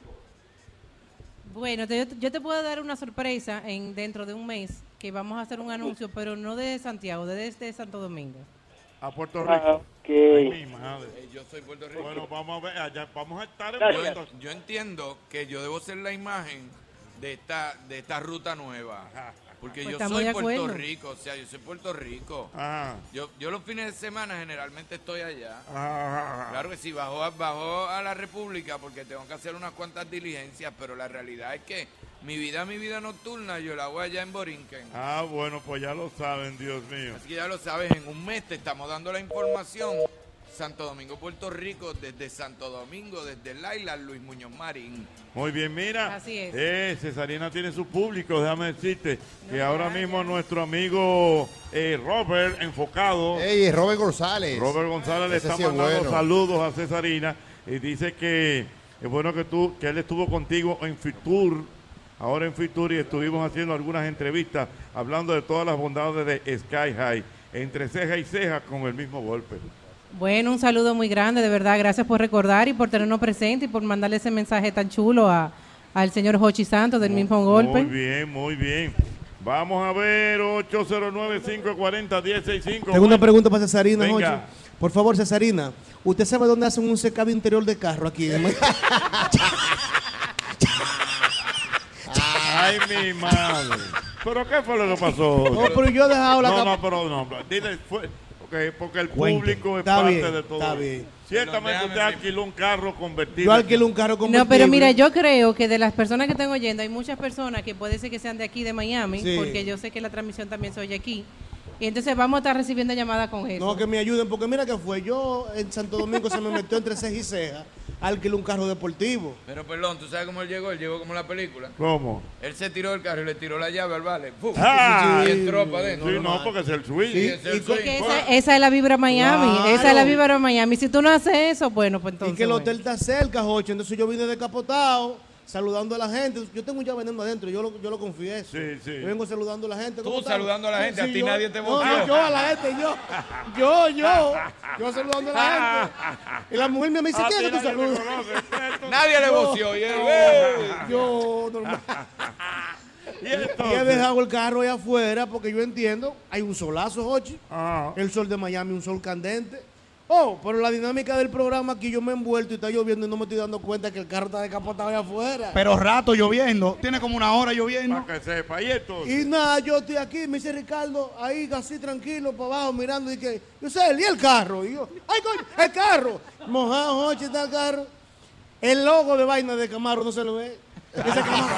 Bueno, te- yo te puedo dar una sorpresa en dentro de un mes que vamos a hacer un anuncio, pero no de Santiago, de desde Santo Domingo. A Puerto Ah, Rico. ok. Ay, mi madre. Eh, yo soy Puerto Rico. Bueno, vamos a ver, allá vamos a estar en Yo, Puerto yo entiendo que yo debo ser la imagen de esta de esta ruta nueva. Porque Pues yo estamos soy de Puerto acuerdo. Rico, o sea, yo soy Puerto Rico. Ajá. Yo, yo los fines de semana generalmente estoy allá. Ajá. Claro que sí, bajo, a- bajo a la República porque tengo que hacer unas cuantas diligencias, pero la realidad es que mi vida, mi vida nocturna, yo la hago allá en Borinquen. Ah, bueno, pues ya lo saben, Dios mío. Así que ya lo sabes, en un mes te estamos dando la información. Santo Domingo, Puerto Rico, desde Santo Domingo, desde Laila, Luis Muñoz Marín. Muy bien, mira. Así es. Eh, Cesarina tiene su público, déjame decirte que ahora mismo nuestro amigo eh, Robert, enfocado. Ey, Robert González. Robert González le Ese está sí es mandando bueno. saludos a Cesarina y dice que es bueno que tú, que él estuvo contigo en Fitur, ahora en Fitur, y estuvimos haciendo algunas entrevistas hablando de todas las bondades de Sky High, entre ceja y ceja con el mismo golpe. Bueno, un saludo muy grande, de verdad. Gracias por recordar y por tenernos presente y por mandarle ese mensaje tan chulo a, al señor Jochi Santos del mismo golpe. Muy bien, muy bien. Vamos a ver, ocho cero nueve, cinco cuatro cero, uno cero seis cinco. Tengo una pregunta para Cesarina, Venga. Jochi. Por favor, Cesarina, ¿usted sabe dónde hacen un secado interior de carro aquí? Ay, mi madre. ¿Pero qué fue lo que pasó? No, pero yo he dejado la No, capa- no, pero no. Dile, fue, okay, porque el Cuente. público es Está parte bien, de todo. está bien. Ciertamente usted alquiló un carro convertido. Yo alquilo un carro convertible. No, pero mira, yo creo que de las personas que están oyendo, hay muchas personas que puede ser que sean de aquí, de Miami, Sí. porque yo sé que la transmisión también se oye aquí. Y entonces vamos a estar recibiendo llamadas con eso. No, que me ayuden, porque mira que fue. Yo en Santo Domingo se me metió entre ceja y ceja. Alquilé un carro deportivo. Pero perdón, ¿tú sabes cómo él llegó? Él llegó como en la película. ¿Cómo? Él se tiró del carro y le tiró la llave al vale. ¡Pum! Ah, y entró para adentro. Sí, no, porque es el swing. Sí, es el swing. Que esa, esa es la vibra Miami, Claro. esa es la vibra Miami. Si tú no haces eso, bueno, pues entonces... Y que el bueno. hotel está cerca, Jochi. Entonces yo vine decapotado, saludando a la gente. Yo tengo un vendiendo adentro, yo lo, yo lo confieso. Sí, sí. Yo vengo saludando a la gente. Tú ¿cómo están? saludando a la gente, a ti yo- nadie te no, voció. no, yo a la gente, yo. Yo, yo. Yo saludando a la gente. Y la mujer me dice, A ¿quién ti es que tú nadie te saludas? conoce. Nadie le Yo- voció. Y él, yo- ¡eh! Yo, normal. Y Y he entonces, dejado el carro ahí afuera porque yo entiendo, hay un solazo, Jochi. Ajá. El sol de Miami, un sol candente. Oh, pero la dinámica del programa aquí yo me he envuelto y está lloviendo y no me estoy dando cuenta que el carro está decapotado allá afuera. Pero rato lloviendo. Tiene como una hora lloviendo. para que sepa. Y entonces, Y nada, yo estoy aquí, me dice Ricardo, ahí así tranquilo, para abajo, mirando y que, yo sé, ¿y el carro? Y yo, ¡ay, coño, el carro! Mojado, Jochi, está el carro. El logo de vaina de Camaro no se lo ve. Ese Camaro.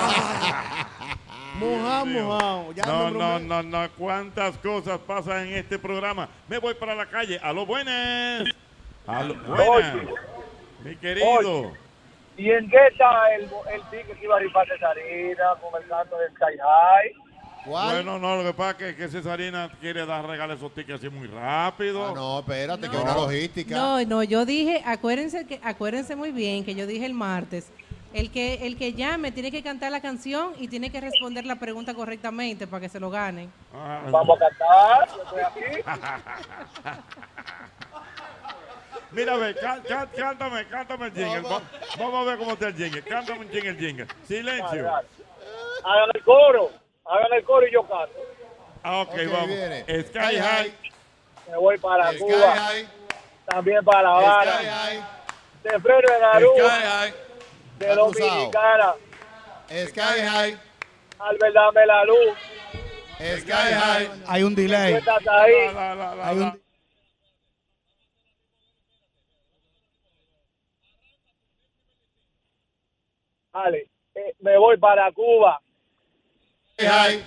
Mojado, Dios mío. mojado. Ya no, me no, bromé. no, no. ¿Cuántas cosas pasan en este programa? Me voy para la calle. A lo buenas. A lo buenas. Mi querido. ¿Y en qué está el, el ticket que iba a rifar Cesarina con el canto del Sky High? Bueno, no, lo que pasa es que Cesarina quiere dar regalos esos tickets así muy rápido. Ah, no, espérate, que es una logística. No, no, yo dije, acuérdense que acuérdense muy bien que yo dije el martes, el que el que llame tiene que cantar la canción y tiene que responder la pregunta correctamente para que se lo ganen. Ah, Vamos a cantar, yo estoy aquí. Mira, ve, can- can- cántame, cántame el jingle. Va- vamos a ver cómo está el jingle. Cántame un jingle, jingle. Silencio. Dale, dale. Hagan el coro, hagan el coro y yo canto. Ah, ok, Ok, vamos. viene. Sky High. Me voy para Sky Cuba, High. también para La Habana, Sky High. de Freno de Sky Aruba, High. de Acusado. Dominicana, Sky High. Albert dame la luz, Sky High. Hay un tú delay. estás ahí. La, la, la, Hay la. un... Dale, eh, me voy para Cuba, Sky High.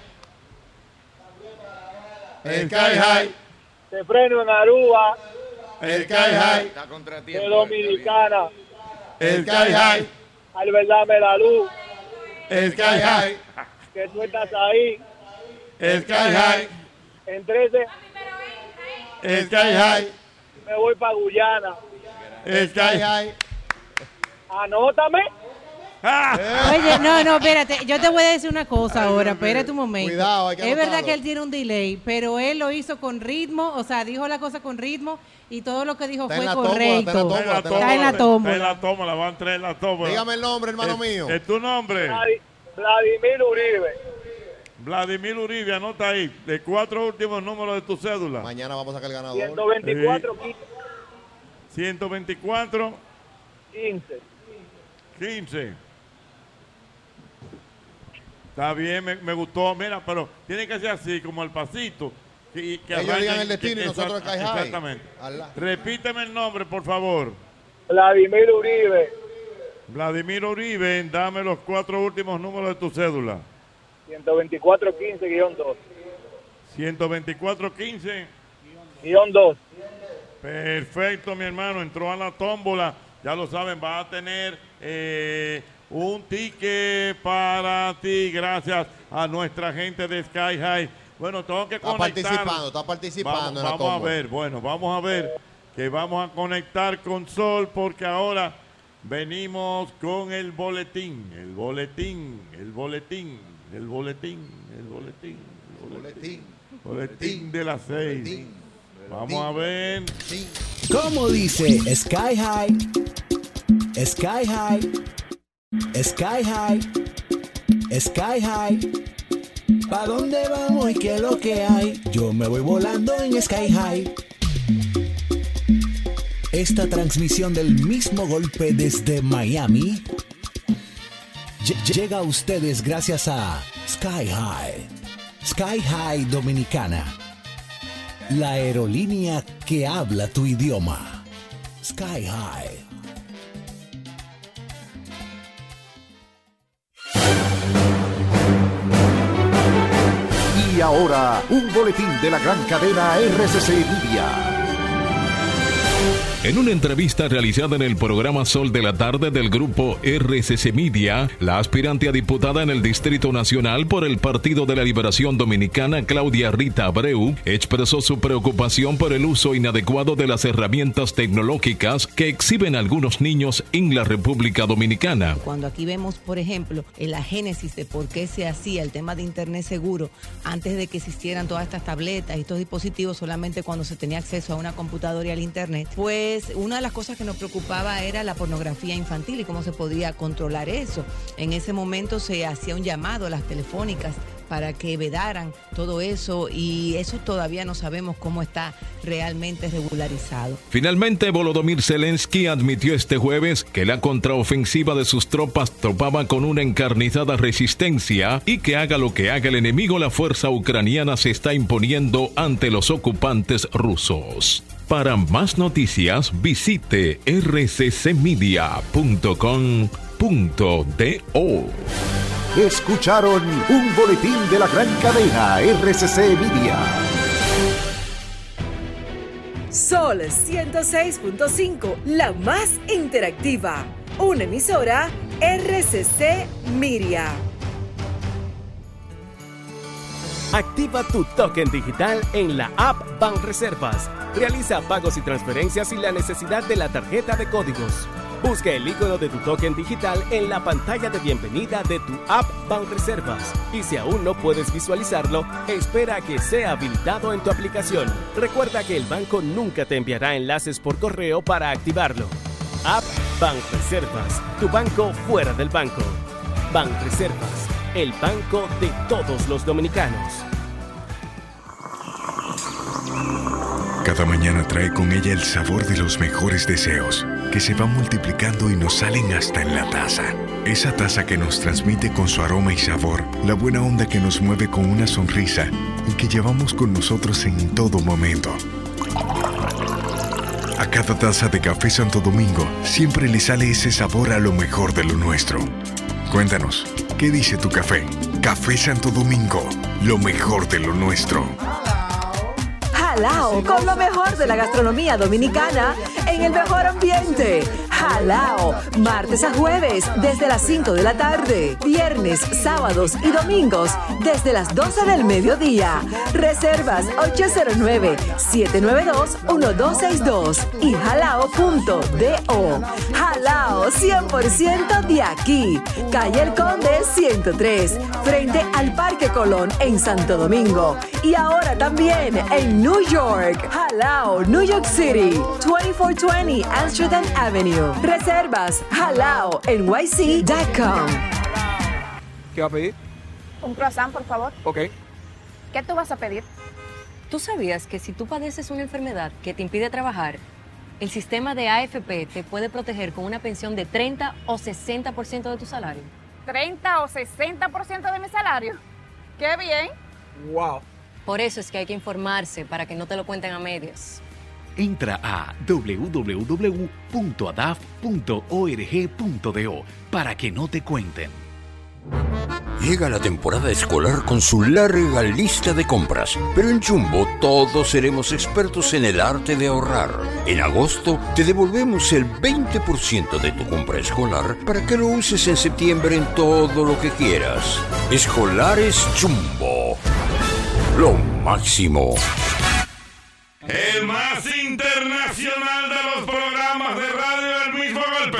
Sky High. de Freno en Aruba, Sky High. Está contra ti. de Dominicana, Sky High. Albert dame la luz, Sky High. que tú estás ahí. Sky High. En trece. Sky High. Me voy para Guyana. Sky High. Anótame. Oye, no, no, espérate, yo te voy a decir una cosa ahora, espérate un momento. Cuidado, hay que es verdad anotarlo. que él tiene un delay, pero él lo hizo con ritmo, o sea, dijo la cosa con ritmo y todo lo que dijo Está fue en la tómbola, correcto. está en la tómbola, Está en la Está en tómbola. la tómbola, van tres en la tómbola. Dígame el nombre, hermano Es- mío. ¿Es tu nombre? Vladi- Vladimir Uribe. Vladimir Uribe, anota ahí. De cuatro últimos números de tu cédula. Mañana vamos a sacar el ganador. ciento veinticuatro, ciento veinticuatro, quince. quince. Está bien, me, me gustó. Mira, pero tiene que ser así, como el pasito. Que, que Ellos arranquen- digan el destino y que- nosotros el exact- Sky High. Exactamente. Alá. Repíteme el nombre, por favor. Vladimir Uribe. Vladimir Uribe, dame los cuatro últimos números de tu cédula. ciento veinticuatro, quince, guión dos. ciento veinticuatro, quince. Guión dos. Perfecto, mi hermano. Entró a la tómbola. Ya lo saben, va a tener eh, un ticket para ti gracias a nuestra gente de Sky High. Bueno, tengo que Está conectar. participando, está participando Vamos, en la vamos a tómbola. ver, bueno, vamos a ver que vamos a conectar con Sol porque ahora venimos con el boletín, el boletín, el boletín, el boletín, el boletín, el boletín, boletín de las seis. Vamos a ver. ¿Cómo dice Sky High? Sky High. Sky High. Sky High. ¿Pa' dónde vamos y qué es lo que hay? Yo me voy volando en Sky High. Esta transmisión del mismo golpe desde Miami lle- llega a ustedes gracias a Sky High. Sky High Dominicana. La aerolínea que habla tu idioma. Sky High. Y ahora, un boletín de la gran cadena R C C Media. En una entrevista realizada en el programa Sol de la Tarde del grupo R C C Media, la aspirante a diputada en el Distrito Nacional por el Partido de la Liberación Dominicana, Claudia Rita Abreu, expresó su preocupación por el uso inadecuado de las herramientas tecnológicas que exhiben algunos niños en la República Dominicana. Cuando aquí vemos, por ejemplo, en la génesis de por qué se hacía el tema de Internet seguro, antes de que existieran todas estas tabletas y estos dispositivos, solamente cuando se tenía acceso a una computadora y al Internet, pues una de las cosas que nos preocupaba era la pornografía infantil y cómo se podía controlar eso. En ese momento se hacía un llamado a las telefónicas para que vedaran todo eso y eso todavía no sabemos cómo está realmente regularizado. Finalmente, Volodymyr Zelensky admitió este jueves que la contraofensiva de sus tropas topaba con una encarnizada resistencia y que haga lo que haga el enemigo, la fuerza ucraniana se está imponiendo ante los ocupantes rusos. Para más noticias, visite r c c media punto com punto do. Escucharon un boletín de la gran cadena R C C Media. Sol ciento seis punto cinco, la más interactiva. Una emisora R C C Media. Activa tu token digital en la app Banreservas. Realiza pagos y transferencias sin la necesidad de la tarjeta de códigos. Busca el icono de tu token digital en la pantalla de bienvenida de tu app Banreservas. Y si aún no puedes visualizarlo, espera a que sea habilitado en tu aplicación. Recuerda que el banco nunca te enviará enlaces por correo para activarlo. App Banreservas, tu banco fuera del banco. Banreservas, el banco de todos los dominicanos. Cada mañana trae con ella el sabor de los mejores deseos, que se van multiplicando y nos salen hasta en la taza. Esa taza que nos transmite con su aroma y sabor, la buena onda que nos mueve con una sonrisa y que llevamos con nosotros en todo momento. A cada taza de Café Santo Domingo siempre le sale ese sabor a lo mejor de lo nuestro. Cuéntanos, ¿qué dice tu café? Café Santo Domingo, lo mejor de lo nuestro. Jalao con lo mejor de la gastronomía dominicana en el mejor ambiente. Jalao, martes a jueves desde las cinco de la tarde, viernes, sábados y domingos desde las doce del mediodía. Reservas ocho cero nueve, siete nueve dos, uno dos seis dos y jalao punto do. Jalao cien por ciento de aquí. Calle El Conde ciento tres, frente al Parque Colón en Santo Domingo. Y ahora también en New York. Jalao, New York City, veinticuatro veinte Amsterdam Avenue. Reservas jalao N Y C punto com. ¿Qué va a pedir? Un croissant, por favor. Ok. ¿Qué tú vas a pedir? ¿Tú sabías que si tú padeces una enfermedad que te impide trabajar, el sistema de A F P te puede proteger con una pensión de treinta o sesenta por ciento de tu salario? ¿treinta o sesenta por ciento de mi salario? ¡Qué bien! ¡Wow! Por eso es que hay que informarse para que no te lo cuenten a medias. Entra a doble u doble u doble u punto a d a f punto org punto do para que no te cuenten. Llega la temporada escolar con su larga lista de compras, pero en Jumbo todos seremos expertos en el arte de ahorrar. En agosto te devolvemos el veinte por ciento de tu compra escolar para que lo uses en septiembre en todo lo que quieras. Escolares Jumbo. Lo máximo. El más internacional de los programas de radio del mismo golpe.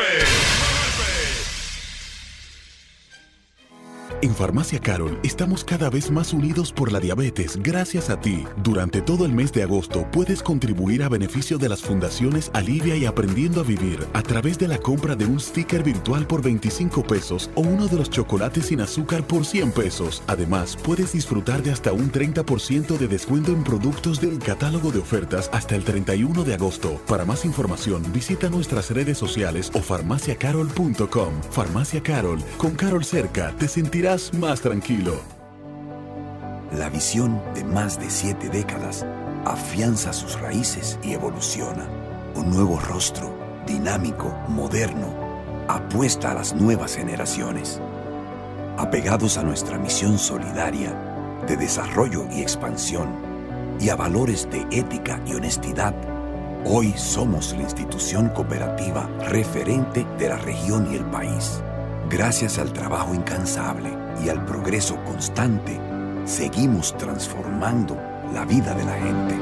En Farmacia Carol estamos cada vez más unidos por la diabetes gracias a ti. Durante todo el mes de agosto puedes contribuir a beneficio de las fundaciones Alivia y Aprendiendo a Vivir a través de la compra de un sticker virtual por veinticinco pesos o uno de los chocolates sin azúcar por cien pesos. Además, puedes disfrutar de hasta un treinta por ciento de descuento en productos del catálogo de ofertas hasta el treinta y uno de agosto. Para más información, visita nuestras redes sociales o farmacia carol punto com. Farmacia Carol, con Carol cerca, te sentirás más tranquilo. La visión de más de siete décadas afianza sus raíces y evoluciona. Un nuevo rostro, dinámico, moderno, apuesta a las nuevas generaciones. Apegados a nuestra misión solidaria de desarrollo y expansión y a valores de ética y honestidad, hoy somos la institución cooperativa referente de la región y el país. Gracias al trabajo incansable y al progreso constante, seguimos transformando la vida de la gente.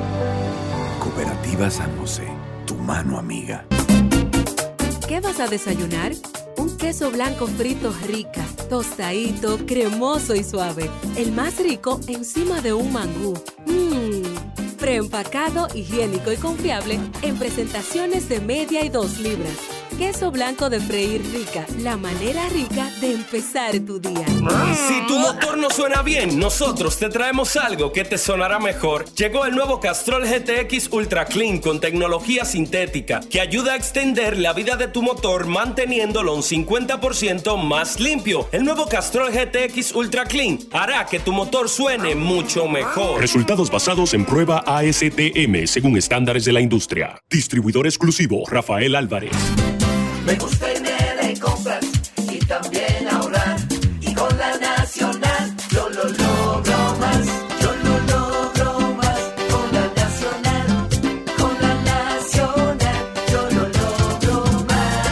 Cooperativa San José, tu mano amiga. ¿Qué vas a desayunar? Un queso blanco frito rica, tostadito, cremoso y suave. El más rico encima de un mangú. Mmm, preempacado, higiénico y confiable en presentaciones de media y dos libras. Queso blanco de freír rica, la manera rica de empezar tu día. Si tu motor no suena bien, nosotros te traemos algo que te sonará mejor. Llegó el nuevo Castrol G T X Ultra Clean con tecnología sintética que ayuda a extender la vida de tu motor manteniéndolo un cincuenta por ciento más limpio. El nuevo Castrol G T X Ultra Clean hará que tu motor suene mucho mejor. Resultados basados en prueba A S T M según estándares de la industria. Distribuidor exclusivo Rafael Álvarez. Me gusta irme de compras y también ahorrar. Y con la Nacional yo lo logro más. Yo lo logro más. Con la Nacional, con la Nacional, yo lo logro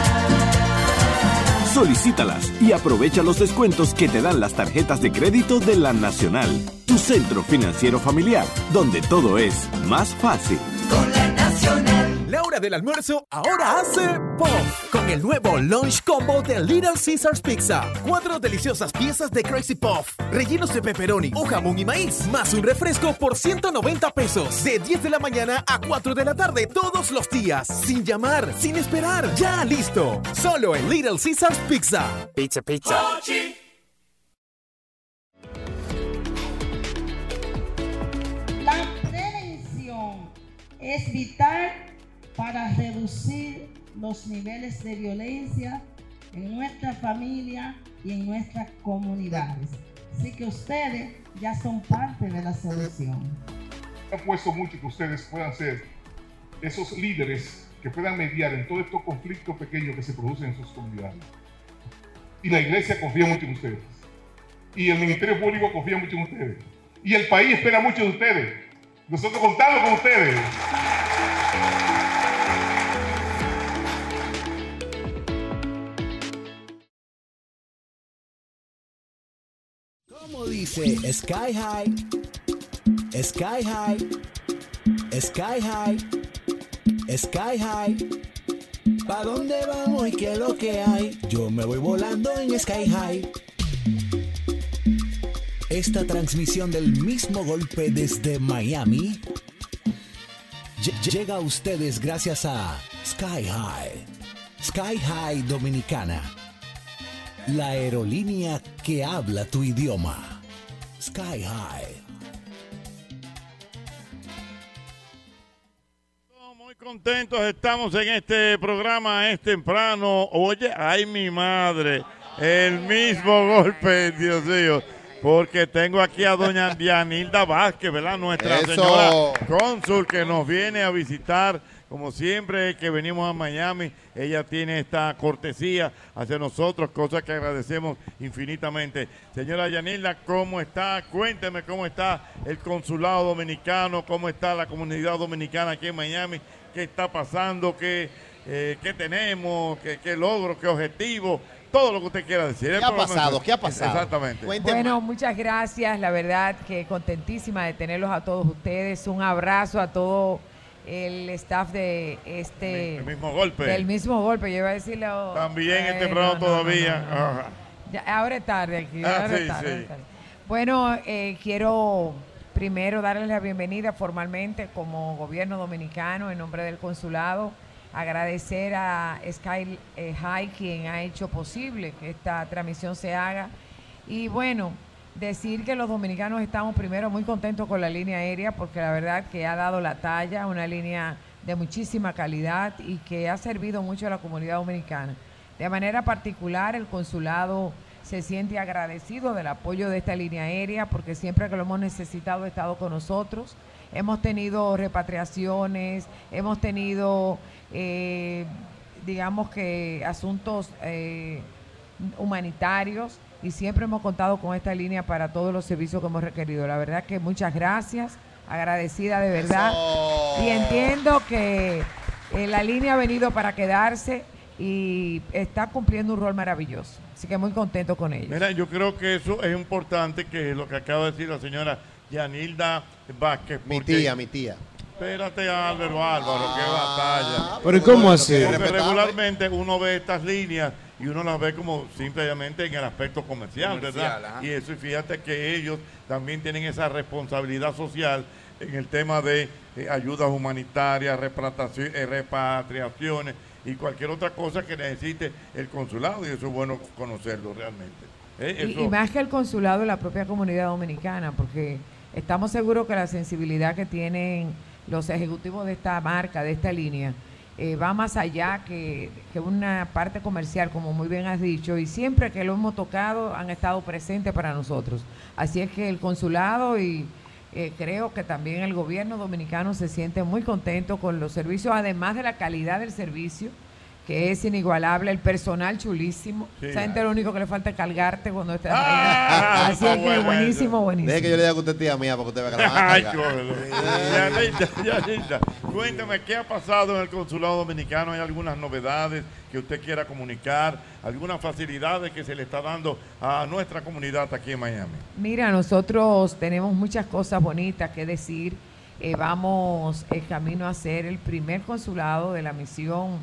más. Solicítalas y aprovecha los descuentos que te dan las tarjetas de crédito de la Nacional. Tu centro financiero familiar, donde todo es más fácil. Con la Nacional. La hora del almuerzo ahora hace pop con el nuevo Lunch Combo de Little Caesars Pizza. Cuatro deliciosas piezas de Crazy Puff, rellenos de pepperoni o jamón y maíz, más un refresco por ciento noventa pesos. De diez de la mañana a cuatro de la tarde todos los días. Sin llamar, sin esperar, ya listo. Solo en Little Caesars Pizza. Pizza, pizza. Ochi. La prevención es vital para reducir los niveles de violencia en nuestra familia y en nuestras comunidades. Así que ustedes ya son parte de la solución. He apuesto mucho que ustedes puedan ser esos líderes que puedan mediar en todos estos conflictos pequeños que se producen en sus comunidades. Y la iglesia confía mucho en ustedes. Y el Ministerio Público confía mucho en ustedes. Y el país espera mucho de ustedes. Nosotros contamos con ustedes. Como dice Sky High, Sky High, Sky High, Sky High. ¿Pa' dónde vamos y qué es lo que hay? Yo me voy volando en Sky High. Esta transmisión del mismo golpe desde Miami ll- llega a ustedes gracias a Sky High. Sky High Dominicana, la aerolínea que habla tu idioma. Sky High. Muy contentos estamos en este programa, es temprano. Oye, ay mi madre, el mismo golpe, Dios mío. Porque tengo aquí a doña Yanilda Vázquez, ¿verdad? Nuestra Eso. señora cónsul que nos viene a visitar. Como siempre que venimos a Miami, ella tiene esta cortesía hacia nosotros, cosa que agradecemos infinitamente. Señora Yanilda, ¿cómo está? Cuénteme cómo está el consulado dominicano, cómo está la comunidad dominicana aquí en Miami, qué está pasando, qué, eh, qué tenemos, qué, qué logros, qué objetivos. Todo lo que usted quiera decir. ¿Qué ha pasado? ¿Qué ha pasado? Exactamente. Bueno, muchas gracias. La verdad que contentísima de tenerlos a todos ustedes. Un abrazo a todo el staff de este... El mismo golpe. Del mismo golpe. Yo iba a decirlo... También eh, es temprano no, no, todavía. no, no, no. Ya, ahora es tarde aquí. Ah, ahora sí, es tarde, sí. ahora es tarde. Bueno, eh, quiero primero darles la bienvenida formalmente como gobierno dominicano en nombre del consulado. Agradecer a Sky eh, High, quien ha hecho posible que esta transmisión se haga. Y bueno, decir que los dominicanos estamos primero muy contentos con la línea aérea, porque la verdad que ha dado la talla, una línea de muchísima calidad y que ha servido mucho a la comunidad dominicana. De manera particular, el consulado se siente agradecido del apoyo de esta línea aérea, porque siempre que lo hemos necesitado ha estado con nosotros. Hemos tenido repatriaciones, hemos tenido, eh, digamos que, asuntos eh, humanitarios, y siempre hemos contado con esta línea para todos los servicios que hemos requerido. La verdad que muchas gracias, agradecida de verdad. Eso. Y entiendo que eh, la línea ha venido para quedarse y está cumpliendo un rol maravilloso. Así que muy contento con ellos. Mira, yo creo que eso es importante, que lo que acaba de decir la señora Yanilda Vázquez. Mi tía, mi tía. Espérate, Álvaro, Álvaro, qué batalla. Pero ¿y cómo así? Porque regularmente uno ve estas líneas y uno las ve como simplemente en el aspecto comercial, Comercial, ¿verdad? ajá. Y eso, y fíjate que ellos también tienen esa responsabilidad social en el tema de eh, ayudas humanitarias, repatriaci- eh, repatriaciones y cualquier otra cosa que necesite el consulado, y eso es bueno conocerlo realmente. Eh, Y, eso- y más que el consulado, la propia comunidad dominicana, porque estamos seguros que la sensibilidad que tienen los ejecutivos de esta marca, de esta línea, eh, va más allá que, que una parte comercial, como muy bien has dicho, y siempre que lo hemos tocado han estado presentes para nosotros. Así es que el consulado y eh, creo que también el gobierno dominicano se siente muy contento con los servicios, además de la calidad del servicio, que es inigualable, el personal chulísimo. Sí. Esa gente lo único que le falta es cargarte cuando estás Ah, ahí. Así es que bueno, buenísimo, eso. buenísimo. Deje que yo le diga que usted es tía mía para que usted vea que la van a Ay, cargar. cógelo. Yanilda, Yanilda, cuéntame, ¿qué ha pasado en el consulado dominicano? ¿Hay algunas novedades que usted quiera comunicar? ¿Algunas facilidades que se le está dando a nuestra comunidad aquí en Miami? Mira, nosotros tenemos muchas cosas bonitas que decir. Eh, vamos en camino a ser el primer consulado de la misión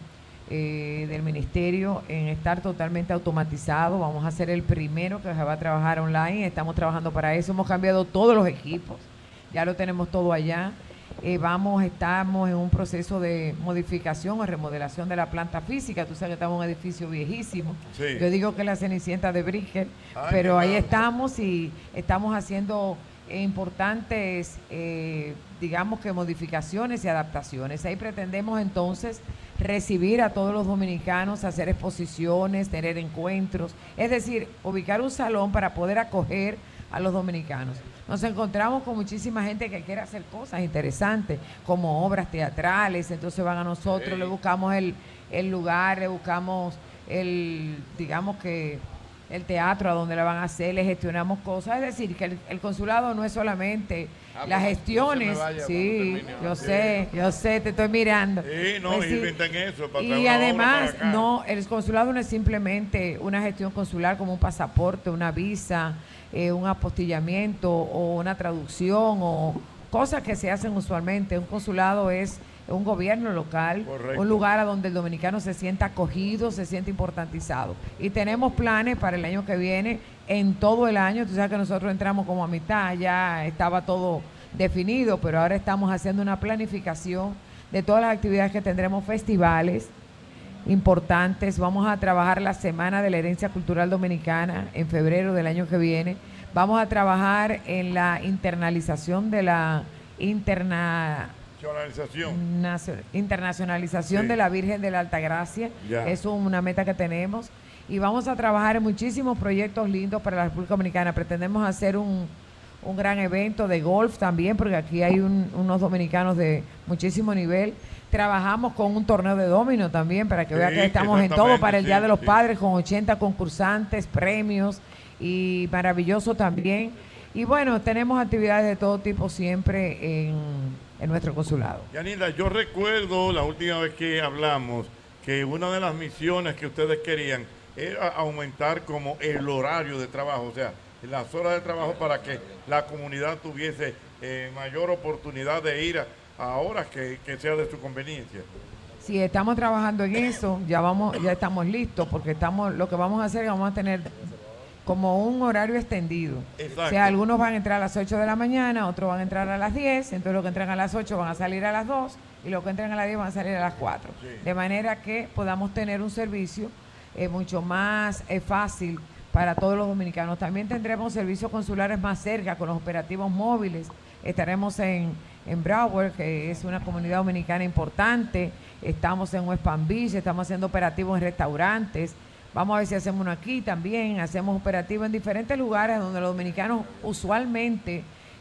eh, del ministerio en estar totalmente automatizado. Vamos a ser el primero que se va a trabajar online. Estamos trabajando para eso. Hemos cambiado todos los equipos. Ya lo tenemos todo allá. Eh, vamos, estamos en un proceso de modificación o remodelación de la planta física. Tú sabes que estamos en un edificio viejísimo. Sí. Yo digo que es la Cenicienta de Brickell, Ay, pero qué ahí bárbaro. estamos y estamos haciendo eh, importantes, eh, digamos que modificaciones y adaptaciones. Ahí pretendemos entonces recibir a todos los dominicanos, hacer exposiciones, tener encuentros, es decir, ubicar un salón para poder acoger a los dominicanos. Nos encontramos con muchísima gente que quiere hacer cosas interesantes, como obras teatrales, entonces van a nosotros, Hey. le buscamos el, el lugar, le buscamos el, digamos que el teatro a donde la van a hacer, le gestionamos cosas. Es decir, que el, el consulado no es solamente Ah, las pues, gestiones. no se me vaya Sí, cuando termine. yo Sí. sé, yo sé, te estoy mirando. Sí, no, Pues sí. inventen eso. Para traer Y una además, obra para acá. no, el consulado no es simplemente una gestión consular como un pasaporte, una visa, eh, un apostillamiento o una traducción o cosas que se hacen usualmente. Un consulado es un gobierno local, Correcto. un lugar a donde el dominicano se sienta acogido, se siente importantizado. Y tenemos planes para el año que viene, en todo el año. Tú sabes que nosotros entramos como a mitad, ya estaba todo definido, pero ahora estamos haciendo una planificación de todas las actividades que tendremos, festivales importantes. Vamos a trabajar la Semana de la Herencia Cultural Dominicana en febrero del año que viene. Vamos a trabajar en la internalización de la interna Nacionalización. nacio- internacionalización Sí. de la Virgen de la Altagracia. Ya. Eso es una meta que tenemos. Y vamos a trabajar en muchísimos proyectos lindos para la República Dominicana. Pretendemos hacer un, un gran evento de golf también, porque aquí hay un- unos dominicanos de muchísimo nivel. Trabajamos con un torneo de domino también, para que Sí, vea que estamos en todo para el exactamente, Día sí, de los sí. Padres, con ochenta concursantes, premios, y maravilloso también. Y bueno, tenemos actividades de todo tipo siempre en, en nuestro consulado. Yanilda, yo recuerdo la última vez que hablamos que una de las misiones que ustedes querían era aumentar como el horario de trabajo, o sea, las horas de trabajo para que la comunidad tuviese eh, mayor oportunidad de ir a, a horas que, que sea de su conveniencia. Sí, estamos trabajando en eso, ya vamos, ya estamos listos, porque estamos, lo que vamos a hacer es que vamos a tener como un horario extendido. Exacto. O sea, algunos van a entrar a las ocho de la mañana, otros van a entrar a las diez, entonces los que entran a las ocho van a salir a las dos y los que entran a las diez van a salir a las cuatro. Sí. De manera que podamos tener un servicio eh, mucho más eh, fácil para todos los dominicanos. También tendremos servicios consulares más cerca con los operativos móviles. Estaremos en, en Broward, que es una comunidad dominicana importante. Estamos en West Palm Beach, estamos haciendo operativos en restaurantes. Vamos a ver si hacemos uno aquí también. Hacemos operativos en diferentes lugares donde los dominicanos usualmente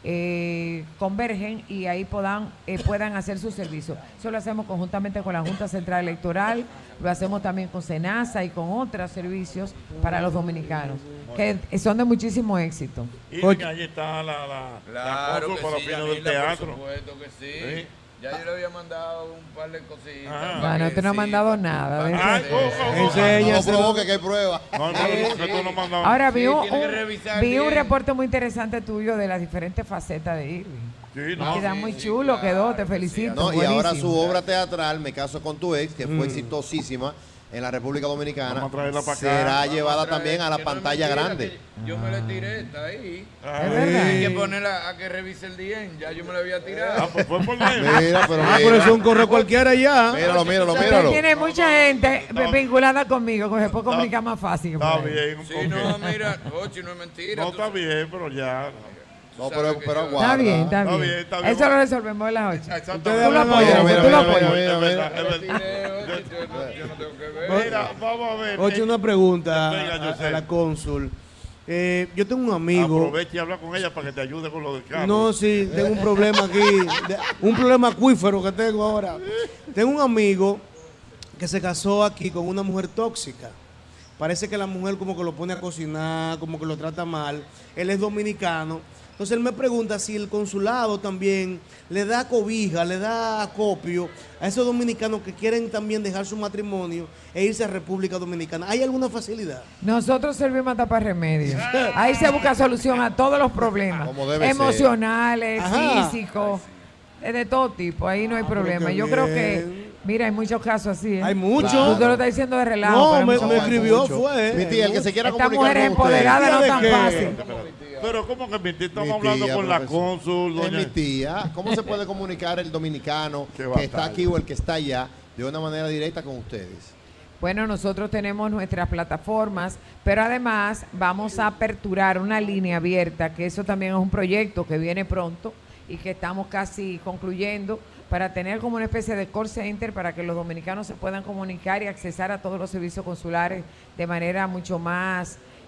eh, convergen y ahí puedan, eh, puedan hacer su servicio. Eso lo hacemos conjuntamente con la Junta Central Electoral, lo hacemos también con SENASA y con otros servicios para los dominicanos, que son de muchísimo éxito. Y Oye. ahí está la, la, Claro la que cosa para sí, fines del Yanilda, teatro. por supuesto que sí. Sí. Ya yo le había mandado un par de cositas. Ah. para Bueno, que tú no has sí, mandado nada. de para eso. que- Ay, oh, oh, oh. No provoque que hay pruebas. No, no, que tú no mandas- Ahora vi, Sí, un, tiene que un- revisar vi un bien. reporte muy interesante tuyo de las diferentes facetas de Irving. Sí, No, queda sí, muy sí, chulo, claro, quedó, te sí, felicito. No, y ahora buenísimo. su obra teatral, Me caso con tu ex, que Mm. fue exitosísima en la República Dominicana, Vamos a traerla para acá. será Vamos llevada a traer- también a la que no es pantalla mentira, grande. que Yo me la tiré, está ahí. Ah, Es verdad. Hay que ponerla a que revise el D M, ya yo me la había tirado. Ah, pues fue por la Mira, pero Ah, mira. pero es un corre cualquiera ya. Míralo, míralo, Usted míralo. tiene mucha gente vinculada conmigo, que se puede comunicar más fácil. que Está por ahí. bien. Sí, ok. no, mira, Ochi, no es mentira. No tú está bien, pero ya. No, sabes pero, que pero yo- aguarda. Está bien, está Está bien. bien, está bien. Eso lo resolvemos a las ocho. Exactamente. Tú lo apoyas, Mira, mira, tú lo mira, apoyas. mira, Es mira. verdad, es Yo verdad. tiré, Ochi, yo no- yo no tengo que ver. Mira, vamos a ver. Oye, eh, una pregunta Venga, a, José. a la cónsul. Eh, yo tengo un amigo. Aprovecha y habla con ella para que te ayude con lo del carro. No, sí, tengo un problema aquí. de- un problema acuífero que tengo ahora. Tengo un amigo que se casó aquí con una mujer tóxica. Parece que la mujer como que lo pone a cocinar, como que lo trata mal. Él es dominicano. Entonces él me pregunta si el consulado también le da cobija, le da acopio a esos dominicanos que quieren también dejar su matrimonio e irse a República Dominicana. ¿Hay alguna facilidad? Nosotros servimos hasta para remedios. Ahí se busca solución a todos los problemas Como debe ser. emocionales, Ajá. físicos, eh, de todo tipo. Ahí no hay pero problema. qué Yo creo bien. que, mira, hay muchos casos así. ¿eh? Hay muchos. Tú te lo estás diciendo de relajo. No, pero hay me, muchos me casos. escribió, mucho. fue. Mi tía, el que se quiera Estas comunicar mujeres con usted. empoderadas no ¿De tan qué? fácil. Pero ¿cómo que mi tía? Estamos Mi hablando tía, con la profesor. cónsul, Es doña. mi tía. ¿Cómo se puede comunicar el dominicano Qué que batalla. está aquí o el que está allá de una manera directa con ustedes? Bueno, nosotros tenemos nuestras plataformas, pero además vamos a aperturar una línea abierta, que eso también es un proyecto que viene pronto y que estamos casi concluyendo, para tener como una especie de call center para que los dominicanos se puedan comunicar y accesar a todos los servicios consulares de manera mucho más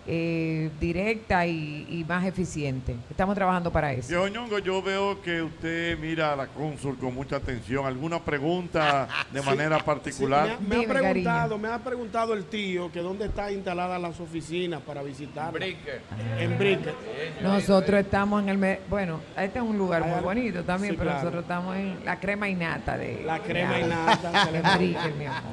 eh, directa y, y más eficiente. Estamos trabajando para eso. Viejo Ñongo, yo veo que usted mira a la cónsul con mucha atención. ¿Alguna pregunta de Sí, manera particular? sí, me, ha, me Dime, ha preguntado, cariño. me ha preguntado el tío que dónde están instaladas las oficinas para visitar. Brique. En Brique. Nosotros estamos en el... me- Bueno, este es un lugar muy Hay- bonito también, sí, pero claro. nosotros estamos en la crema y nata de... La crema de- y nata, se le- Enrique, mi amor.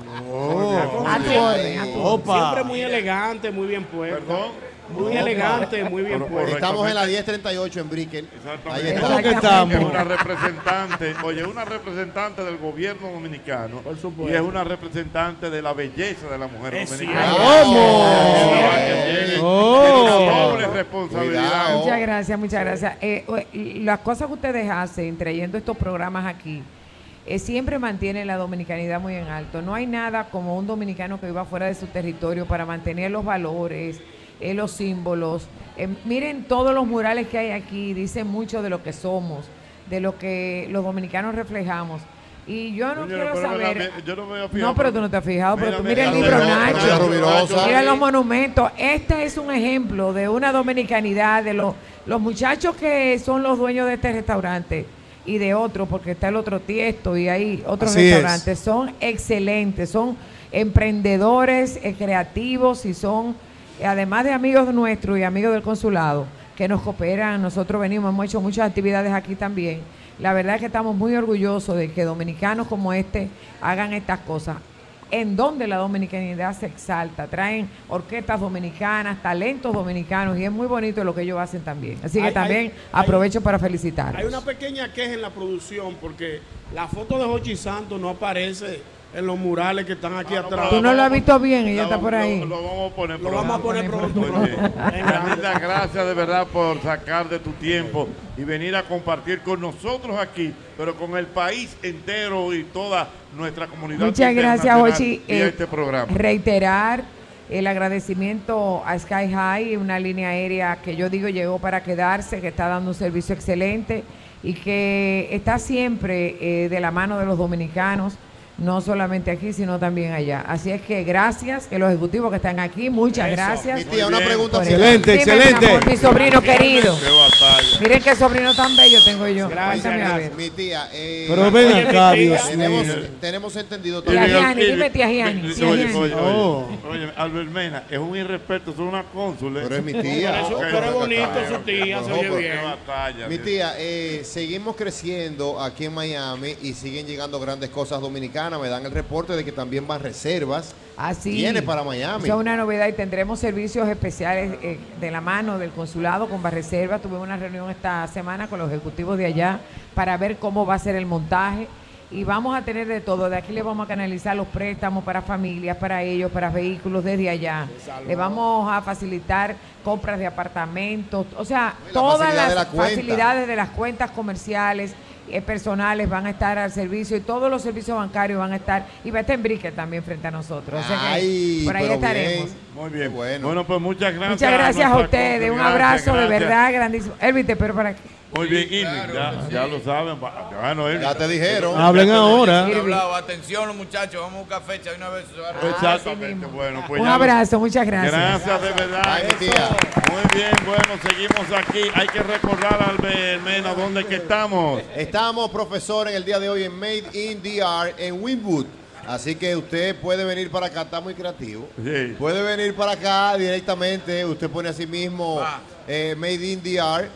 Oh, A tu orden, a tu orden. Siempre muy elegante, muy bien puesto. Perdón. Muy elegante, muy bien Por- puesto. Estamos en la diez treinta y ocho en Brickell. Ahí Exactamente. está. que estamos? Es una representante, oye, una representante del gobierno dominicano. Por supuesto. Y es una representante de la belleza de la mujer Es dominicana. ¿Cómo? Tiene Oh. una doble responsabilidad. Cuidado. Muchas gracias, muchas gracias. Eh, eh, las cosas que ustedes hacen trayendo estos programas aquí eh, siempre mantienen la dominicanidad muy en alto. No hay nada como un dominicano que viva fuera de su territorio para mantener los valores, eh, los símbolos. Eh, miren todos los murales que hay aquí, dicen mucho de lo que somos, de lo que los dominicanos reflejamos. Y yo no Señora, quiero pero saber... mira, yo no me había fijado, No, pero tú no te has fijado, pero Mira, tú mira el mira, libro mira, Nacho. mira, Rubirosa. Mira los monumentos. Este es un ejemplo de una dominicanidad, de los, los muchachos que son los dueños de este restaurante y de otro, porque está el otro Tiesto y hay otros Así es. restaurantes. Son excelentes, son emprendedores, eh, creativos y son, eh, además de amigos nuestros y amigos del consulado, que nos cooperan. Nosotros venimos, hemos hecho muchas actividades aquí también. La verdad es que estamos muy orgullosos de que dominicanos como este hagan estas cosas. En donde la dominicanidad se exalta, traen orquestas dominicanas, talentos dominicanos y es muy bonito lo que ellos hacen también. Así que Hay- también hay- aprovecho para felicitarlos. Hay una pequeña queja en la producción porque la foto de Jochi Santos no aparece en los murales que están aquí atrás. Tú no lo has visto bien, ella Lo- está por lo- ahí. Lo, vamos a poner Lo pronto. vamos a poner pronto. Oye, Bernita, gracias de verdad por sacar de tu tiempo y venir a compartir con nosotros aquí, pero con el país entero y toda nuestra comunidad. Muchas gracias, internacional Jochi. y Eh, este programa. Reiterar el agradecimiento a Sky High, una línea aérea que yo digo llegó para quedarse, que está dando un servicio excelente y que está siempre eh, de la mano de los dominicanos, no solamente aquí, sino también allá. Así es que gracias, que los ejecutivos que están aquí, muchas Eso. gracias. Mi tía, una bien. pregunta. Por final. Excelente, Dime, mi excelente. amor, mi sobrino querido. Qué batalla. Miren qué sobrino tan bello tengo yo. Gracias, Cuéntame a ver. gracias. Mi tía, eh, Pero ven Oye, acá, mi tía, Dios tenemos, mío. tenemos entendido Tía también. Gianni, dime tía Gianni, Oye, tía oye, Gianni. oye, Oh. oye, Albert Mena, es un irrespeto, es una cónsul. ¿eh? Pero es mi tía. Pero, eso, Ok, pero es no, bonito no, su tía, se no, oye pero bien. Qué batalla. Mi tía, eh, seguimos creciendo aquí en Miami y siguen llegando grandes cosas dominicanas. Me dan el reporte de que también van reservas. Así. Viene para Miami. Eso es una novedad y tendremos servicios especiales eh, de la mano del consulado con Barreserva. Tuvimos una reunión esta semana con los ejecutivos de allá para ver cómo va a ser el montaje y vamos a tener de todo. De aquí le vamos a canalizar los préstamos para familias, para ellos, para vehículos desde allá. Le vamos a facilitar compras de apartamentos, o sea, La todas facilidad de las la cuenta. facilidades de las cuentas comerciales. Eh, personales van a estar al servicio y todos los servicios bancarios van a estar y va a estar en Brickell también frente a nosotros. O sea que Ay, por ahí pero estaremos. bien. Muy bien. Bueno. Bueno, pues muchas gracias. Muchas gracias a nuestra ustedes. Un cónsul. abrazo Gracias, de gracias. verdad grandísimo. Elvin, te espero para aquí. Muy bien, Irving, claro, ya, sí. ya lo saben. va- Bueno, Irving. Ya te dijeron. Hablen ahora. Han hablado, atención los muchachos, vamos a buscar fecha de una vez. se va a Pues resolver. Exactamente, bueno. Pues Un ya lo- abrazo, muchas gracias. Gracias de verdad. Ay, mi tía. Muy bien, bueno, seguimos aquí. Hay que recordar, Albert Mena, dónde es que estamos. Estamos, profesor, en el día de hoy en Made in D R en Wynwood. Así que usted puede venir para acá, está muy creativo. Sí. Puede venir para acá directamente. Usted pone así mismo Ah. eh, Made in D R,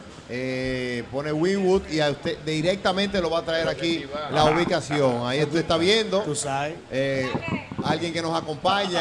eh, pone Wynwood y a usted directamente lo va a traer aquí la ubicación. Ahí usted está viendo. Tú sabes. eh, alguien que nos acompaña.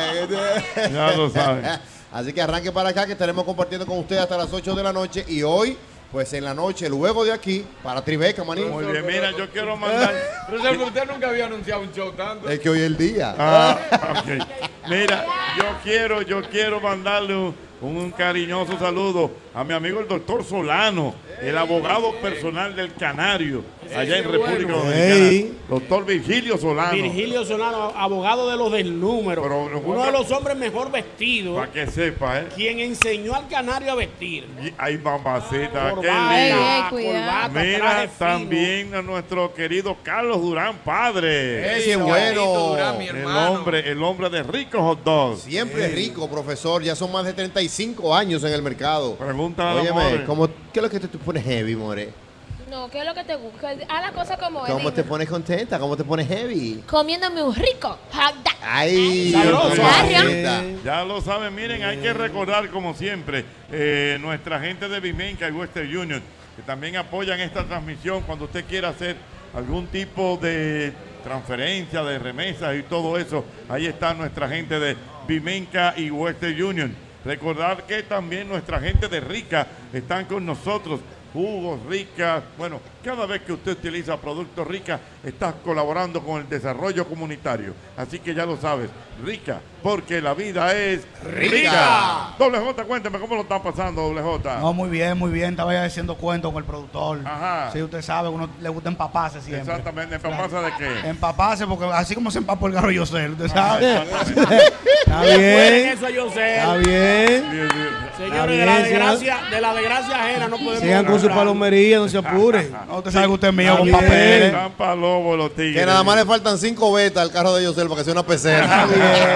Ya lo saben. Así que arranque para acá que estaremos compartiendo con usted hasta las ocho de la noche y hoy, pues en la noche, luego de aquí, para Tribeca, manín. Muy bien, mira, yo quiero mandar. Profesor, usted nunca había anunciado un show tanto. Es que hoy es el día. Ah, ok. Mira, yo quiero, yo quiero mandarle un, un cariñoso saludo a mi amigo el doctor Solano, el abogado personal del Canario, allá en Qué República bueno. Dominicana. Hey. Doctor Virgilio Solano. Virgilio Solano, abogado de los del número. Uno de los hombres mejor vestidos. Para que sepa, ¿eh? Quien enseñó al canario a vestir. Y- Ay, mamacita, qué Corbata, lindo. corbata, Mira, traje fino. también a nuestro querido Carlos Durán, padre. Ey, bueno. Durán, mi el hermano. hombre, el hombre de Rico Hot Dogs. Siempre rico, profesor. Ya son más de treinta y cinco años en el mercado. Pregúntale a la Óyeme, more. ¿cómo, ¿qué es lo que te, te pones heavy, more? No, ¿qué es lo que te gusta? Haz la cosa como es. ¿Cómo dime. te pones contenta? ¿Cómo te pones heavy? Comiéndome un rico hot dog. Ay, Sabroso. mamacita. Ya lo saben, miren, hay que recordar como siempre eh, nuestra gente de Vimenca y Western Union que también apoyan esta transmisión cuando usted quiera hacer algún tipo de transferencia, de remesas y todo eso. Ahí está nuestra gente de Vimenca y Western Union. Recordar que también nuestra gente de Rica están con nosotros. Jugos Rica, bueno, cada vez que usted utiliza productos Rica, estás colaborando con el desarrollo comunitario. Así que ya lo sabes, Rica, porque la vida es rica. Rica. Doble J, cuénteme cómo lo está pasando, Doble J. No, muy bien, muy bien. Estaba ya haciendo cuentos con el productor. Ajá. Sí, usted sabe, uno le gusta empaparse siempre. Exactamente, ¿empaparse de qué? Empaparse, porque así como se empapó el carro Yosel, usted sabe. Está bien. Recuerden eso, José. Está bien. Señores, Está de la bien, desgracia, de la desgracia ajena no podemos. Sigan con su palomería, no se apuren. No, usted sabe que usted es mío con Está bien. papeles. Están pa' lobo los tigres. Que nada más le faltan cinco betas al carro de Yosel para que sea una pecera.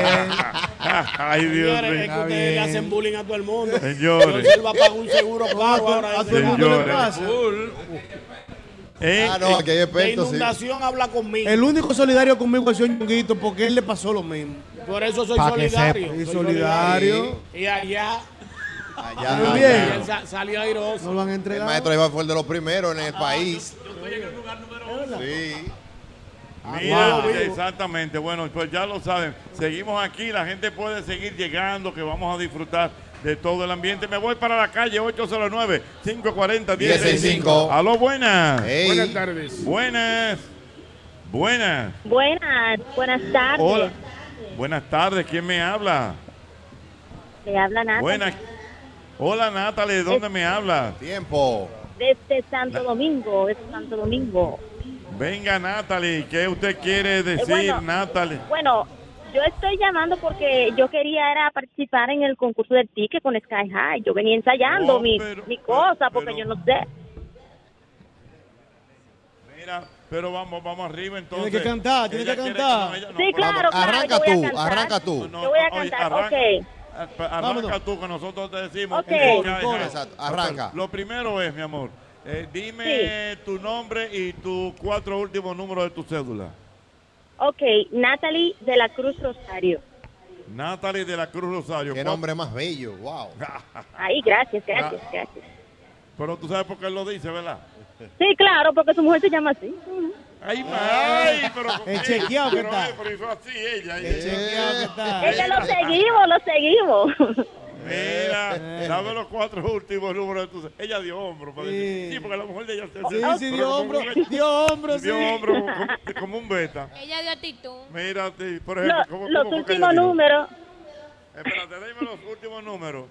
Ay, Dios Señores, es mío. que ustedes le hacen bullying a todo el mundo. Señores. José va a pagar un seguro pago ahora. A todo el mundo le Señores. pasa. Eh, Ah, no, aquí hay De expertos, sí. inundación habla conmigo. El único solidario conmigo es el Ñonguito porque él le pasó lo mismo. Por eso soy Pa' que solidario. Y Soy solidario. Y allá, Allá, Muy allá. bien. él sa- salió airoso. No lo han El entregado. maestro Ibar fue el de los primeros en el país. Sí. Mira, wow. exactamente. Bueno, pues ya lo saben. Seguimos aquí, la gente puede seguir llegando, que vamos a disfrutar de todo el ambiente. Me voy para la calle ocho cero nueve, cinco cuatro cero, uno cero seis cinco. Aló, buenas. Hey. Buenas tardes. Buenas. Buenas. Buenas, buenas tardes. Hola. Buenas tardes. ¿Quién me habla? Le habla Natalie. Buenas. Hola, Natalie. ¿De dónde me habla? Tiempo. Desde Santo Domingo, desde Santo Domingo. Venga, Natalie. ¿Qué usted quiere decir, bueno. Natalie? Bueno, yo estoy llamando porque yo quería era participar en el concurso del ticket con Sky High. Yo venía ensayando Oh, mi, pero- mi cosa pero- porque yo no sé. Mira, pero vamos, vamos arriba entonces. Tiene que cantar, tiene Ella que quiere cantar. no, ella no, Sí, pero- claro, claro. Arranca yo voy a tú, cantar. arranca tú. No, Yo voy a oye, cantar, arranca, ok. Arranca Vámonos. tú, que nosotros te decimos. Ok. Eh, ya, ya. Exacto, arranca. Lo primero es, mi amor, eh, dime tu nombre y tus cuatro últimos números de tu cédula. Ok, Natalie de la Cruz Rosario. Natalie de la Cruz Rosario. Qué ¿Cuál- nombre más bello. Wow. Ahí, gracias, Ah. gracias, gracias. Pero tú sabes por qué él lo dice, ¿verdad? Sí, claro, porque su mujer se llama así. Ay, ay, pero... El chequeado que pero, está. eh, pero hizo así ella. El ella. chequeado que está. Es que lo seguimos, lo seguimos. Mira, Eh. dame los cuatro últimos números de tu cédula. Ella dio hombro para decir. Sí. Sí, porque la mujer de ella se Sí, sí, pero dio como hombro, un beta. dio hombro, sí. Dio hombro como, como un beta. Ella dio actitud. Mira, sí, por ejemplo, Lo- ¿cómo, los cómo fue que últimos ella dijo? números, Espérate, dime los últimos números.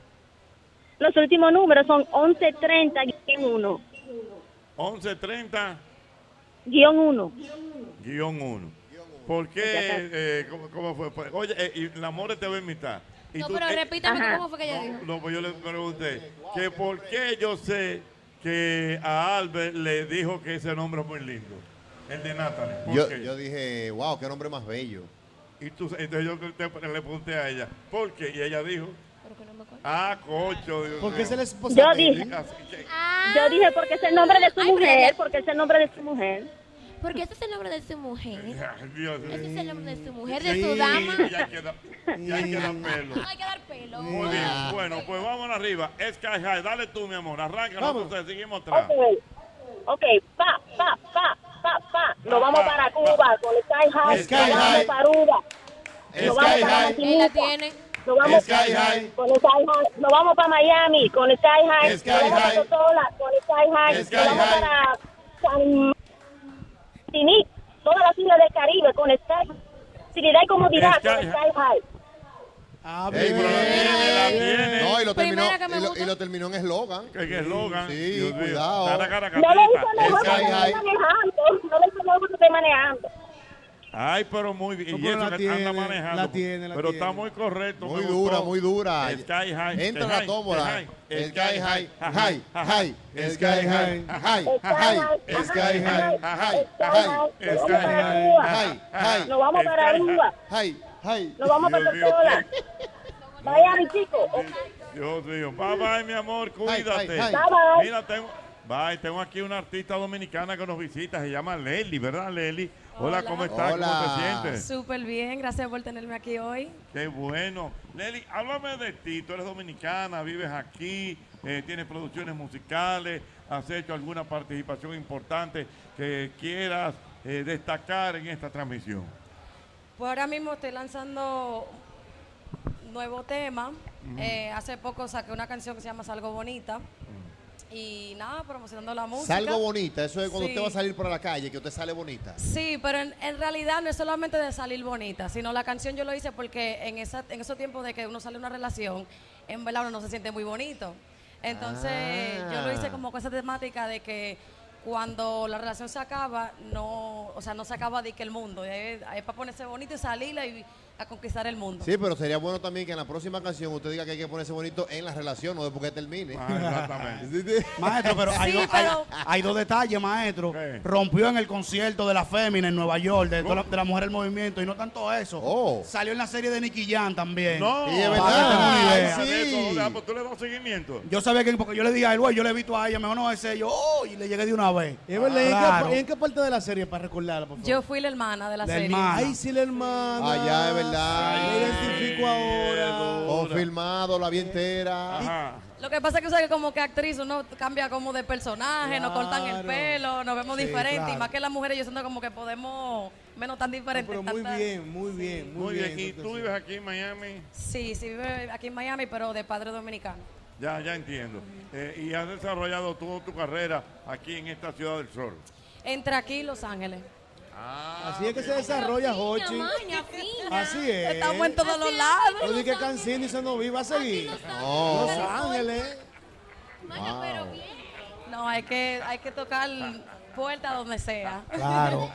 los últimos números son once treinta guión uno. once treinta Guión uno. guión uno. ¿Por qué? Eh, ¿cómo, cómo fue? Pues, oye, eh, y la More te va a invitar. Y No, tú- pero eh, repítame Ajá. cómo fue que ella dijo. No, pues yo le pregunté que por qué yo sé que a Albert le dijo que ese nombre es muy lindo. El de Natalie. ¿Por Yo, qué? yo dije, wow, qué nombre más bello. Y tú, entonces yo te- te- le pregunté a ella, ¿por qué? Y ella dijo, Porque no me acuerdo. ah, cocho. Dios Porque mío. es el esposo Yo de dije- él. Así que- Ah, Yo dije porque es el nombre de su Ay, mujer, Brenda. porque es el nombre de su mujer. porque ese es el nombre de su mujer. Ay, Dios mío. Ese es el nombre de su mujer, de Sí, su dama. Ya queda, ya queda pelo. No hay que dar pelo. Muy bien, bueno, pues vámonos arriba. Sky High, dale tú, mi amor, arranca, Vamos. nosotros seguimos atrás. Ok, ok, pa, pa, pa, pa, pa. Nos vamos pa, para pa. Cuba con Sky High. Sky Nos vamos High. para Aruba. Nos vamos Sky para High. Él la Martinica. tiene. Nos vamos Sky High. con Sky High. Nos vamos para Miami con Sky High. Sky Nos vamos High. para Totola con Sky High. Sky Nos vamos High. para San Martín, todas las islas del Caribe con Sky. Trinidad y Comodidad Sky con High. Sky High. Ah, Ey, bien. pero la tiene, la tiene. No, y lo terminó, Primera que me y lo, gusta. y lo terminó en eslogan. ¿Qué eslogan? Sí, Dios mío. cuidado. Cara, cara, No lo hizo carita. mejor Sky porque estoy High. manejando. No lo hizo mejor porque estoy manejando. Ay, pero muy bien. No, Y pero eso la que anda tiene, manejando. la tiene, la pero tiene. está muy correcto. Muy me dura, gustó. muy dura. Sky High. Entra Sky la High, tómbola. Sky High, Sky High, high, high, high, Sky High, high, high, Sky High, high, high, Nos Sky vamos para High, Aruba. high, high, Nos vamos para Aruba. high, high. Nos vamos para Dios mío, Totola. Vaya, mi chico. Dios mío. Bye bye, mi amor. Cuídate. Bye, bye. Bye, bye. Mira, tengo, bye, tengo aquí una artista dominicana que nos visita. Se llama Leli, ¿verdad, Leli? Hola, Hola. ¿cómo estás? Hola. ¿Cómo te sientes? Súper bien, gracias por tenerme aquí hoy. Qué bueno. Leli, háblame de ti. Tú eres dominicana, vives aquí, eh, tienes producciones musicales, has hecho alguna participación importante que quieras eh, destacar en esta transmisión. Pues ahora mismo estoy lanzando un nuevo tema. Eh, hace poco saqué una canción que se llama Salgo Bonita. Y nada, promocionando la música. Salgo bonita, eso es cuando Sí. usted va a salir para la calle, que usted sale bonita. Sí, pero en, en realidad no es solamente de salir bonita, sino la canción yo lo hice porque en esa en esos tiempos de que uno sale de una relación, en verdad uno no se siente muy bonito. Entonces Ah. yo lo hice como con esa temática de que cuando la relación se acaba, no, o sea, no se acaba de que el mundo, es, es para ponerse bonito y salirla y a conquistar el mundo. Sí, pero sería bueno también que en la próxima canción usted diga que hay que ponerse bonito en la relación, no después que termine. Ah, exactamente. Maestro, pero hay, Sí, dos, pero- hay, hay dos detalles, maestro. ¿Qué? Rompió en el concierto de la Fémina en Nueva York, de, toda la, de la mujer del movimiento, y no tanto eso. Oh. Salió en la serie de Nicky Jam también. No, Sí, es Para verdad. que tengan una Ay, idea. sí. De eso, ah, pues tú le das seguimiento. Yo sabía que, porque yo le dije a él, güey, yo le he visto a ella, mejor no ese, yo, oh, y le llegué de una vez. Es verdad, ¿y en qué- Claro. ¿y en qué parte de la serie para recordarla, por favor? Yo fui la hermana de la, La serie. hermana. Ay, sí, la hermana. Allá es verdad. Me identifico ahora. Confirmado, la vi entera. Ajá. Lo que pasa es que, o sea, que como que actriz uno cambia como de personaje, nos cortan el Claro. pelo, nos vemos Sí, diferentes. claro. Y más que las mujeres, yo siento como que podemos menos tan No, diferentes. pero muy tanta- bien, muy bien, muy, Muy bien. bien. ¿Y tú doctor. vives aquí en Miami? Sí, sí, vive aquí en Miami, pero de padre dominicano. Ya, ya entiendo. Eh, y has desarrollado toda tu carrera aquí en esta ciudad del sol. Entre aquí y Los Ángeles. Ah, Así es que se desarrolla, Jochi. Maña, fina. Así es. Estamos en todos los lados. No di que Cancini se nos viva a seguir. No. Los Ángeles. Wow. No, hay que, hay que tocar puerta donde sea. Claro.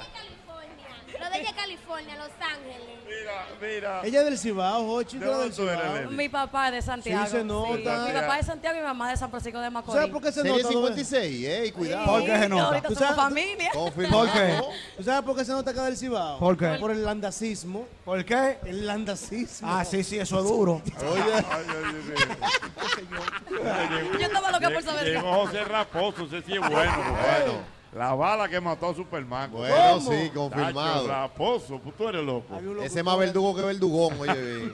Lo de California, Los Ángeles. Mira, mira. Ella es del Cibao, Jochi. ¿De tú eres dónde del tú eres, Cibao. Leli? Mi papá es de Santiago. Sí, se nota. Mi papá es de Santiago y mi mamá de San Francisco de Macorís. ¿Sabes por qué se Serie nota? cincuenta y seis, eh, cuidado. ¿Por qué se nota? Ahorita ¿Tú somos sabes- familia. Confirmado. ¿Por qué? ¿Tú sabes por qué se nota que es del Cibao? ¿Por qué? Por el landacismo. ¿Por qué? El landacismo. Ah, sí, sí, eso es duro. Oye, Ay, ay, ay, ay. Yo estaba loca por saber. Llegó José Raposo, ese sí es bueno. Bueno. La bala que mató a Superman. bueno, ¿Cómo? sí, Tacho, confirmado. Raposo, pues tú eres loco. Había un locutor. Ese es más verdugo que verdugón, oye. bien.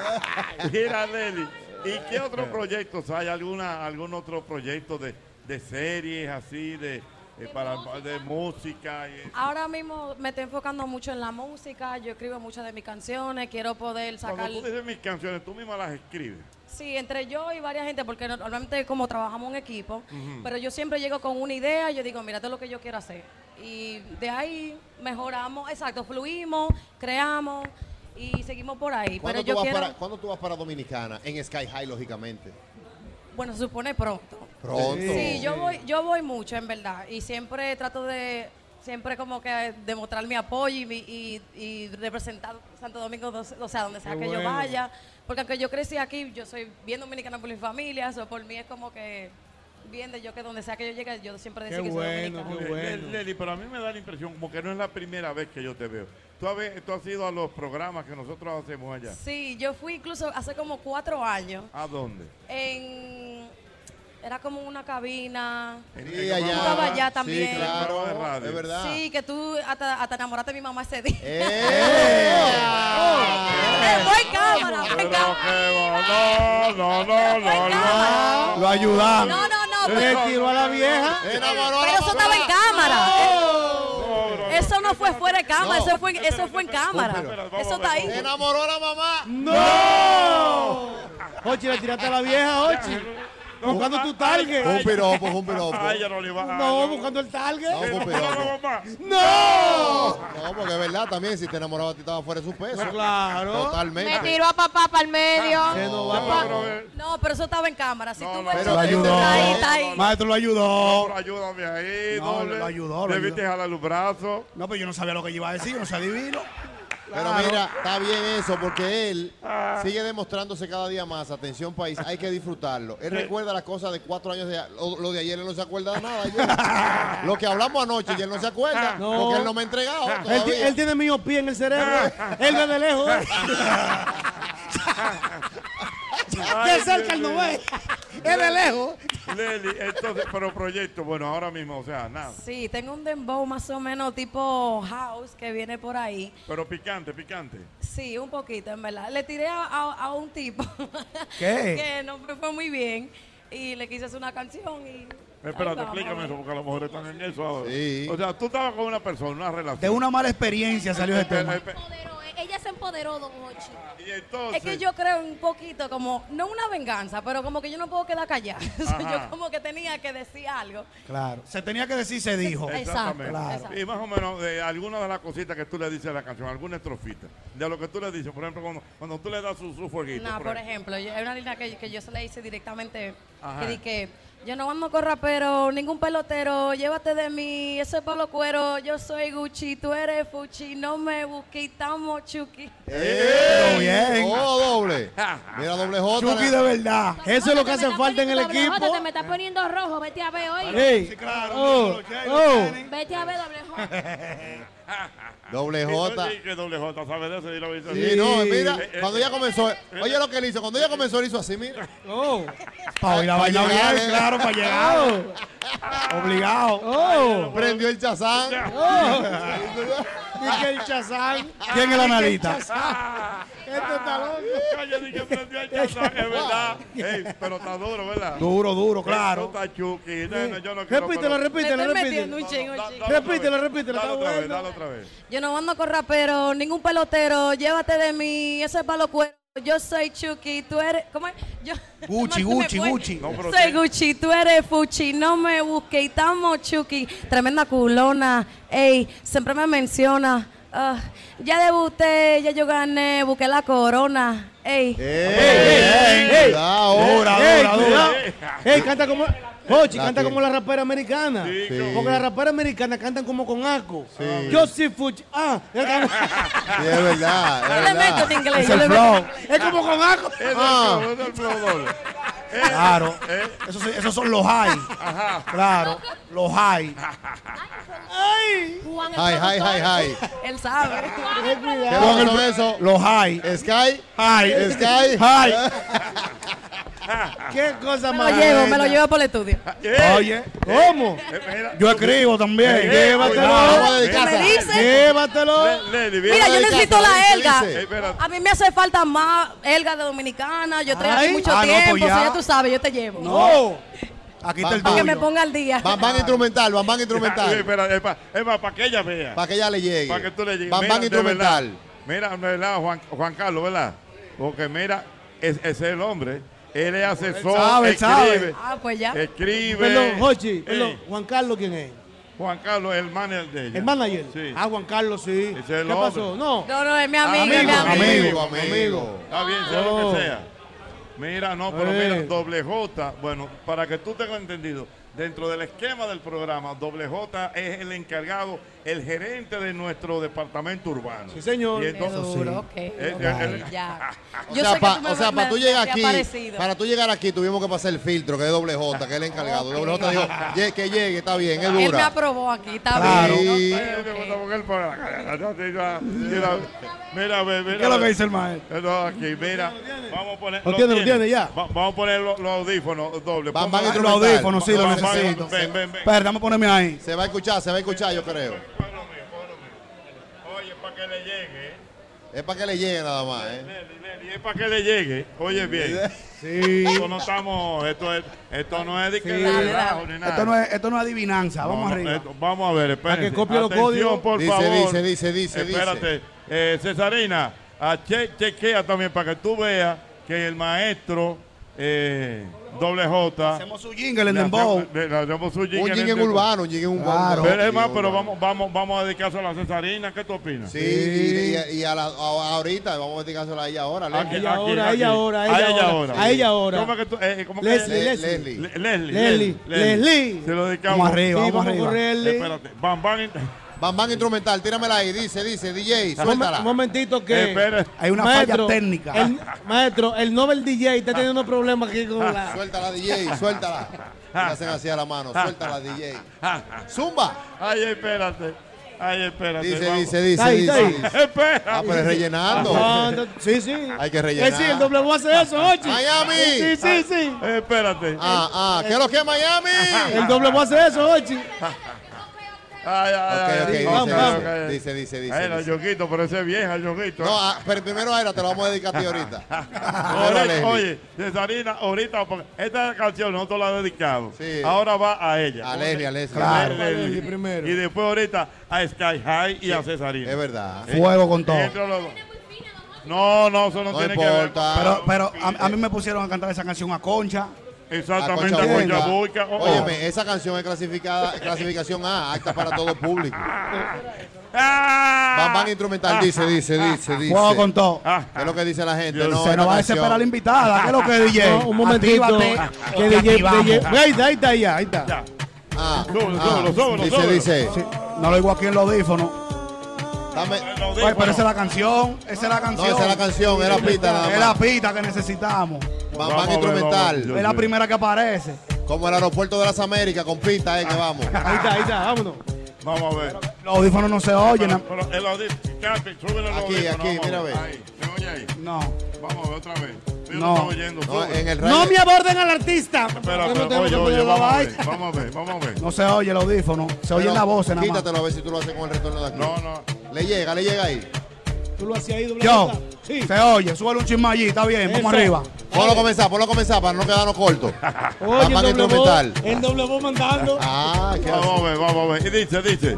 Mira, Leli, ¿y qué otros proyectos hay? ¿Alguna, ¿Algún otro proyecto de, de series así, de, de, para, de música? Y, Ahora mismo me estoy enfocando mucho en la música. Yo escribo muchas de mis canciones. Quiero poder sacar. Cuando tú dices mis canciones, tú misma las escribes. Sí, entre yo y varias gente, porque no- normalmente como trabajamos en equipo, pero yo siempre llego con una idea y yo digo, mira, esto es lo que yo quiero hacer. Y de ahí mejoramos, exacto, fluimos, creamos y seguimos por ahí. Pero ¿Cuándo, tú yo vas quiero, para, ¿Cuándo tú vas para Dominicana? En Sky High, lógicamente. bueno, se supone pronto. Pronto. Sí, yo voy, yo voy mucho, en verdad, y siempre trato de, siempre como que demostrar mi apoyo y, mi- y, y representar Santo Domingo, do- o sea, donde sea Qué que yo bueno. vaya, porque aunque yo crecí aquí, yo soy bien dominicana por mi familia, eso por mí es como que bien de yo que donde sea que yo llegue, yo siempre Qué decía que bueno, soy qué dominicana. bueno. Leli, Leli, pero a mí me da la impresión como que no es la primera vez que yo te veo. Tú has, ve- tú has ido a los programas que nosotros hacemos allá. Sí, yo fui incluso hace como cuatro años ¿A dónde? en, era como una cabina. En- Sí, en- allá. Tú estabas allá Sí, también. claro. Programa de radio. Es verdad. Sí, que tú hasta, hasta enamoraste de mi mamá ese día. ¡Eh! Eh, voy cámara, voy Pero cámara. que va, no, no, no, no, no. Lo ayudamos. No, no, no, Le pero, tiró a la vieja. Enamoró a la pero eso mamá. estaba en cámara. No, no, Eso no fue fuera de cámara, No. eso fue, en- eso fue en cámara. Espera, vamos Eso a está ver, ahí. Enamoró a la mamá. ¡No! Jochi, le tiraste a la vieja, Jochi. Buscando tu target. Un piropo, un piropo. Ay, ya no le iba a... No, buscando el target. No, un piropo. ¡No! No, porque es verdad también, si te enamoraba a ti estaba fuera de su peso. Claro. Totalmente. Me tiró a papá para el medio. Se nos va Papá. para- No, pero eso estaba en cámara. Si tú ves Pero lo ayudó. está ahí, está ahí. Maestro lo ayudó. No, ayúdame ahí, No, doble. lo ayudó, lo Debiste ayudó. jalar los brazos. No, pero yo no sabía lo que iba a decir, yo no sé adivino. Pero Claro. mira, está bien eso, porque él sigue demostrándose cada día más. Atención, país, hay que disfrutarlo. Él recuerda las cosas de cuatro años, de, lo, lo de ayer él no se acuerda de nada. Ayer. Lo que hablamos anoche y él no se acuerda, No. porque él no me ha entregado Él, ti- todavía. él tiene miopía en el cerebro. Él ve de lejos. ¿eh? De cerca él no ve. Es de lejos. Leli, entonces, pero proyecto, bueno, ahora mismo, o sea, nada. Sí, tengo un dembow más o menos tipo house que viene por ahí. Pero picante, picante. Sí, un poquito, en verdad. Le tiré a, a- a un tipo ¿Qué? que no me fue muy bien y le quise hacer una canción y... Espérate, Ahí vamos, explícame a eso, ver. porque a lo mejor están en eso ahora. Sí. O sea, tú estabas con una persona, una relación. De una mala experiencia salió ese tema. Empoderó, eh. Ella se empoderó, don Hochi. Y entonces... Es que yo creo un poquito como, no una venganza, pero como que yo no puedo quedar callada. O sea, Ajá. yo como que tenía que decir algo. Claro. Se tenía que decir, se dijo. Exactamente. Claro. Y más o menos de alguna de las cositas que tú le dices a la canción, alguna estrofita, de lo que tú le dices, por ejemplo, cuando, cuando tú le das su, su fueguito. No, por ejemplo, yo- hay una línea que, que yo se le hice directamente, Ajá. que di que yo no ando con rapero, ningún pelotero, llévate de mí, ese palo cuero, yo soy Gucci, tú eres Fuchi, no me busques, estamos Chucky. ¡Eh! bien. ¡Oh, doble! Mira, doble J. Chucky de verdad. Eso es lo que hace falta en el Doble equipo. J, te me estás poniendo rojo. Vete a ver hoy. Ey. Oh, oh. Vete a ver, doble J. Doble J. Sí, que doble J, ¿sabes de eso? Y lo hizo Sí, así. no, mira, Eh, eh, cuando ella comenzó, oye lo que él hizo, cuando ella comenzó él hizo así, mira. Oh. Para oír la Pa' vaina llegar, bien, eh. claro, para llegar. Obligado. Oh. Prendió el chazán. Oh. Dice el chazán. ¿Quién es el analista? Esto está loco. Oye, di que prendió el chazán, es verdad. Ey, pero está duro, ¿verdad? Duro, duro, Esto claro. está Chucky. No, no, yo no quiero, Repítelo, pero- repítelo, Me estoy repítelo. metiendo un ching, un ching. Repítelo, repítelo. Dale Está otra vez, bueno. dale otra vez. Yo no ando con rapero, ningún pelotero, llévate de mí, ese palo cuero, yo soy Chucky, tú eres, ¿cómo es? Yo, Gucci, se me Gucci, fue. Gucci. No, pero Soy sí. Gucci, tú eres Fuchi, no me busques, estamos Chucky, tremenda culona, ey, siempre me menciona. Ah, ya debuté, ya yo gané, busqué la corona. Ey. ¡Ey! Cuidado. Dura, Ey, dura, cuidado. dura. Ey, canta como. Jochi, La canta que- como la rapera americana. Sí, Sí. Porque las raperas americanas cantan como con asco. Sí. Yo sí fuchi. Ah, es como, Sí, es verdad, Yo es le meto verdad. en inglés, Es yo el le meto. flow. es como con asco. Es el Ah. flow, es el flow doble. Eh, Claro. eh, Esos, esos son los high. Ajá. Claro. Los high. Ay. Juan, el Hi, hi, hi, productor. hi. Él sabe. Ten ¿Qué cuidado. pasó con eso? Los high. Sky. High. Sky. High. Qué cosa Me más. lo llevo, me lo bella. llevo por el estudio. Eh, Oye. ¿Cómo? eh, mira, Yo escribo también. Eh, Llévatelo. Vamos a ¿Qué dedicarse. me dice? Llévatelo. Le- Leli, mira. Mira, yo dedicarse, necesito la dice, elga. dice. Eh, espérate. A mí me hace falta más elga de dominicana. Yo traigo aquí Ay. mucho Ah, no, tiempo. pues o ya. sea, ya tú sabes, yo te llevo. No. Aquí está el Para que me tuyo. ponga al día. Van, van instrumental, van, van Eh, instrumental. espera, es para que ella vea. Para que ella le llegue. Para que tú le llegues. Van, Mira, van de instrumental. verdad, Mira, de verdad, Juan, Juan Carlos, ¿verdad? Porque mira, es, ese es el hombre. Él es asesor, sabe, él escribe, Ah, pues ya. escribe. Perdón, Jochi. Ey, Perdón. Juan Carlos, ¿quién es? Juan Carlos, el manager de ella. ¿El manager? Sí. Ah, Juan Carlos, sí. Ese es el ¿Qué hombre. pasó? No. No, no, es mi amigo, es mi Amigo, amigo. Amigo, amigo. amigo. Está bien, sea lo Oh. que sea. Mira, no, pero Eh. mira, doble J, bueno, para que tú tengas entendido, dentro del esquema del programa, doble J es el encargado, el gerente de nuestro departamento urbano. Sí, señor. Y Qué entonces, duro, sí. ok, Eh, ok, eh, ya. O Yo sea, sé que pa- tú me- o sea, me- para tú me llegar has aquí, parecido. para tú llegar aquí tuvimos que pasar el filtro, que es doble J, que es el encargado. Ok. Doble J dijo, "Ye- que llegue, está bien, es Él me dura. aprobó aquí, está Claro. bien. Sí. ok, Eh, ok. te gusta porque él pone la cara. Mira, mira, mira, ve, mira, ¿Qué es lo que ve. dice el maestro? Eh, no, aquí, mira, vamos a poner. Lo tiene, lo tiene, ya. Va- vamos a poner los, los audífonos dobles. Van, Ponme- van Los instrumental. audífonos, sí, lo Van, van, necesito. Ven, ven, ven. Espera, dame a ponerme ahí. Se va a escuchar, se va a escuchar, yo creo. Oye, para que le llegue. Es para que le llegue nada más, ¿eh? Leli, Leli, es para que le llegue. Oye, bien. Sí. Esto no estamos, esto, es, esto no es de que Sí. de relajo ni nada. Esto no es, esto no es adivinanza. Vamos No, no, arriba. esto- vamos a ver, espérense. A que copie los Atención, códigos. por Dice, favor. dice, dice, dice, dice. Espérate. Eh, Cesarina, a che- chequea también para que tú veas que el maestro... Eh, Doble J. Hacemos su jingle en Dembow. Hacemos su jingle Un jingle urbano, un jingle urbano. Claro. Pero es más, pero vamos, vamos, vamos a dedicarse a la Cesarina. ¿Qué tú opinas? Sí, y, y a la, a, ahorita vamos a dedicárselo a ella ahora. Aquí, Leslie. aquí, ahora, aquí. a ella ahora, a ella A ella ahora, ahora. a ella ahora. ¿Cómo que tú, eh, cómo que- Leslie, Le- Leslie. Leslie. Le- Leslie. Leslie, Leslie. Se lo dedicamos. Vamos arriba, Sí, vamos vamos a arriba. correrle. Espérate. Bam, bam. Bam, bam instrumental, tíramela ahí. Dice, dice, D J, Un, suéltala. un momentito que... Espera. Hay una Maestro, falla técnica. El, maestro, el Nobel D J está teniendo problemas aquí con la... Suéltala, D J, suéltala. Y le hacen así a la mano. Suéltala, D J. Zumba. Ay, espérate. Ay, espérate. Dice, vamos. dice, dice, Está ahí, está dice. ahí. dice. Espera. Ah, pero es rellenando. Ah, no, sí, sí. Hay que rellenar. Eh, sí, el doble voz hace eso, Ochi. Miami. Sí, sí, sí. Eh, espérate. Ah, ah, ¿qué es lo que es Miami? El doble voz hace eso, Ochi. Ay, ay, Ok, ok, ay, dice, vamos, dice, vamos. dice, dice, dice, Ay, la dice. Yoguito, pero ese es vieja, Yoguito. No, ah, pero primero Aira, te lo vamos a dedicar a ti ahorita. Primero a Ahorita, Leslie. oye, Cesarina, ahorita, porque esta canción nosotros la hemos dedicado. Sí. Ahora va a ella. A Leslie, a Leslie. Claro. Leslie. Leslie primero. Y después ahorita a Sky High y a Cesarina. Es verdad. Fuego con todo. Entre los dos. No, no, eso no, No tiene importa. Pero, pero a, a mí me pusieron a cantar esa canción a Concha. que ver. Exactamente, A a Concha Concha Buica. Buica. Oh, oh. Óyeme, esa canción es clasificada, clasificación A, acta para todo público. Ah. Bam, bam instrumental, dice, dice, dice, dice. Fuego con todo. Ah. ¿Qué es lo que dice la gente? Dios, No, Se esta nos va a canción- desesperar la invitada. ¿Qué es lo que es, D J? No, un momentito. Actívate, Que te D J, activamos. D J ahí está, ahí está, ahí, ahí está. Ya. Ah, Súbelo, ah, súbelo, súbelo, dice, súbelo. dice. Sí, no lo digo aquí en los audífonos. Dame. Oye, pero esa es la canción. Esa es la No, canción. esa es la canción, es la pista nada Es la más. pita que necesitamos. Bam, Vamos a bam ver, instrumental. vamos. Es la primera que aparece. Como el aeropuerto de las Américas, con pista, eh, que vamos. Ahí está, ahí está, vámonos. Vamos a ver. Los audífonos no se oyen. Pero, pero el audífono, Capi, súbele el Aquí, audífono, aquí, vamos mira, a ve. Ahí, ¿se oye ahí? No. Vamos a ver otra vez. Yo No. no estaba oyendo. No, sube. en el No radio. me aborden al artista. Espera, Yo no pero tengo oye, que oye, poner la vamos a ver, vaina. vamos a ver, vamos a ver. No se oye el audífono. Se oye Pero la voz nada más. Quítatelo a ver si tú lo haces con el retorno de aquí. No, no. Le llega, le llega ahí. Tú lo hacías ahí, doble Yo. J. Sí. Se oye. Súbele un chisme allí. Está bien. Vamos Eso. arriba. Ponlo a comenzar, ponlo a comenzar para no quedarnos cortos. Oye, Bam, el bam doble instrumental. voz, el doble voz mandando. Ah, ¿qué Vamos a hace? ver, vamos a ver. Y dice, dice.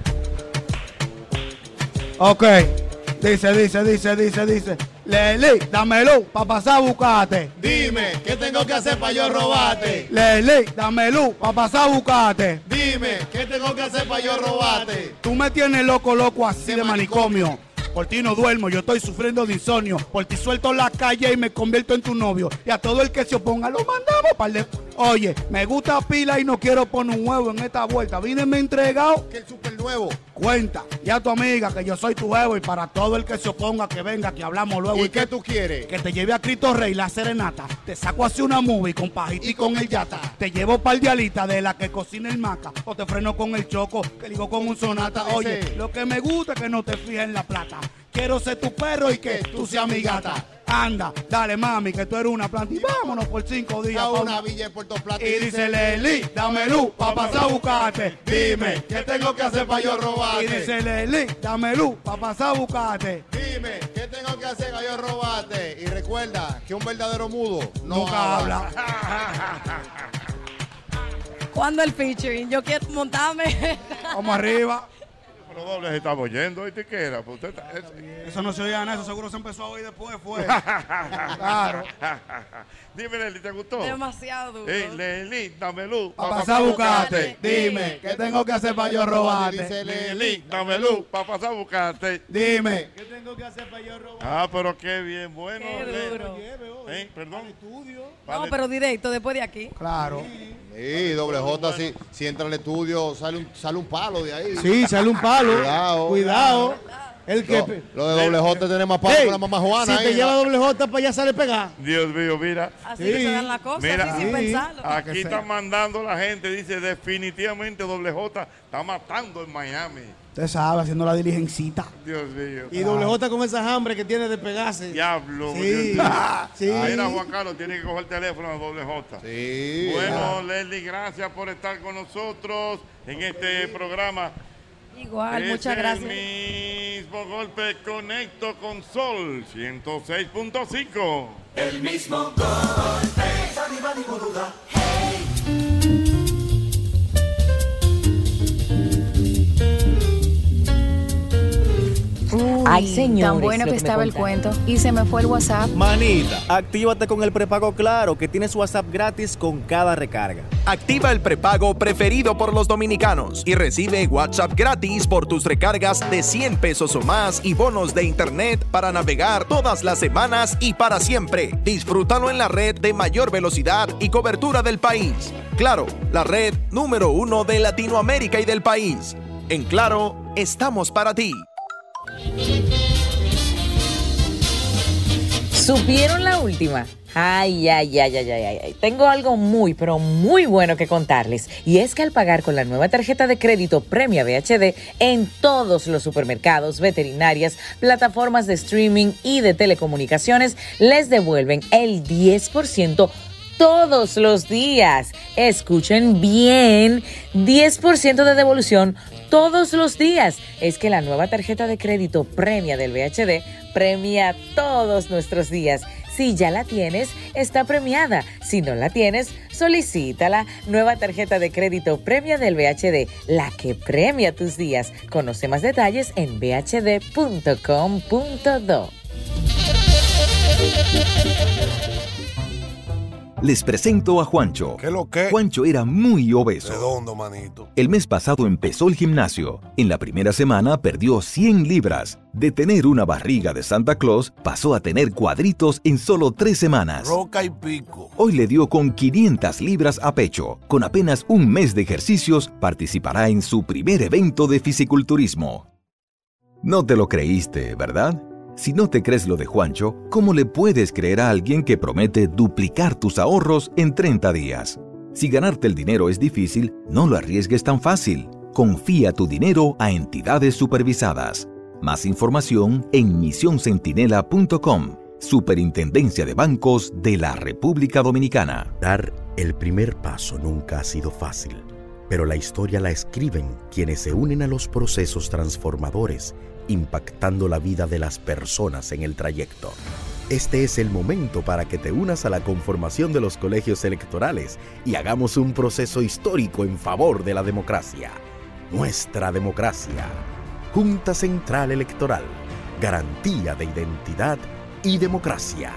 Ok. Dice, dice, dice, dice, dice. Leli, dámelo pa' pasar a buscarte. Dime, ¿qué tengo que hacer para yo robarte? Leli, dámelo pa' pasar a buscarte. Dime, ¿qué tengo que hacer para yo robarte? Tú me tienes loco, loco así de manicomio. Por ti no duermo, yo estoy sufriendo de insomnio. Por ti suelto la calle y me convierto en tu novio. Y a todo el que se oponga lo mandamos para de... Oye, me gusta pila y no quiero poner un huevo en esta vuelta. Víneme entregado. Que el super nuevo. Cuenta. Y a tu amiga que yo soy tu huevo. Y para todo el que se oponga, que venga, que hablamos luego. ¿Y qué tú quieres? Que te lleve a Cristo Rey la serenata. Te saco así una movie con pajita y con el yata. Te llevo par de alitas de la que cocina el maca. O te freno con el choco, que digo con un sonata. Oye, lo que me gusta es que no te fijes en la plata. Quiero ser tu perro y que tú seas mi gata. Anda, dale mami, que tú eres una planta. Y vámonos por cinco días. A pa' una villa en Puerto Plata. Y dice Leli, dame luz pa' pasar a buscarte. Dime, ¿qué tengo que hacer para yo robarte? Y dice Leli, dame luz pa' pasar a buscarte. Dime, ¿qué tengo que hacer para yo robarte? Y recuerda que un verdadero mudo no Nunca habla. ¿Cuándo el featuring? Yo quiero montarme. Vamos arriba. Pero doble se estaba oyendo. ¿Y qué era? Pues usted está- es- Eso no se oía nada, eso seguro se empezó a oír después, fue. Claro. Dime, Leli, ¿te gustó? Demasiado duro. Ey, Leli, dame luz. Pa' pasar a buscarte. Dime, ¿qué tengo que hacer para yo robarte? Dice Leli, dame luz para pasar a buscarte. Dime. ¿Qué tengo que hacer para yo robar? Ah, pero qué bien, bueno. Qué Leli. duro. Eh, Perdón. No, pero directo, después de aquí. Claro. Sí, doble J, si, si entra al estudio, sale un, sale un palo de ahí. Sí, sale un palo. Cuidado. Cuidado. El que... Lo, lo de doble J tiene más palo Ey, que la mamá Juana. si te ahí, lleva ¿no? doble J para allá sale pegada. Dios mío, mira. Así Sí. que se dan las cosas, Mira, así sin sí. pensarlo. Aquí que está sea. mandando la gente, dice definitivamente doble J está matando en Miami. Usted sabe, haciendo la diligencita. Dios mío. Y doble J con esas hambres que tiene de pegarse. Diablo. Sí, Dios mío. sí. Mira, Juan Carlos tiene que coger el teléfono de doble J. Sí. Bueno, Leslie, gracias por estar con nosotros en este programa. Igual, Es muchas gracias. El mismo golpe conecto con Sol ciento seis punto cinco. El mismo golpe, arriba ni duda. Ay, señores, tan bueno lo que que me estaba el contaron. cuento. Y se me fue el WhatsApp. Manita, actívate con el prepago Claro, que tienes WhatsApp gratis con cada recarga. Activa el prepago preferido por los dominicanos y recibe WhatsApp gratis por tus recargas de cien pesos o más y bonos de internet para navegar todas las semanas y para siempre. Disfrútalo en la red de mayor velocidad y cobertura del país. Claro, la red número uno de Latinoamérica y del país. En Claro, estamos para ti. ¿Supieron la última? Ay, ay, ay, ay, ay, ay. Tengo algo muy, pero muy bueno que contarles. Y es que al pagar con la nueva tarjeta de crédito Premia V H D en todos los supermercados, veterinarias, plataformas de streaming y de telecomunicaciones, les devuelven el diez por ciento todos los días. Escuchen bien, diez por ciento de devolución todos los días. Es que la nueva tarjeta de crédito Premia del V H D premia todos nuestros días. Si ya la tienes, está premiada. Si no la tienes, solicítala. Nueva tarjeta de crédito Premia del V H D, la que premia tus días. Conoce más detalles en v h d punto com punto do. Les presento a Juancho. ¿Qué lo que? Juancho era muy obeso. Redondo, manito. El mes pasado empezó el gimnasio. En la primera semana perdió cien libras. De tener una barriga de Santa Claus, pasó a tener cuadritos en solo tres semanas. Roca y pico. Hoy le dio con quinientas libras a pecho. Con apenas un mes de ejercicios, participará en su primer evento de fisiculturismo. No te lo creíste, ¿verdad? Si no te crees lo de Juancho, ¿cómo le puedes creer a alguien que promete duplicar tus ahorros en treinta días? Si ganarte el dinero es difícil, no lo arriesgues tan fácil. Confía tu dinero a entidades supervisadas. Más información en misión centinela punto com. Superintendencia de Bancos de la República Dominicana. Dar el primer paso nunca ha sido fácil, pero la historia la escriben quienes se unen a los procesos transformadores, impactando la vida de las personas en el trayecto. Este es el momento para que te unas a la conformación de los colegios electorales y hagamos un proceso histórico en favor de la democracia. Nuestra democracia. Junta Central Electoral. Garantía de identidad y democracia.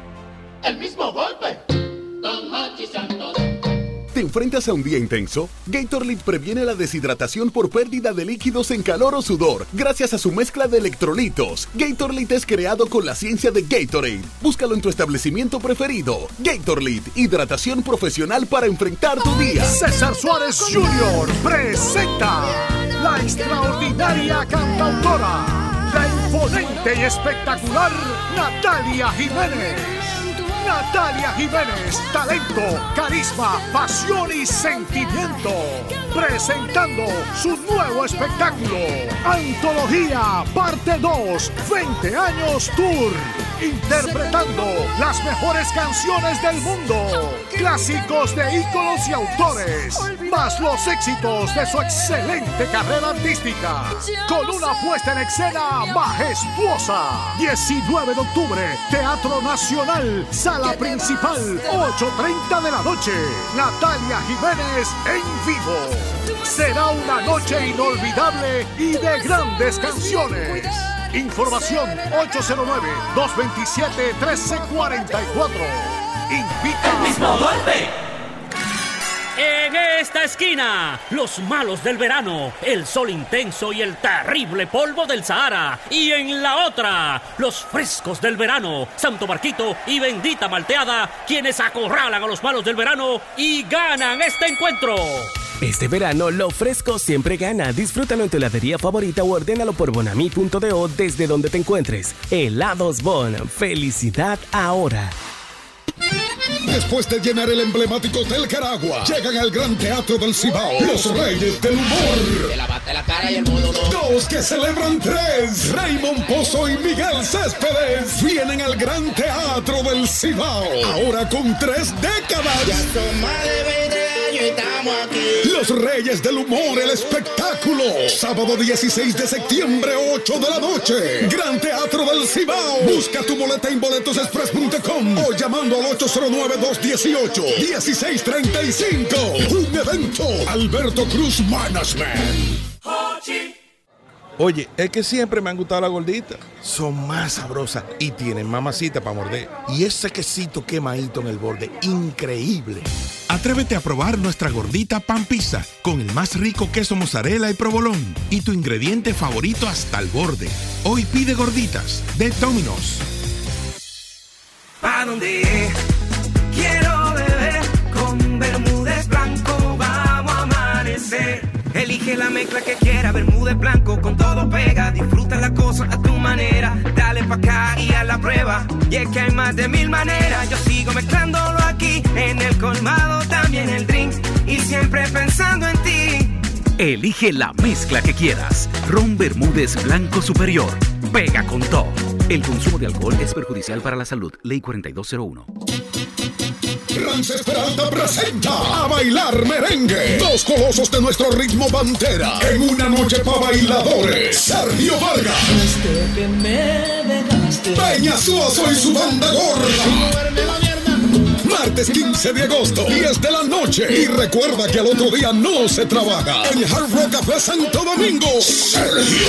El mismo golpe. Don Hochi Santos. ¿Te enfrentas a un día intenso? Gatorade previene la deshidratación por pérdida de líquidos en calor o sudor, gracias a su mezcla de electrolitos. Gatorade es creado con la ciencia de Gatorade. Búscalo en tu establecimiento preferido. Gatorade, hidratación profesional para enfrentar tu día. César Suárez junior presenta la extraordinaria cantautora, la imponente y espectacular Natalia Jiménez. Natalia Jiménez, talento, carisma, pasión y sentimiento. Presentando su nuevo espectáculo, Antología, parte dos, veinte años Tour. Interpretando las mejores canciones del mundo, clásicos de íconos y autores, más los éxitos de su excelente carrera artística, con una puesta en escena majestuosa. diecinueve de octubre, Teatro Nacional, sala principal, ocho treinta de la noche. Natalia Jiménez en vivo. Será una noche inolvidable y de grandes canciones. Información ocho cero nueve, dos dos siete, uno tres cuatro cuatro. Invita. El mismo golpe. En esta esquina, los malos del verano, el sol intenso y el terrible polvo del Sahara. Y en la otra, los frescos del verano, Santo Barquito y Bendita Malteada, quienes acorralan a los malos del verano y ganan este encuentro. Este verano, lo fresco siempre gana. Disfrútalo en tu heladería favorita o ordénalo por bonami punto do desde donde te encuentres. Helados Bon. Felicidad ahora. Después de llenar el emblemático Hotel Caragua, llegan al Gran Teatro del Cibao los Reyes del Humor. Te lavaste la cara y el modo no. Dos que celebran tres. Raymond Pozo y Miguel Céspedes vienen al Gran Teatro del Cibao. Ahora con tres décadas. Ya son más de veinte años y estamos aquí. Los Reyes del Humor, el espectáculo. Sábado dieciséis de septiembre, ocho de la noche. Gran Teatro del Cibao. Busca tu boleta en boletos express punto com o llamando al ocho cero nueve, dos uno ocho, uno seis tres cinco. Un evento Alberto Cruz Management. Oye, es que siempre me han gustado las gorditas. Son más sabrosas y tienen mamacita para morder. Y ese quesito quemadito en el borde, increíble. Atrévete a probar nuestra gordita pan pizza con el más rico queso mozzarella y provolón y tu ingrediente favorito hasta el borde. Hoy pide gorditas de Domino's. ¿Pa' dónde quiero beber? Con Bermúdez Blanco vamos a amanecer. Elige la mezcla que quiera, Bermúdez Blanco con todo pega. Disfruta la cosa a tu manera, dale pa' acá y a la prueba. Y es que hay más de mil maneras, yo sigo mezclándolo aquí. En el colmado también el drink y siempre pensando en ti. Elige la mezcla que quieras. Ron Bermúdez Blanco Superior. Pega con todo. El consumo de alcohol es perjudicial para la salud. Ley cuarenta y dos cero uno. Rance Peralta presenta a bailar merengue. Dos colosos de nuestro ritmo Pantera. En una noche para bailadores. Sergio Vargas. Desde que me dejaste. Peña Suazo y su banda gorda. Martes quince de agosto, diez de la noche. Y recuerda que al otro día no se trabaja. En Hard Rock Café Santo Domingo. Sergio.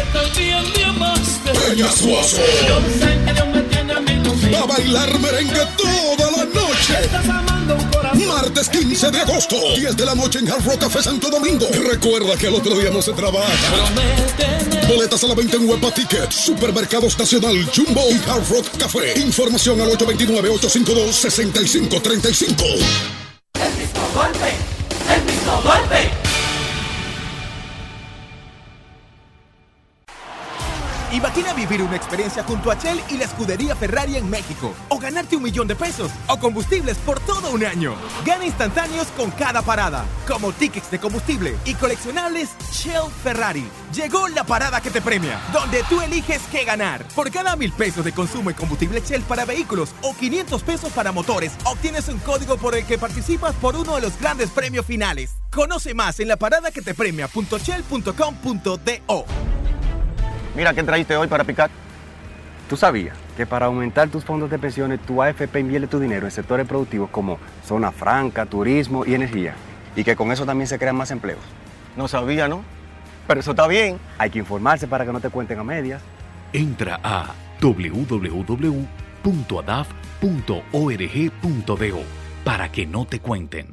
Peña Suazo. Va a bailar merengue toda la noche. Martes quince de agosto, diez de la noche en Hard Rock Café Santo Domingo. Recuerda que al otro día no se trabaja. Boletas a la venta en Huepa Ticket, Supermercados Nacional, Jumbo y Hard Rock Café. Información al ocho dos nueve, ocho cinco dos, seis cinco tres cinco. El mismo golpe, el mismo golpe. Imagina vivir una experiencia junto a Shell y la escudería Ferrari en México. O ganarte un millón de pesos. O combustibles por todo un año. Gana instantáneos con cada parada. Como tickets de combustible y coleccionables Shell Ferrari. Llegó la parada que te premia. Donde tú eliges qué ganar. Por cada mil pesos de consumo en combustible Shell para vehículos o quinientos pesos para motores, obtienes un código por el que participas por uno de los grandes premios finales. Conoce más en la parada que te premia punto shell punto com punto do. Mira, ¿qué trajiste hoy para picar? ¿Tú sabías que para aumentar tus fondos de pensiones, tu A F P invierte tu dinero en sectores productivos como zona franca, turismo y energía? Y que con eso también se crean más empleos. No sabía, ¿no? Pero eso está bien. Hay que informarse para que no te cuenten a medias. Entra a doble u doble u doble u punto adaf punto org punto do para que no te cuenten.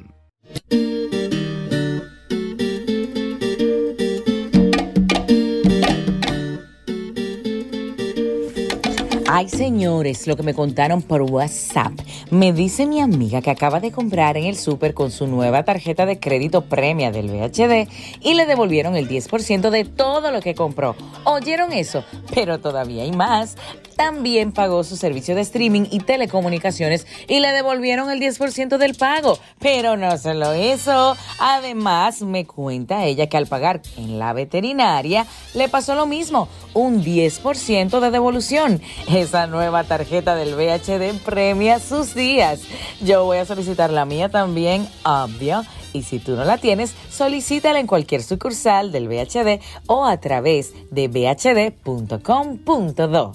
Ay, señores, lo que me contaron por WhatsApp. Me dice mi amiga que acaba de comprar en el súper con su nueva tarjeta de crédito premia del V H D y le devolvieron el diez por ciento de todo lo que compró. ¿Oyeron eso? Pero todavía hay más. También pagó su servicio de streaming y telecomunicaciones y le devolvieron el diez por ciento del pago. Pero no solo eso. Además, me cuenta ella que al pagar en la veterinaria le pasó lo mismo, un diez por ciento de devolución. Esa nueva tarjeta del V H D premia sus días. Yo voy a solicitar la mía también, obvio. Y si tú no la tienes, solicítala en cualquier sucursal del V H D o a través de v h d punto com punto do.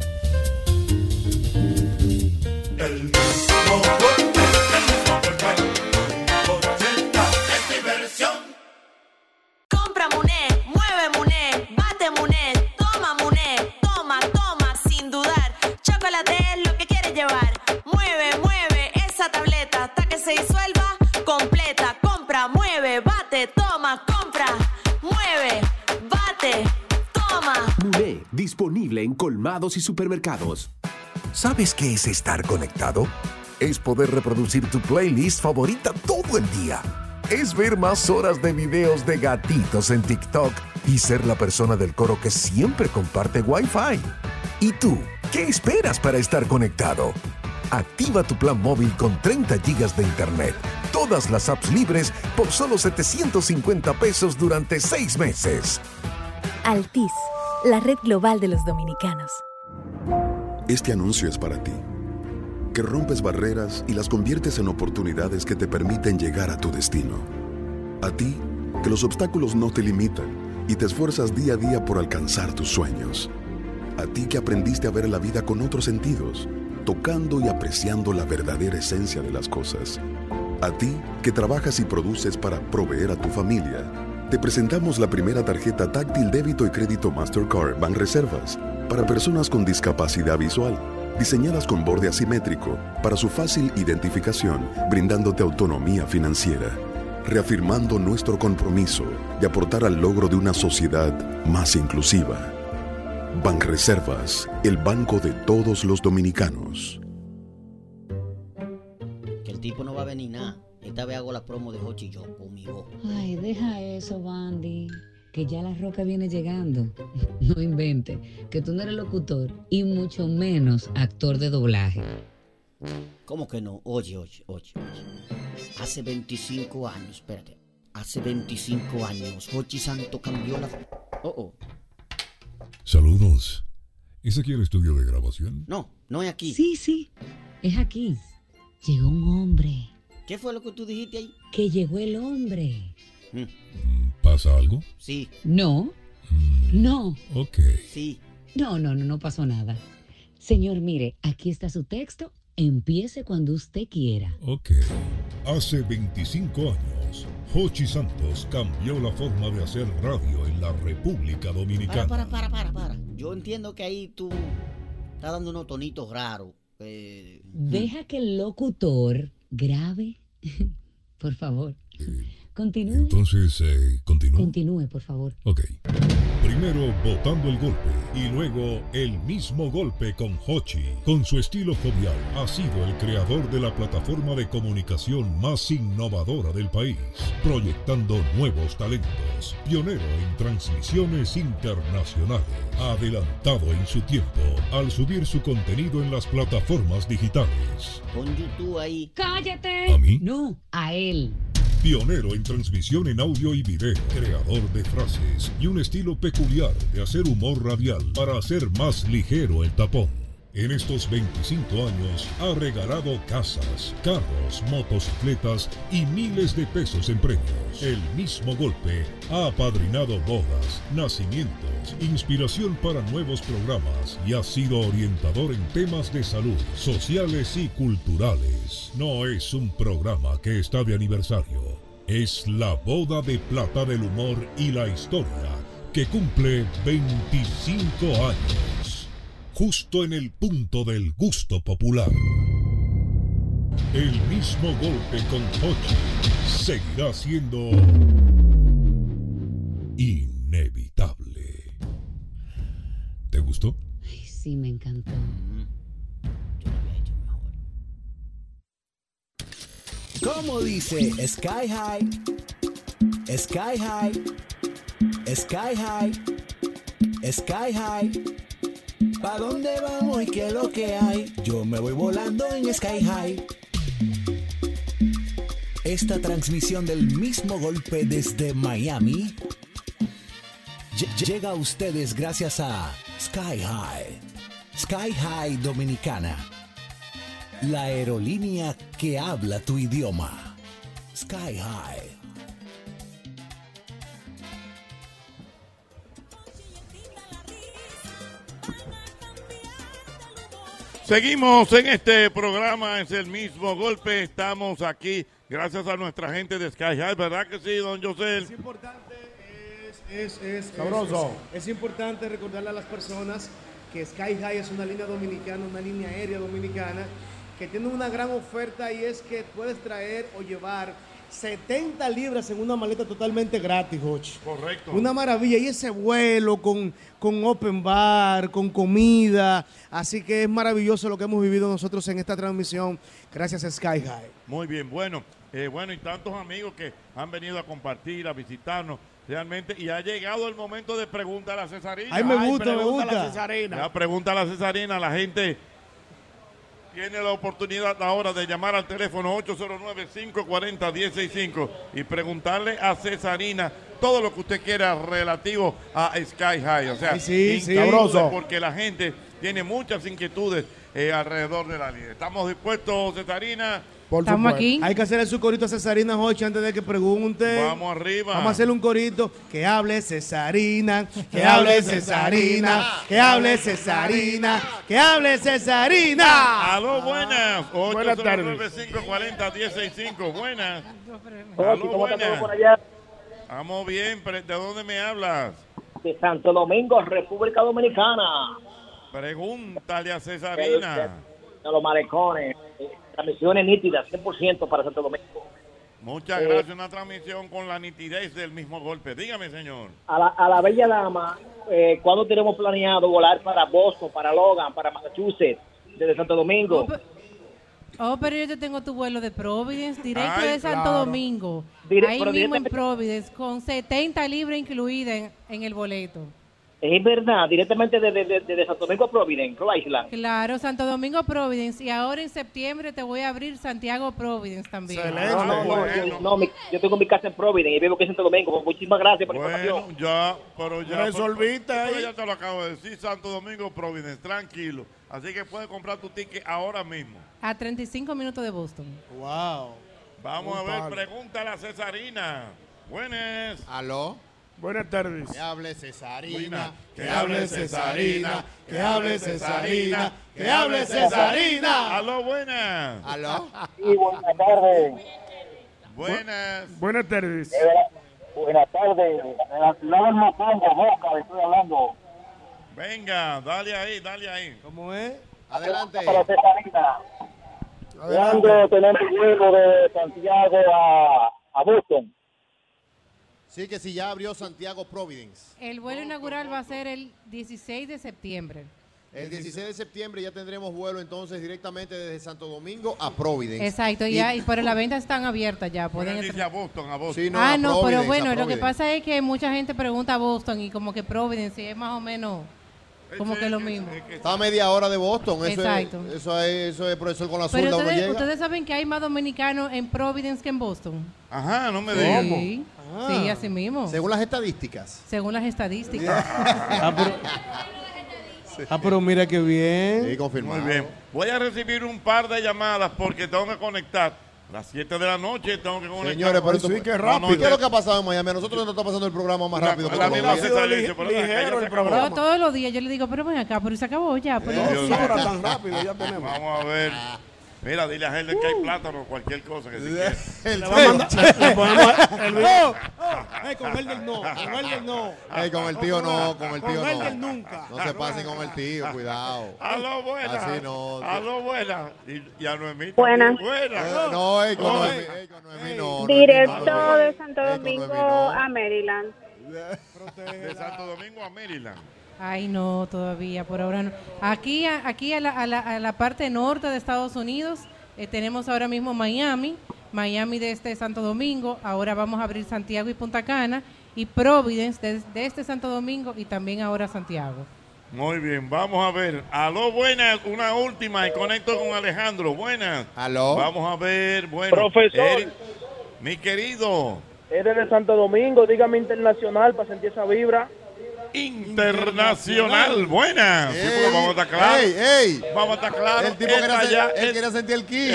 El mismo golpe, el mismo golpe, ochenta es diversión. Compra Muné, mueve Muné, bate Muné, toma Muné, toma, toma, sin dudar. Chocolate es lo que quieres llevar. Mueve, mueve esa tableta hasta que se disuelva completa. Compra, mueve, bate, toma, compra, mueve, bate, toma. Muné, disponible en colmados y supermercados. ¿Sabes qué es estar conectado? Es poder reproducir tu playlist favorita todo el día. Es ver más horas de videos de gatitos en TikTok y ser la persona del coro que siempre comparte Wi-Fi. ¿Y tú? ¿Qué esperas para estar conectado? Activa tu plan móvil con treinta gigas de internet, todas las apps libres por solo setecientos cincuenta pesos durante seis meses. Altis, la red global de los dominicanos. Este anuncio es para ti, que rompes barreras y las conviertes en oportunidades que te permiten llegar a tu destino. A ti, que los obstáculos no te limitan y te esfuerzas día a día por alcanzar tus sueños. A ti que aprendiste a ver la vida con otros sentidos, tocando y apreciando la verdadera esencia de las cosas. A ti que trabajas y produces para proveer a tu familia, te presentamos la primera tarjeta táctil débito y crédito Mastercard Banreservas para personas con discapacidad visual, diseñadas con borde asimétrico para su fácil identificación, brindándote autonomía financiera, reafirmando nuestro compromiso de aportar al logro de una sociedad más inclusiva. Banreservas, el banco de todos los dominicanos. Que el tipo no va a venir nada. Esta vez hago la promo de Hochi y yo conmigo. Ay, deja eso, Bandy. Que ya la roca viene llegando. No invente, que tú no eres locutor y mucho menos actor de doblaje. ¿Cómo que no? Oye, oye, oye, oye. Hace veinticinco años, espérate. Hace veinticinco años, Hochi Santo cambió la... Oh, oh. Saludos. ¿Es aquí el estudio de grabación? No, no es aquí. Sí, sí, es aquí. Llegó un hombre. ¿Qué fue lo que tú dijiste ahí? Que llegó el hombre. Mm. ¿Pasa algo? Sí. No. Mm. No. Ok. Sí. No, no, no, no pasó nada. Señor, mire, aquí está su texto. Empiece cuando usted quiera. Ok. Hace veinticinco años, Hochi Santos cambió la forma de hacer radio en la República Dominicana. Para, para, para, para, para. Yo entiendo que ahí tú estás dando unos tonitos raros. Eh... Deja que el locutor grabe. Por favor. Eh, Continúe. Entonces, eh, continúe. Continúe, por favor. Ok. Primero botando el golpe y luego el mismo golpe con Hochi. Con su estilo jovial, ha sido el creador de la plataforma de comunicación más innovadora del país, proyectando nuevos talentos, pionero en transmisiones internacionales, adelantado en su tiempo al subir su contenido en las plataformas digitales. Pon YouTube ahí. ¡Cállate! ¿A mí? No, a él. Pionero en transmisión en audio y video, creador de frases y un estilo peculiar de hacer humor radial para hacer más ligero el tapón. En estos veinticinco años ha regalado casas, carros, motocicletas y miles de pesos en premios. El mismo golpe ha apadrinado bodas, nacimientos, inspiración para nuevos programas y ha sido orientador en temas de salud, sociales y culturales. No es un programa que está de aniversario, es la boda de plata del humor y la historia que cumple veinticinco años. Justo en el punto del gusto popular. El mismo golpe con Hochi seguirá siendo inevitable. ¿Te gustó? Ay, sí, me encantó. ¿Cómo dice Sky High? Sky High. Sky High. Sky High. ¿Pa' dónde vamos y qué es lo que hay? Yo me voy volando en Sky High. Esta transmisión del mismo golpe desde Miami llega a ustedes gracias a Sky High. Sky High Dominicana, la aerolínea que habla tu idioma. Sky High. Seguimos en este programa, es el mismo golpe, estamos aquí gracias a nuestra gente de Sky High, ¿verdad que sí, don José? Es importante, es, es, es, Sabroso. Es, es importante recordarle a las personas que Sky High es una línea dominicana, una línea aérea dominicana, que tiene una gran oferta y es que puedes traer o llevar setenta libras en una maleta totalmente gratis, Hochi. Correcto. Una maravilla. Y ese vuelo con, con open bar, con comida. Así que es maravilloso lo que hemos vivido nosotros en esta transmisión gracias a Sky High. Muy bien, bueno, eh, bueno, y tantos amigos que han venido a compartir, a visitarnos realmente, y ha llegado el momento de preguntar a la Cesarina. Ay, me gusta, Ay, me gusta. la Cesarina. Ya, pregunta a la Cesarina, la gente tiene la oportunidad ahora de llamar al teléfono ocho cero nueve, cinco cuatro cero, uno cero seis cinco y preguntarle a Cesarina todo lo que usted quiera relativo a Sky High. O sea, sí, sí, sabroso, porque la gente tiene muchas inquietudes eh, alrededor de la línea. ¿Estamos dispuestos, Cesarina? Por Estamos supuesto. Aquí. Hay que hacerle su corito a Cesarina Hochi antes de que pregunte. Vamos arriba. Vamos a hacerle un corito. Que hable Cesarina, que hable Cesarina, que hable Cesarina, que hable Cesarina. Aló, buenas. ocho cero nueve, cinco cuatro cero, uno cero seis cinco. Buenas. Aló, ¿cómo está todo por allá? Estamos bien, pero ¿de dónde me hablas? De Santo Domingo, República Dominicana. Pregúntale a Cesarina. De, de los malecones. Transmisiones nítidas, cien por ciento para Santo Domingo. Muchas Eh, gracias. Una transmisión con la nitidez del mismo golpe. Dígame, señor. A la, a la bella dama, eh, ¿cuándo tenemos planeado volar para Boston, para Logan, para Massachusetts, desde Santo Domingo? Oh, pero yo te tengo tu vuelo de Providence, directo Ay, de Santo claro. Domingo. Dire- ahí pero mismo en directamente- Providence, con setenta libras incluidas en, en el boleto. Es verdad, directamente desde de, de, de Santo Domingo a Providence, Rhode Island. Claro, Santo Domingo Providence. Y ahora en septiembre te voy a abrir Santiago Providence también. No, no, no, yo, no, mi- yo tengo mi casa en Providence y vivo aquí en Santo Domingo. Muchísimas gracias por la Bueno, información. ya, pero ya. Resolviste pero- pero ahí. Ya te lo acabo de decir, Santo Domingo, Providence, tranquilo. Así que puedes comprar tu ticket ahora mismo. A treinta y cinco minutos de Boston. Wow. Vamos Un a ver, palo. pregúntale a Cesarina. Buenas. Aló. Buenas tardes. Que hable Cesarina, Buena. que hable Cesarina, que hable Cesarina, que hable Cesarina. Aló, buenas. Aló. Sí, buenas tardes. Buenas. Buenas tardes. Buenas tardes. De la ciudad del Mopongo, Boca, estoy hablando. Venga, dale ahí, dale ahí. ¿Cómo es? Adelante. Para Cesarina. ¿Cuándo tenemos vuelo de Santiago a, a Boston? Sí, que si ya abrió Santiago Providence. El vuelo inaugural va a ser el dieciséis de septiembre. El dieciséis de septiembre ya tendremos vuelo entonces directamente desde Santo Domingo a Providence. Exacto, Y- ya, y pero las ventas están abiertas ya. Pueden Dice entrar. a Boston, a Boston. Sí, no, ah, a no, Providence, pero a bueno, lo que Providence. pasa es que mucha gente pregunta a Boston y como que Providence y es más o menos como que lo mismo. Está a media hora de Boston. Eso Exacto. es, eso es, eso es profesor con la Pero zurda uno ustedes, llega. ustedes saben que hay más dominicanos en Providence que en Boston. Ajá, no me Sí. digas. Sí, sí, así mismo. Según las estadísticas. Según las estadísticas. Ah, pero- Ah, pero mira qué bien. Sí, confirmado. Muy bien. Voy a recibir un par de llamadas porque tengo que conectar. A las siete de la noche tengo que conectar. Señores, pero esto, No, no, ¿qué es lo que ha pasado en Miami? A nosotros nos está pasando el programa más La- rápido que la todos misma los días. Cesarina dice, pero acá ya se acabó. Yo todos los días yo le digo, pero ven acá, pero se acabó ya. Pero Dios ya. mío. tan rápido, ya tenemos. Vamos a ver. Mira, dile a Helder que hay plátano, cualquier cosa que se quiera. El Le va a mandar- le ponemos el video. Oh, oh, eh, con el del no, con el del no. Ey, con el tío no, con el tío Con el no. del nunca. No se pasen con el tío, cuidado. Aló, buena. Así no. Aló, buena. Y ya no es mi. Buenas. Buena. Eh, no, ey, con No, Noemí, ey, con Noemí no. Noemí Directo no. de Santo Domingo a Maryland. De Santo Domingo a Maryland. Ay, no, todavía, por ahora no. Aquí, a, aquí a, la, a, la, a la parte norte de Estados Unidos eh, tenemos ahora mismo Miami, Miami desde Santo Domingo, ahora vamos a abrir Santiago y Punta Cana, y Providence desde, desde Santo Domingo y también ahora Santiago. Muy bien, vamos a ver. Aló, buenas, una última y conecto con Alejandro. Buenas. Aló. Vamos a ver, bueno. Profesor. Eric, mi querido. Eres de Santo Domingo, dígame internacional para sentir esa vibra. Internacional, buenas. Sí, porque vamos a estar claros. Ey, ey. Vamos a estar claros. El tipo Esta quería, ya sen- él es- quería sentir el ki.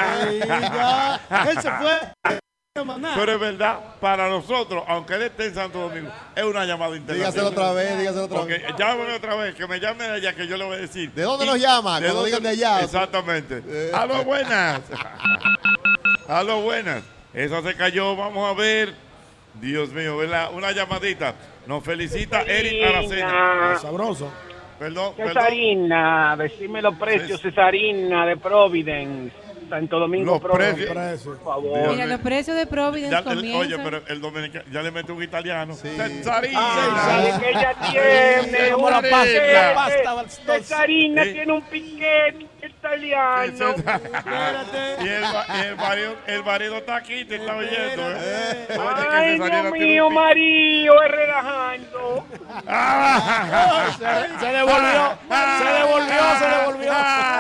Él se fue. Pero es verdad, para nosotros, aunque él esté en Santo Domingo, es una llamada internacional. Dígaselo otra vez, dígaselo otra Porque vez. llámame otra vez, que me llame de allá, que yo le voy a decir. ¿De dónde Y- nos llama? ¿de Cuando dónde- digan de allá. Exactamente. Eh. Aló, buenas. Aló, buenas. Esa se cayó, vamos a ver. Dios mío, ¿verdad? Una llamadita. Nos felicita Eric Aracena. Sabroso. Perdón, perdón. Cesarina, decime los precios, Cesarina de Providence, Santo Domingo Los Providence, precios. por favor. Dios Mira, los precios de Providence Ya, el- comienzan. oye, pero el dominicano ya le mete un italiano. Ah, Cesarina. que ella tiene Como un la pasta, piquete. la pasta, Cesarina Sí. tiene un piquete italiano. Y el, va- y el marido, el marido está aquí, te está oyendo. ¿eh? Oye, que Ay, Cesarina Dios tiene mío, un pi- Mario, es relajando. Se, se devolvió, se devolvió, se devolvió.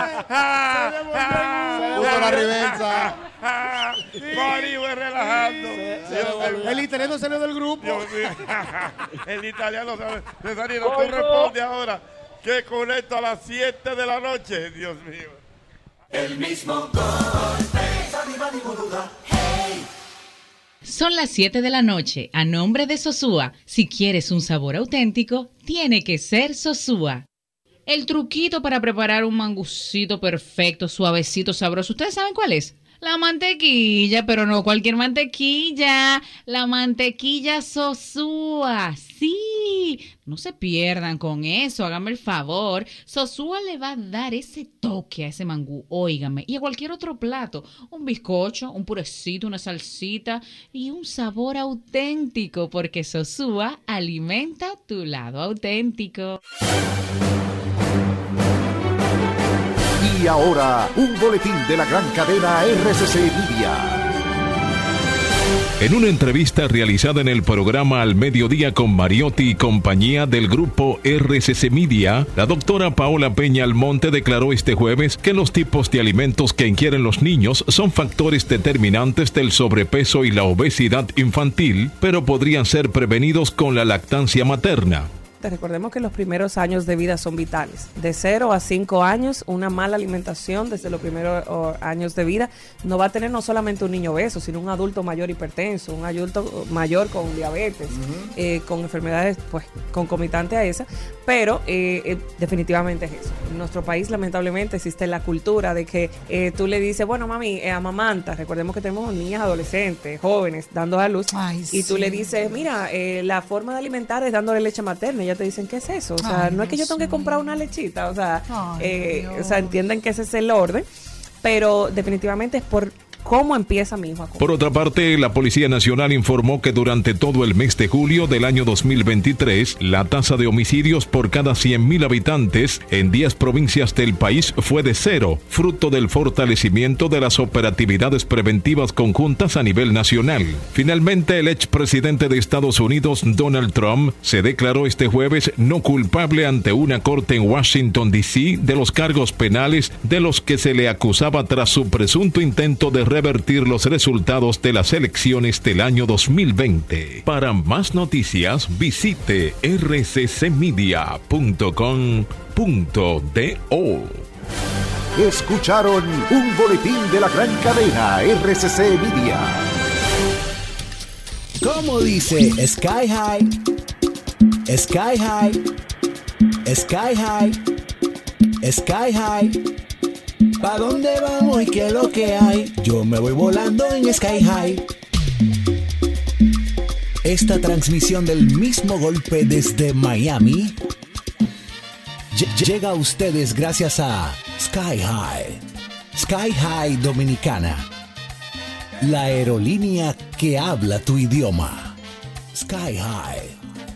Puso la reversa. Mario es relajando. Dios mío. El italiano salió del grupo. Dios mío. El italiano sabe. Cesarina, tú Gordo. responde ahora que conecto a las siete de la noche. Dios mío. El mismo golpe. Hey. Son las siete de la noche. A nombre de Sosúa, si quieres un sabor auténtico, tiene que ser Sosúa. El truquito para preparar un mangucito perfecto, suavecito, sabroso, ¿ustedes saben cuál es? La mantequilla, pero no cualquier mantequilla, la mantequilla Sosúa, sí, no se pierdan con eso, háganme el favor, Sosúa le va a dar ese toque a ese mangú, óigame, y a cualquier otro plato, un bizcocho, un purecito, una salsita y un sabor auténtico, porque Sosúa alimenta tu lado auténtico. Y ahora, un boletín de la gran cadena R C C Media. En una entrevista realizada en el programa Al Mediodía con Mariotti y compañía del grupo R C C Media, la doctora Paola Peña Almonte declaró este jueves que los tipos de alimentos que ingieren los niños son factores determinantes del sobrepeso y la obesidad infantil, pero podrían ser prevenidos con la lactancia materna. Recordemos que los primeros años de vida son vitales. De cero a cinco años, una mala alimentación desde los primeros oh, años de vida no va a tener no solamente un niño obeso, sino un adulto mayor hipertenso, un adulto mayor con diabetes, uh-huh. eh, con enfermedades pues concomitantes a esa, pero eh, eh, definitivamente es eso. En nuestro país, lamentablemente, existe la cultura de que eh, tú le dices, bueno, mami, eh, amamanta. Recordemos que tenemos niñas adolescentes, jóvenes, dando a luz, Ay, y tú sí. le dices, mira, eh, la forma de alimentar es dándole leche materna. Ya te dicen, ¿qué es eso? O sea, Ay, no es que yo tengo que comprar una lechita, o sea, Ay, eh, o sea, entienden que ese es el orden, pero definitivamente es por cómo empieza mi hijo a comer. Por otra parte, la Policía Nacional informó que durante todo el mes de julio del año dos mil veintitrés, la tasa de homicidios por cada cien mil habitantes en diez provincias del país fue de cero, fruto del fortalecimiento de las operatividades preventivas conjuntas a nivel nacional. Finalmente, el expresidente de Estados Unidos, Donald Trump, se declaró este jueves no culpable ante una corte en Washington, D C de los cargos penales de los que se le acusaba tras su presunto intento de revertir los resultados de las elecciones del año dos mil veinte. Para más noticias, visite r c c media punto com punto do. Escucharon un boletín de la gran cadena R C C Media. ¿Cómo dice Sky High? Sky High. Sky High. Sky High. ¿Pa' dónde vamos y qué es lo que hay? Yo me voy volando en Sky High. Esta transmisión del mismo golpe desde Miami ll- llega a ustedes gracias a Sky High. Sky High Dominicana, la aerolínea que habla tu idioma. Sky High.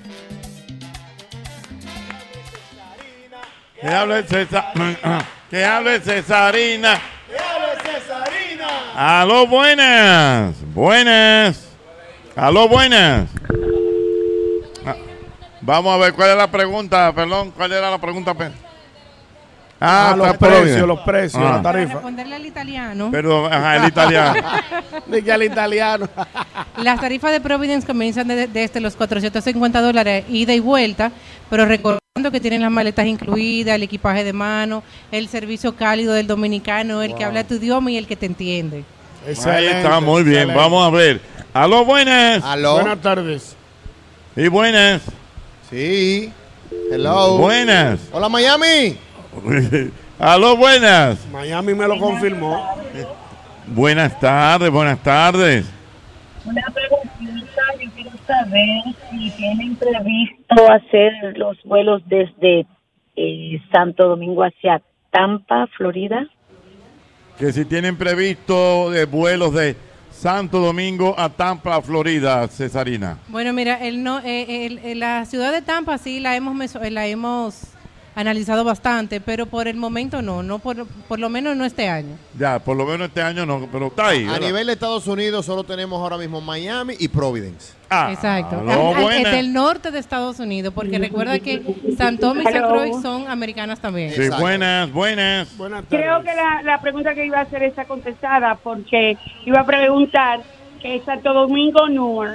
Que hable César. Que hable Cesarina. Que hable Cesarina. Aló, buenas. Buenas. Aló, buenas. Ah, vamos a ver cuál es la pregunta. Perdón, ¿cuál era la pregunta? Ah, Ah, los está por precios, bien. los precios, Ah. la tarifa. Responderle al italiano. Perdón, ajá, el italiano. Dije al italiano. Las tarifas de Providence comienzan de- desde los cuatrocientos cincuenta dólares ida y vuelta, pero recordando que tienen las maletas incluidas, el equipaje de mano, el servicio cálido del dominicano, el Wow. que habla tu idioma y el que te entiende. Ahí está, muy bien. excelente. Vamos a ver. Aló, buenas. Aló. Buenas tardes. Y buenas. Sí. Hello. Buenas. Hola, Miami. Aló, buenas. Miami me lo confirmó. Buenas tardes, buenas tardes. Una preguntita, yo quiero saber si tienen previsto hacer los vuelos desde eh, Santo Domingo hacia Tampa, Florida. Que si tienen previsto de vuelos de Santo Domingo a Tampa, Florida, Cesarina. Bueno, mira, el no, eh, el- el- la ciudad de Tampa sí la hemos meso- la hemos analizado bastante, pero por el momento no, no por, por lo menos no este año. Ya, por lo menos este año no, pero está ahí. A ¿verdad? nivel de Estados Unidos solo tenemos ahora mismo Miami y Providence. Ah, Exacto. aló, Al- al- buenas. del norte de Estados Unidos, porque recuerda que San Tomás y San Hello. Croix son americanas también. Sí, buenas, buenas. Buenas tardes. Creo que la, la pregunta que iba a hacer está contestada porque iba a preguntar que es Santo Domingo, Newark.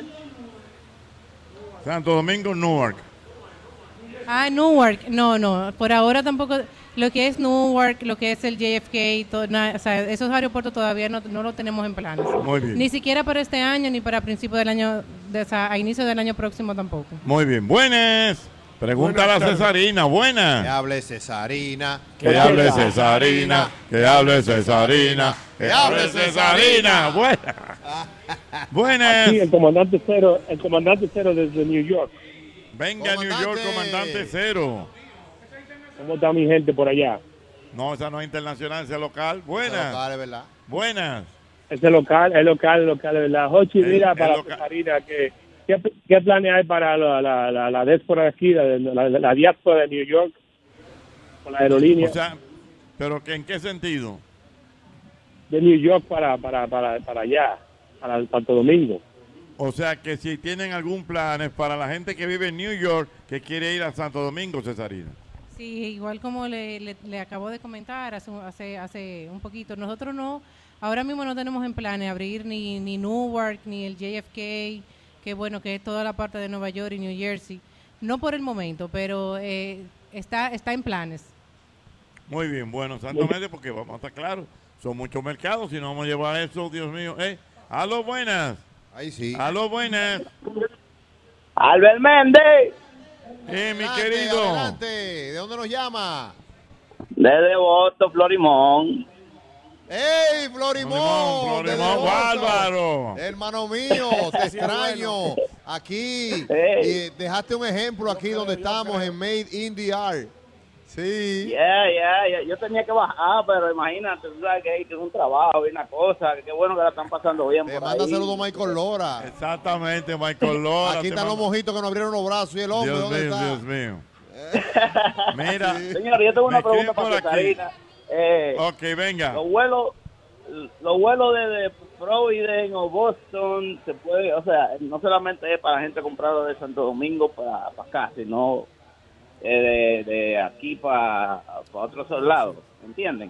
Santo Domingo, Newark. Ah, Newark, no, no, por ahora tampoco, lo que es Newark, lo que es el J F K, todo, na- o sea, esos aeropuertos todavía no, no lo tenemos en planes. Muy bien. Ni siquiera para este año, ni para principio del año, de, o sea, a inicio del año próximo tampoco. Muy bien, buenas. Pregúntale a Cesarina, buena. Que hable Cesarina. Que hable Cesarina, que hable Cesarina, que hable Cesarina, buena. Buenas. Sí, el comandante cero, el comandante cero desde New York. Venga, New York, comandante cero. ¿Cómo está mi gente por allá? No, esa no es internacional, esa es local. Buenas. Es local, es verdad. Buenas. Ese local, es local, es local, es verdad. Jochi, El- mira, el para local. Cesarina, que, ¿qué, ¿qué planes hay para la, la, la, la diáspora de aquí, la, la, la diáspora de New York, con la aerolínea O sea, ¿pero que en qué sentido? de New York para, para, para, para allá, para el Santo Domingo? O sea, que si tienen algún plan es para la gente que vive en New York que quiere ir a Santo Domingo, Cesarina. Sí, igual como le, le, le acabo de comentar hace, hace, hace un poquito, nosotros no, ahora mismo no tenemos en planes abrir ni, ni Newark, ni el J F K, que bueno, que es toda la parte de Nueva York y New Jersey. No por el momento, pero eh, está, está en planes. Muy bien, bueno, exactamente, porque vamos a estar claros, son muchos mercados, si no vamos a llevar eso, Dios mío. Eh, aló, buenas. Ahí sí. Aló, buenas. Albert Méndez. Eh, mi Adelante, querido. adelante. ¿De dónde nos llama? Desde Devoto, Florimón. ¡Ey, Florimón! Florimón, desde Florimón, Boston. bárbaro. Hermano mío, te extraño. Aquí, Hey. y dejaste un ejemplo aquí donde estamos en Made in the Art. Sí. Yeah, yeah, yeah. Yo tenía que bajar, pero imagínate, tú sabes que hay que un trabajo y una cosa, que qué bueno que la están pasando bien. Te por manda ahí. saludos Michael Lora. Exactamente, Michael Lora. Aquí te están los manda- mojitos que nos abrieron los brazos y el hombre, Dios ¿dónde mío, está? Dios mío. Mira. Señor, yo tengo me una pregunta escriben para por aquí. Cesarina. Eh, Ok, venga. Los vuelos, los vuelos de, de Providence o Boston, se puede, o sea, no solamente es para gente comprada de Santo Domingo para, para acá, sino eh, de, de aquí para, para otros lados, ¿entienden?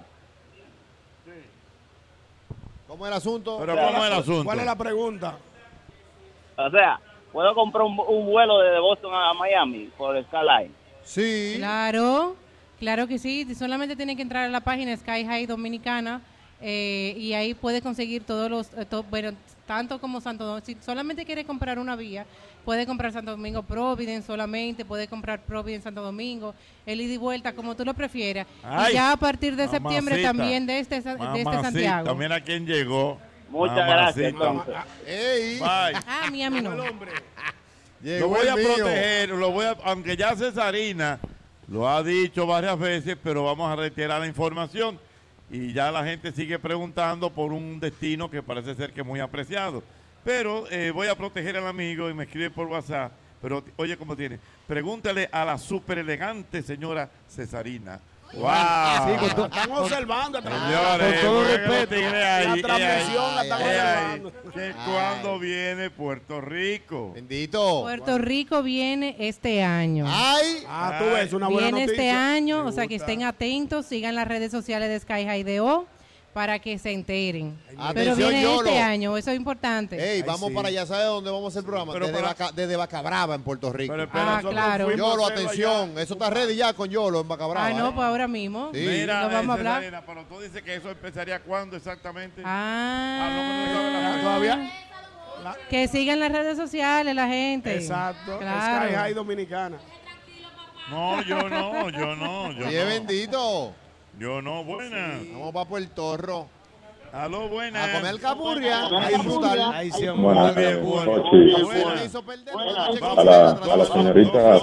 ¿Cómo es el asunto? Pero ¿cómo es el asunto? ¿Cuál es la pregunta? O sea, ¿puedo comprar un, un vuelo de Boston a Miami por Skyline? Sí. Claro, claro que sí. Solamente tiene que entrar a la página Sky High Dominicana eh, y ahí puede conseguir todos los, eh, to- bueno, tanto como Santo Domingo. Si solamente quiere comprar una vía, puede comprar Santo Domingo Providence solamente, puede comprar Providence Santo Domingo, el ida y vuelta, como tú lo prefieras. Ay, y ya a partir de septiembre mamacita. también de este, de este Mamacita, Santiago. mira quién llegó. Muchas Mamacita. gracias, entonces. Ey. Bye. Ah, Miami no. Lo Llegó voy el a mío. proteger, lo voy a, aunque ya Cesarina lo ha dicho varias veces, pero vamos a retirar la información y ya la gente sigue preguntando por un destino que parece ser que es muy apreciado. Pero eh, voy a proteger al amigo y me escribe por WhatsApp. Pero oye, ¿cómo tiene? Pregúntale a la súper elegante señora Cesarina. ¡Wow! Sí, con to- están observando. Señores, con todo jueguen los respeto. tigres La ahí, transmisión la eh, están ahí, eh, observando. ahí. Que cuando viene Puerto Rico. Bendito. Puerto Rico viene este año. Ay. Ah, tú ves, una buena Viene este noticia. año, Me o sea que gusta. estén atentos, sigan las redes sociales de Sky High D O para que se enteren. Pero Atención, viene Yolo. este año, eso es importante. Ey, vamos para allá, ¿sabes dónde vamos a hacer el programa? Pero Desde, para- Vaca, desde Vacabrava, en Puerto Rico. Pero espera, Ah, nosotros claro. fuimos Yolo, a hacerlo atención, allá. eso está ready ya con Yolo en Vacabrava. Ah, no, ¿eh? pues ahora mismo. Sí. Mira, Lo vamos a eh, hablar. Cesarina, pero tú dices que eso empezaría cuándo exactamente. Ah, ¿Todavía? que sigan las redes sociales la gente. Exacto. Claro. Sky High Dominicana. No, yo no, yo no, yo Oye, no. bendito. Yo no, buenas. Vamos para Puerto Rico. Aló, buenas. A comer alcapurria, a disfrutar. Ahí sí, Buenas Muy bien, tardes, bueno. Jochi. Buenas. Me hizo perder la noche A con la, César, a la señorita,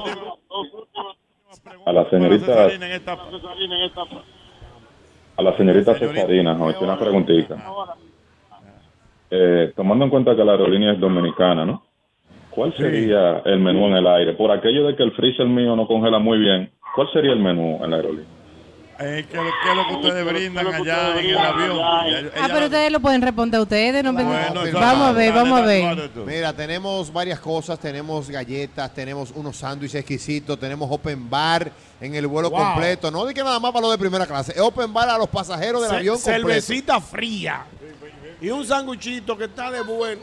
a la señorita, Cesarina en esta- a la señorita Señorita. Cesarina, Jochi, una preguntita. Eh, tomando en cuenta que la aerolínea es dominicana, ¿no? ¿Cuál sería el menú en el aire? Por aquello de que el freezer mío no congela muy bien, ¿cuál sería el menú en la aerolínea? Eh, ¿qué, es lo- qué es lo que ustedes brindan allá en el avión? Ella- Ah, ella- pero ustedes lo pueden responder ustedes. No me- Bueno, eso- vamos a ver, dale, vamos a dale, ver. dale tú. Mira, tenemos varias cosas, tenemos galletas, tenemos unos sándwiches exquisitos, tenemos open bar en el vuelo Wow. completo. No di que nada más para los de primera clase, es open bar a los pasajeros del Ce- avión completo. cervecita fría. Y un sanguchito que está de bueno.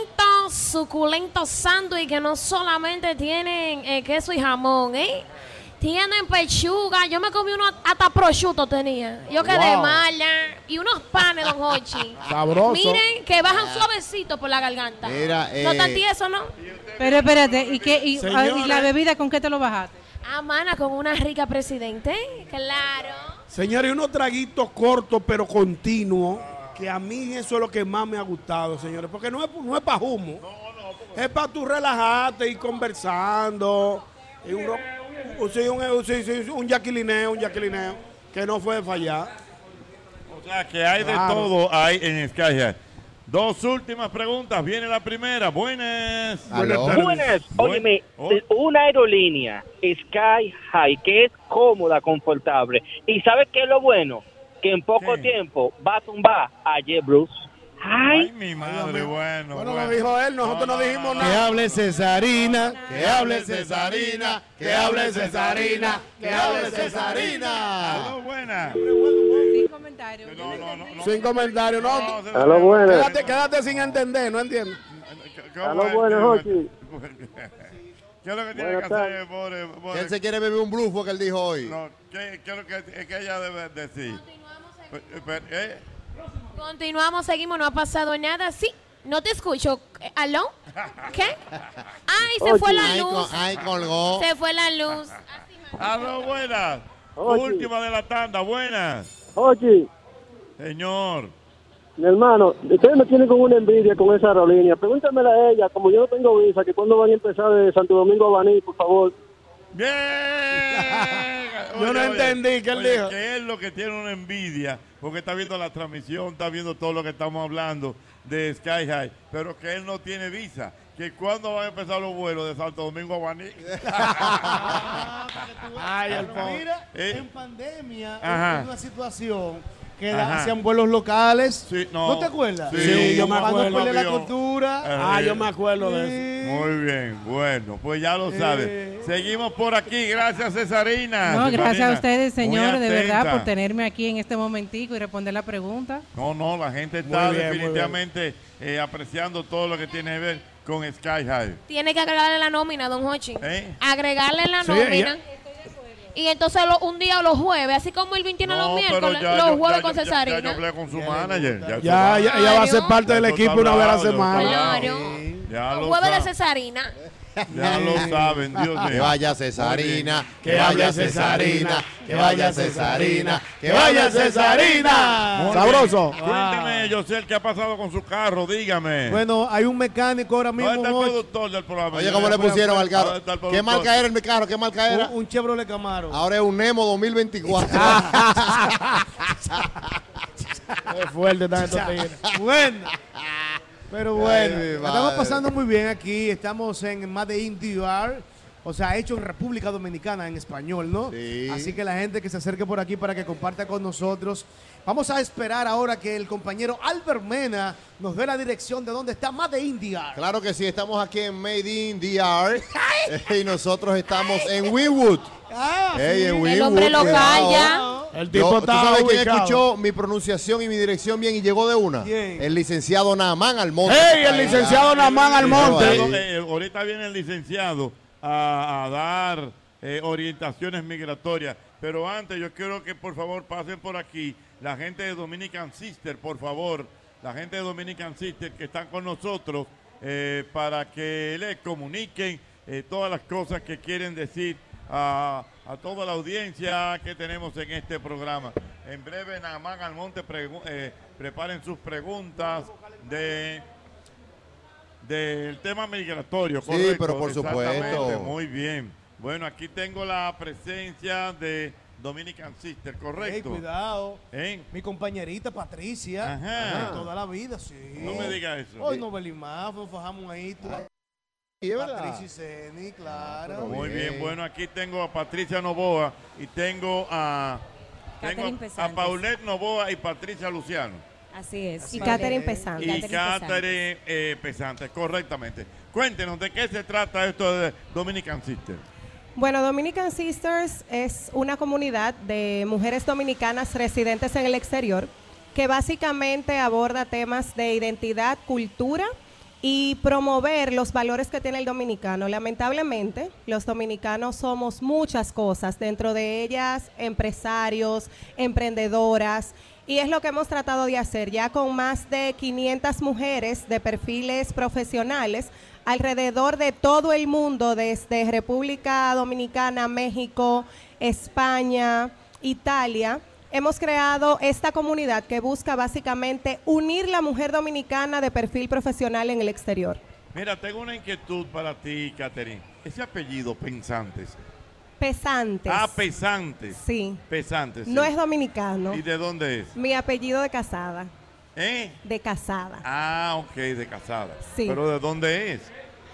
Suculento, suculento sándwich que no solamente tienen eh, queso y jamón, ¿eh? Tienen pechuga. Yo me comí uno hasta prosciutto tenía. Yo quedé Wow. mala. Y unos panes, don Hochi. Sabroso. Miren que bajan suavecito por la garganta. Mira, No eh, tan tieso, ¿no? Pero espérate, ¿y, qué, y, Señores. ¿y la bebida con qué te lo bajaste? Ah, mana, con una rica presidente. Claro. Señores, unos traguitos cortos pero continuos, que a mí eso es lo que más me ha gustado, señores, porque no es, no es para humo, es para tú relajarte y conversando, y un, ro- sí, un, sí, sí, un yaquilineo, un yaquilineo, que no fue fallar. O sea, que hay de Claro. todo ahí en Sky High. Dos últimas preguntas. Viene la primera. Buenas. Buenas. Óyeme, una aerolínea Sky High que es cómoda, confortable. ¿Y sabes qué es lo bueno? Que en poco tiempo va a tumbar a JetBlue. Ay, mi madre, bueno. Bueno, lo dijo él, nosotros no, dijimos Que nada. hable Cesarina, que hable Cesarina, que hable Cesarina, que hable Cesarina. Aló, buena. Sin comentarios. No, no, no. Sin comentario, no. Aló, buenas. Quédate, quédate sin entender, no entiendo. Aló, buenas, Jochi. ¿Qué es lo que tiene Buenas que hacer, tardes. pobre, pobre? Que él se quiere beber un blue, fue que él dijo hoy. No, ¿qué, qué es lo que, es que ella debe decir? Pues, eh, pero, eh, Continuamos, seguimos, no ha pasado nada. Sí, no te escucho. Eh, ¿Aló? ¿Qué? Ay, se fue la Ay, luz. col- ay, colgó. Se fue la luz. Aló, buenas. Oye. Última de la tanda, buenas. Oye, Señor. mi hermano, ustedes me tienen con una envidia con esa aerolínea. Pregúntamela a ella, como yo no tengo visa, que cuando van a empezar de Santo Domingo a Baní, por favor. Bien. Yo no entendí, ¿qué él oye, dijo? que es lo que tiene una envidia, porque está viendo la transmisión, está viendo todo lo que estamos hablando de Sky High, pero que él no tiene visa. Que cuando van a empezar los vuelos de Santo Domingo a Baní. Ay, el Pero mira, Eh. en pandemia, Ajá. en una situación que Ajá. hacían vuelos locales. no. no. te acuerdas? Sí, yo me Para no acuerdo. perder la Avión. cultura. Ah, yo me acuerdo de eso. Muy bien, bueno, pues ya lo Eh. sabes. Seguimos por aquí, gracias Cesarina. No, gracias Cesarina, a ustedes, muy señores, de verdad, atenta. por tenerme aquí en este momentico y responder la pregunta. No, no, la gente está Muy bien, muy definitivamente eh, apreciando todo lo que tiene que ver con Sky High. Tiene que agregarle la nómina, don Hochi. ¿Eh? Agregarle la Sí, nómina. Y entonces lo- un día o los jueves, así como el tiene No, los pero miércoles, ya los yo- jueves ya con yo- ya- Cesarina. Ya, yo hablé con su manager. Ya, Ya, ya, ella va a ser parte del Ya eso equipo está una vez a la hablado, semana. Claro. Ya Los lo jueves de saben. Cesarina. Ya lo saben, Dios mío. Que vaya Cesarina, Muy que vaya Cesarina, que vaya Cesarina, que vaya Cesarina. Muy Sabroso. bien. Cuénteme, José, ¿qué ha pasado con su carro? Dígame. Bueno, hay un mecánico ahora mismo. ¿Dónde está el Jochi. productor del programa? Oye, ¿cómo le pusieron al carro? ¿Dónde está el ¿Qué productor? marca era el mi carro? ¿Qué marca era? Un, un Chevrolet Camaro. Ahora es un Nemo dos mil veinticuatro. Es fuerte, están estos tigres. Bueno. Pero bueno, Ay, mi la estamos madre. pasando muy bien aquí. Estamos en Made in D R, o sea, hecho en República Dominicana en español, ¿no? Sí. Así que la gente que se acerque por aquí para que comparta con nosotros. Vamos a esperar ahora que el compañero Albert Mena nos dé la dirección de dónde está Made in D R. Claro que sí, estamos aquí en Made in D R y nosotros estamos en Winwood. Ah, Ey, sí. en El Winwood, hombre local cuidado. ya. El tipo Yo- ¿Tú está sabes quién ubicado. escuchó mi pronunciación y mi dirección bien y llegó de una? ¿Quién? El licenciado Naamán Almonte. ¡Ey, el licenciado Naamán Almonte! Ahí. Eh, ahorita viene el licenciado a, a dar eh, orientaciones migratorias, pero antes yo quiero que por favor pasen por aquí la gente de Dominican Sister, por favor, la gente de Dominican Sister que están con nosotros eh, para que les comuniquen eh, todas las cosas que quieren decir a, a toda la audiencia que tenemos en este programa. En breve, Naamán Almonte, pregu- eh, preparen sus preguntas de del tema migratorio. Sí, correcto, pero por supuesto. exactamente, muy bien. Bueno, aquí tengo la presencia de Dominican Sister, Ey, correcto. cuidado. ¿Eh? Mi compañerita Patricia. Ajá. De toda la vida, sí. No me diga eso. Hoy no más, nos fajamos ahí. tú- Sí, es verdad. Patricia y Ceni, claro. Muy bien. bueno, aquí tengo a Patricia Novoa y tengo a, tengo Catherine a, a Pesantes. Paulette Novoa y Patricia Luciano. Así es. Y Vale. Catherine Pesantes. Y Catherine Pesantes. Catherine eh, Pesantes, correctamente. Cuéntenos, ¿de qué se trata esto de Dominican Sister? Bueno, Dominican Sisters es una comunidad de mujeres dominicanas residentes en el exterior que básicamente aborda temas de identidad, cultura y promover los valores que tiene el dominicano. Lamentablemente, los dominicanos somos muchas cosas, dentro de ellas empresarios, emprendedoras, y es lo que hemos tratado de hacer, ya con más de quinientas mujeres de perfiles profesionales alrededor de todo el mundo, desde República Dominicana, México, España, Italia. Hemos creado esta comunidad que busca básicamente unir la mujer dominicana de perfil profesional en el exterior. Mira, tengo una inquietud para ti, Catherine. Ese apellido, Pensantes. Pesantes. Ah, Pesantes. Sí. Pesantes. Sí. No es dominicano. ¿Y de dónde es? Mi apellido de casada. ¿Eh? De casada. Ah, ok, de casada. Sí. ¿Pero de dónde es?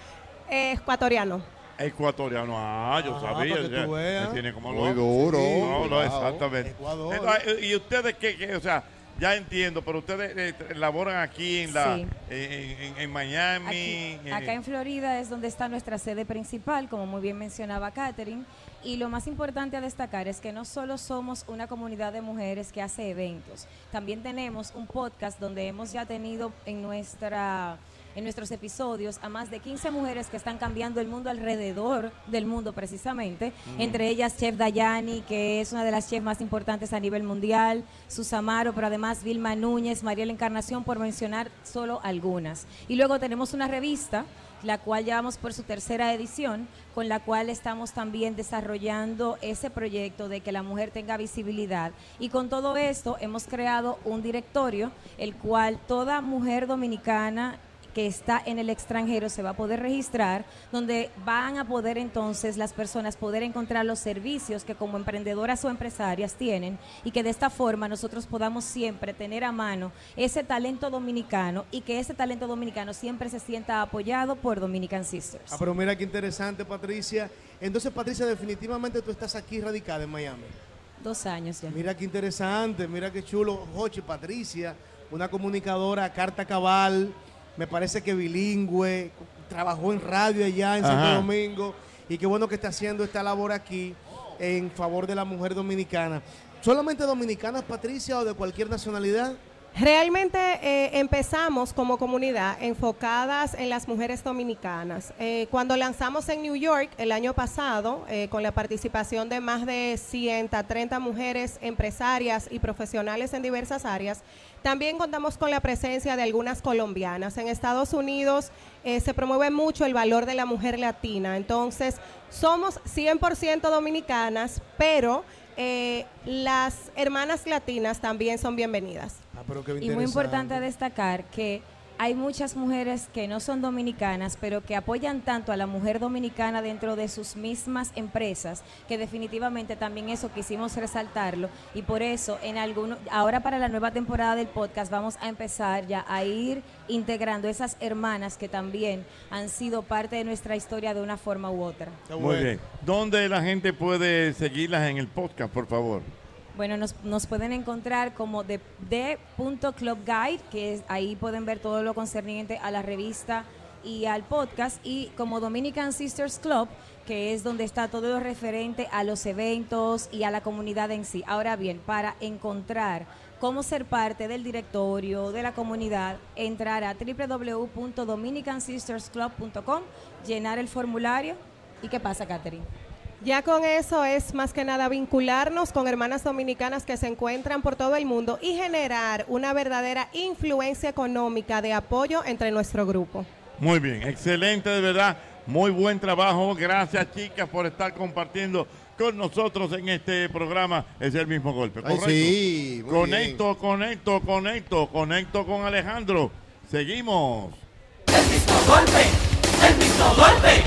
Eh, ecuatoriano. Ecuatoriano, ah, yo Ah, sabía. para que ya, tú veas. me tiene como Muy loco. duro, Sí, no, no, cuidado. exactamente. Ecuador. Entonces, ¿y ustedes qué, qué? O sea, ya entiendo, pero ustedes eh, laboran aquí en la Sí. en, en- en Miami. Aquí, en- acá en Florida es donde está nuestra sede principal, como muy bien mencionaba Catherine, y lo más importante a destacar es que no solo somos una comunidad de mujeres que hace eventos, también tenemos un podcast donde hemos ya tenido en nuestra en nuestros episodios a más de quince mujeres que están cambiando el mundo alrededor del mundo precisamente, Mm. entre ellas Chef Dayani, que es una de las chefs más importantes a nivel mundial, Susamaro, pero además Vilma Núñez, Mariela Encarnación, por mencionar solo algunas. Y luego tenemos una revista, la cual llevamos por su tercera edición, con la cual estamos también desarrollando ese proyecto de que la mujer tenga visibilidad. Y con todo esto hemos creado un directorio, el cual toda mujer dominicana que está en el extranjero se va a poder registrar, donde van a poder entonces las personas poder encontrar los servicios que como emprendedoras o empresarias tienen, y que de esta forma nosotros podamos siempre tener a mano ese talento dominicano, y que ese talento dominicano siempre se sienta apoyado por Dominican Sisters. Ah, pero mira qué interesante, Patricia. Entonces, Patricia, definitivamente tú estás aquí radicada en Miami. Dos años ya. Mira qué interesante, mira qué chulo. Jochi, Patricia, una comunicadora, carta cabal, me parece que bilingüe, trabajó en radio allá en Ajá. Santo Domingo, y qué bueno que está haciendo esta labor aquí en favor de la mujer dominicana. ¿Solamente dominicanas, Patricia, o de cualquier nacionalidad? Realmente eh, empezamos como comunidad enfocadas en las mujeres dominicanas. Eh, cuando lanzamos en New York el año pasado, eh, con la participación de más de ciento treinta mujeres empresarias y profesionales en diversas áreas, también contamos con la presencia de algunas colombianas. En Estados Unidos eh, se promueve mucho el valor de la mujer latina, entonces somos cien por ciento dominicanas, pero eh, las hermanas latinas también son bienvenidas. Ah, pero qué Y muy interesante. importante destacar que hay muchas mujeres que no son dominicanas, pero que apoyan tanto a la mujer dominicana dentro de sus mismas empresas, que definitivamente también eso quisimos resaltarlo, y por eso en alguno, ahora para la nueva temporada del podcast vamos a empezar ya a ir integrando esas hermanas que también han sido parte de nuestra historia de una forma u otra. Muy bien. ¿Dónde la gente puede seguirlas en el podcast, por favor? Bueno, nos, nos pueden encontrar como de, de punto club guide, que es, ahí pueden ver todo lo concerniente a la revista y al podcast, y como Dominican Sisters Club, que es donde está todo lo referente a los eventos y a la comunidad en sí. Ahora bien, para encontrar cómo ser parte del directorio, de la comunidad, entrar a w w w punto dominican sisters club punto com, llenar el formulario. ¿Y qué pasa, Catherine? Ya con eso es más que nada vincularnos con hermanas dominicanas que se encuentran por todo el mundo y generar una verdadera influencia económica de apoyo entre nuestro grupo. Muy bien, excelente, de verdad. Muy buen trabajo. Gracias, chicas, por estar compartiendo con nosotros en este programa. Es el mismo golpe, Ay, ¿correcto? sí, muy conecto, conecto, conecto, conecto con Alejandro. Seguimos. El mismo golpe, el mismo golpe.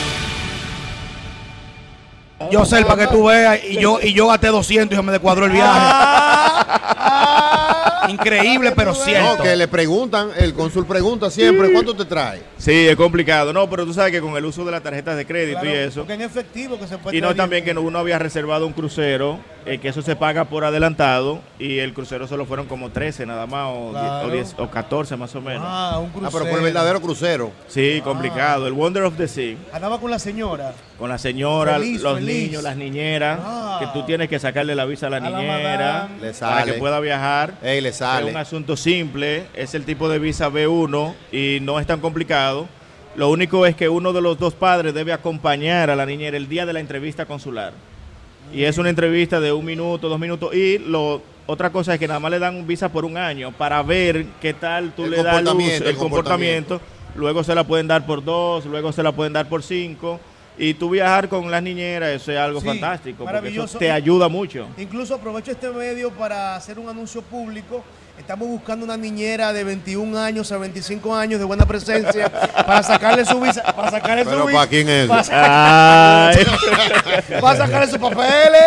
Yo sé, para que tú veas, y yo y yo gasté doscientos y se me descuadró el viaje. Increíble, pero cierto. No, que le preguntan, el cónsul pregunta siempre, ¿cuánto te trae? Sí, es complicado. No, pero tú sabes que con el uso de las tarjetas de crédito Claro, y eso, porque en efectivo que se puede y no traer también que no- uno había reservado un crucero eh, que eso se paga por adelantado y el crucero solo fueron como trece nada más o, Claro. diez, o, diez, o catorce más o menos. Ah, un crucero. Ah, pero fue el verdadero crucero. Sí, complicado. El Wonder of the Sea. Andaba con la señora. Con la señora, Feliz, los feliz. niños, las niñeras, Ah. que tú tienes que sacarle la visa a la A la niñera madame. Le para sale. que pueda viajar. Ey, le sale. Es un asunto simple, es el tipo de visa B uno y no es tan complicado. Lo único es que uno de los dos padres debe acompañar a la niñera el día de la entrevista consular. Y es una entrevista de un minuto, dos minutos. Y lo otra cosa es que nada más le dan visa por un año para ver qué tal tú El le das luz, comportamiento, el el comportamiento. Luego se la pueden dar por dos, luego se la pueden dar por cinco. Y tú viajar con las niñeras, eso es algo Sí, fantástico. Porque maravilloso. eso te ayuda mucho. Incluso aprovecho este medio para hacer un anuncio público. Estamos buscando una niñera de veintiún años a veinticinco años de buena presencia para sacarle su visa. Para sacarle Pero su visa. ¿para quién es? Para, Ay. sacar- para sacarle sus papeles.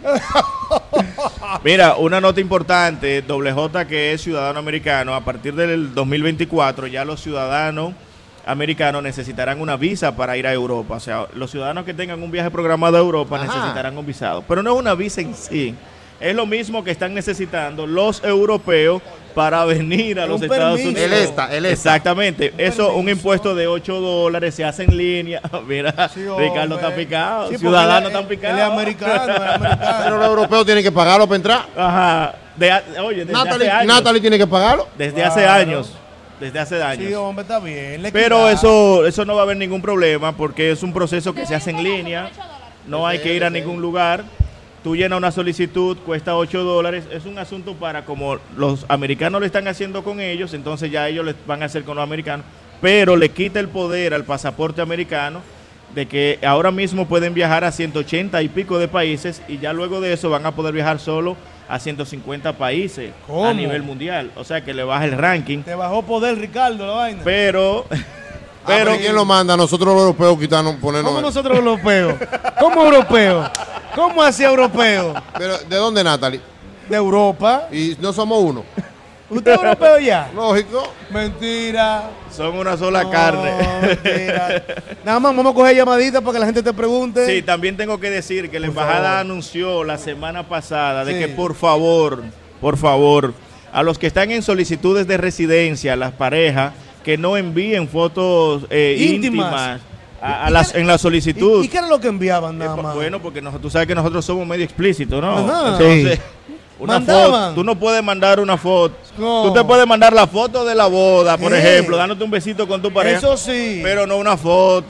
Mira, una nota importante, Doble J, que es ciudadano americano, a partir del dos mil veinticuatro ya los ciudadanos americanos necesitarán una visa para ir a Europa. O sea, los ciudadanos que tengan un viaje programado a Europa Ajá. necesitarán un visado. Pero no es una visa en sí. Es lo mismo que están necesitando los europeos para venir a Un los Estados permiso. Unidos. El ESTA, el ESTA. Exactamente. Eso, un impuesto de ocho dólares, se hace en línea. Mira, Ricardo está picado. Sí, porque ciudadano él- está picado. él es americano, él es americano. Pero los europeos tienen que pagarlo para entrar. Ajá. De a- oye, desde Natalie, hace años. Natalie tiene que pagarlo. Desde hace Claro. años. Desde hace años. Sí, hombre, está bien. le Pero quita. eso, eso no va a haber ningún problema porque es un proceso que se hace en línea. No hay que ir a ningún lugar. Tú llenas una solicitud, cuesta ocho dólares. Es un asunto para como los americanos lo están haciendo con ellos, entonces ya ellos lo van a hacer con los americanos. Pero le quita el poder al pasaporte americano de que ahora mismo pueden viajar a ciento ochenta y pico de países y ya luego de eso van a poder viajar solo a ciento cincuenta países ¿Cómo? a nivel mundial. O sea que le baja el ranking. Te bajó poder, Ricardo, la vaina. Pero, Pero pero ¿quién lo manda? Nosotros los europeos quitarnos, ponernos. ¿Cómo nosotros europeos? ¿Cómo europeos? ¿Cómo así europeos? Pero, ¿de dónde, Natalie? De Europa. Y no somos uno. ¿Usted es europeo ya? Lógico. Mentira. son una sola No, carne. mentira. Nada más vamos a coger llamaditas para que la gente te pregunte. Sí, también tengo que decir que la Por embajada favor. anunció la semana pasada de Sí. que por favor, por favor, a los que están en solicitudes de residencia, las parejas, que no envíen fotos eh, Íntimas. íntimas, a, a ¿Y las, qué- en la solicitud. ¿Y, y qué era lo que enviaban nada Eh, más? Bueno, porque nosotros, tú sabes que nosotros somos medio explícitos, ¿no? Ajá. Entonces, Sí. una Mandaban. foto, tú no puedes mandar una foto. No. Tú te puedes mandar la foto de la boda, por Eh. ejemplo, dándote un besito con tu pareja. Eso sí. Pero no una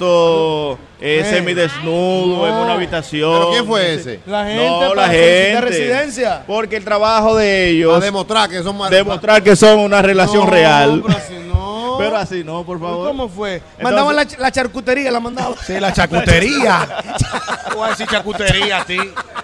foto eh, Eh. semidesnudo en No. una habitación. ¿Pero quién fue ese? La gente No, para la solicitar gente. residencia. Porque el trabajo de ellos Para demostrar que son mar- demostrar que son una relación No, real. pero así no. Pero así no, por favor. ¿Cómo fue? Mandaban la, ch- la charcutería, la mandaban. Sí, la chacutería. Voy a decir chacutería a ti.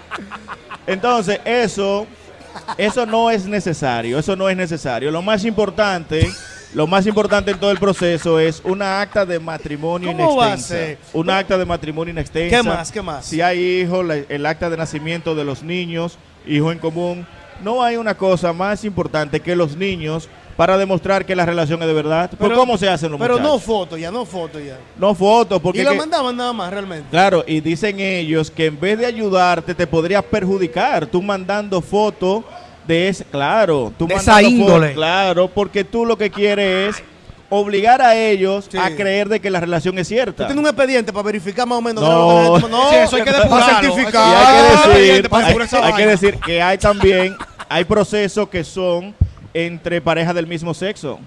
Entonces, eso, eso no es necesario, eso no es necesario. Lo más importante, lo más importante en todo el proceso es una acta de matrimonio ¿Cómo va a inextensa. ser? Una acta de matrimonio inextensa. ¿Qué más? ¿Qué más? Si hay hijos, la- el acta de nacimiento de los niños, hijos en común. No hay una cosa más importante que los niños para demostrar que la relación es de verdad. ¿Por Pero- cómo se hacen los Pero muchachos? no foto ya, no foto ya. No fotos, porque Y la que- mandaban nada más, realmente. Claro, y dicen ellos que en vez de ayudarte te podrías perjudicar tú mandando fotos de ese, claro, tú De mandando esa índole. fotos, claro, porque tú lo que quieres es obligar a ellos Sí. a creer de que la relación es Tú cierta. tienes un expediente para verificar más o menos. No. que no, Sí, eso hay que para depurarlo. certificar. Y hay que decir, expediente para hay, depurar esa hay que vaina. decir que hay también, hay procesos que son entre parejas del mismo sexo.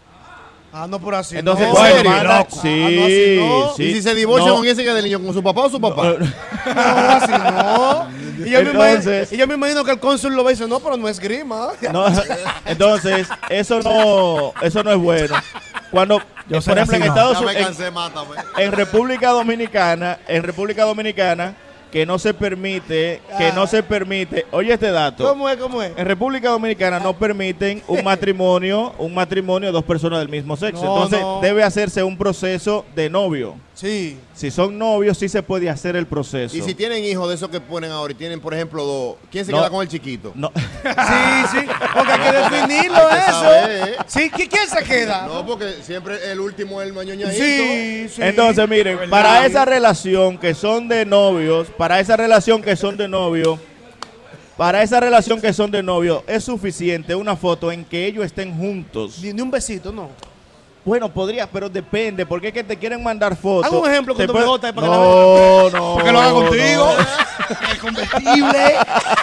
Ah, no, por así. Entonces, no. bueno, serio? manda- Ah, sí, no, así no. sí. ¿Y si se divorcia No. con ese que del niño, con su papá o su papá? No, así no. Y yo, me imagino, Entonces- y yo me imagino que el cónsul lo ve y dice, no, pero no es grima. No, entonces, eso no, eso no es bueno. Cuando, Yo por soy ejemplo, en así, no. Estados Ya me Unidos, cansé, mátame. en República Dominicana, en República Dominicana, que no se permite, que no se permite, oye este dato, ¿Cómo es? ¿Cómo es? en República Dominicana no permiten un matrimonio, un matrimonio de dos personas del mismo sexo. No, Entonces, no. debe hacerse un proceso de novio. Sí. Si son novios, sí se puede hacer el proceso. Y si tienen hijos de esos que ponen ahora y tienen, por ejemplo, dos, ¿quién se No. queda con el chiquito? No. Sí, sí. Porque hay que definirlo Hay que eso. saber, ¿eh? Sí, ¿qui- ¿quién se queda? No, porque siempre el último es el mañoñadito. Sí, sí. Entonces, miren, para esa relación que son de novios, para esa relación que son de novios, Para esa relación que son de novio, es suficiente una foto en que ellos estén juntos. Ni, ni un besito, no. Bueno, podría, pero depende, porque es que te quieren mandar fotos. Haz un ejemplo con Te tu puede- bigota para no, que la vean. no, Para que lo haga contigo. no. El convertible.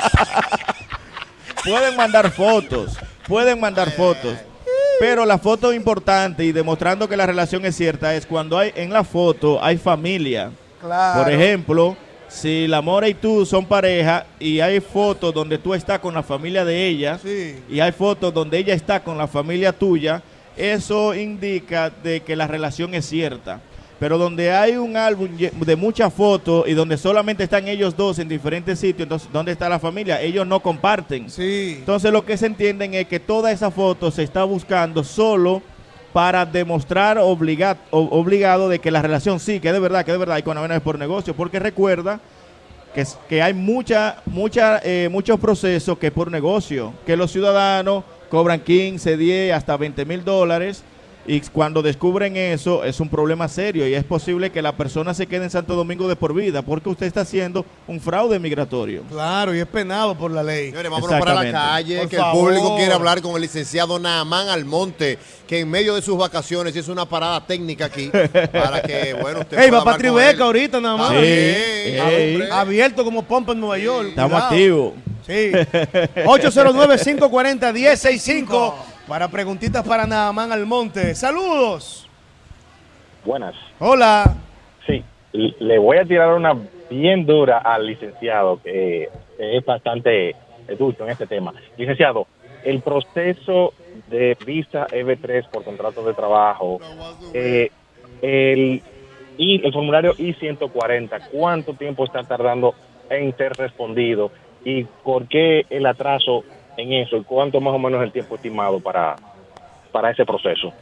Pueden mandar fotos, pueden mandar fotos. Pero la foto importante y demostrando que la relación es cierta es cuando hay en la foto hay familia. Claro. Por ejemplo, si la Mora y tú son pareja y hay fotos donde tú estás con la familia de ella y hay fotos donde ella está con la familia tuya, eso indica de que la relación es cierta. Pero donde hay un álbum lle- de muchas fotos y donde solamente están ellos dos en diferentes sitios, entonces, ¿dónde está la familia? Ellos no comparten. Entonces, lo que se entienden es que toda esa foto se está buscando solo para demostrar obliga- o- obligado de que la relación sí, que es de verdad, que es de verdad, y con es por negocio. Porque recuerda que, es- que hay mucha, mucha, eh, muchos procesos que es por negocio, que los ciudadanos cobran quince, diez, hasta veinte mil dólares. Y cuando descubren eso, es un problema serio y es posible que la persona se quede en Santo Domingo de por vida porque usted está haciendo un fraude migratorio. Claro, y es penado por la ley. Señores, vámonos para la calle, Por que favor. el público quiere hablar con el licenciado Naamán Almonte, que en medio de sus vacaciones hizo una parada técnica aquí para que, bueno, usted Ey, pueda va para hablar con Tribeca él. ahorita nada más. Sí, ey. Abierto como pompa en Nueva York. Estamos Cuidado. activos. Sí. ocho cero nueve, cinco cuatro cero, uno cero seis cinco para preguntitas para Naamán Almonte. Saludos. Buenas. Hola. Sí, l- le voy a tirar una bien dura al licenciado, que eh, es bastante adulto en este tema. Licenciado, el proceso de visa E B tres por contrato de trabajo, eh, el, y el formulario I ciento cuarenta, ¿cuánto tiempo está tardando en ser respondido? ¿Y por qué el atraso en eso? ¿Y cuánto más o menos el tiempo estimado para, para ese proceso?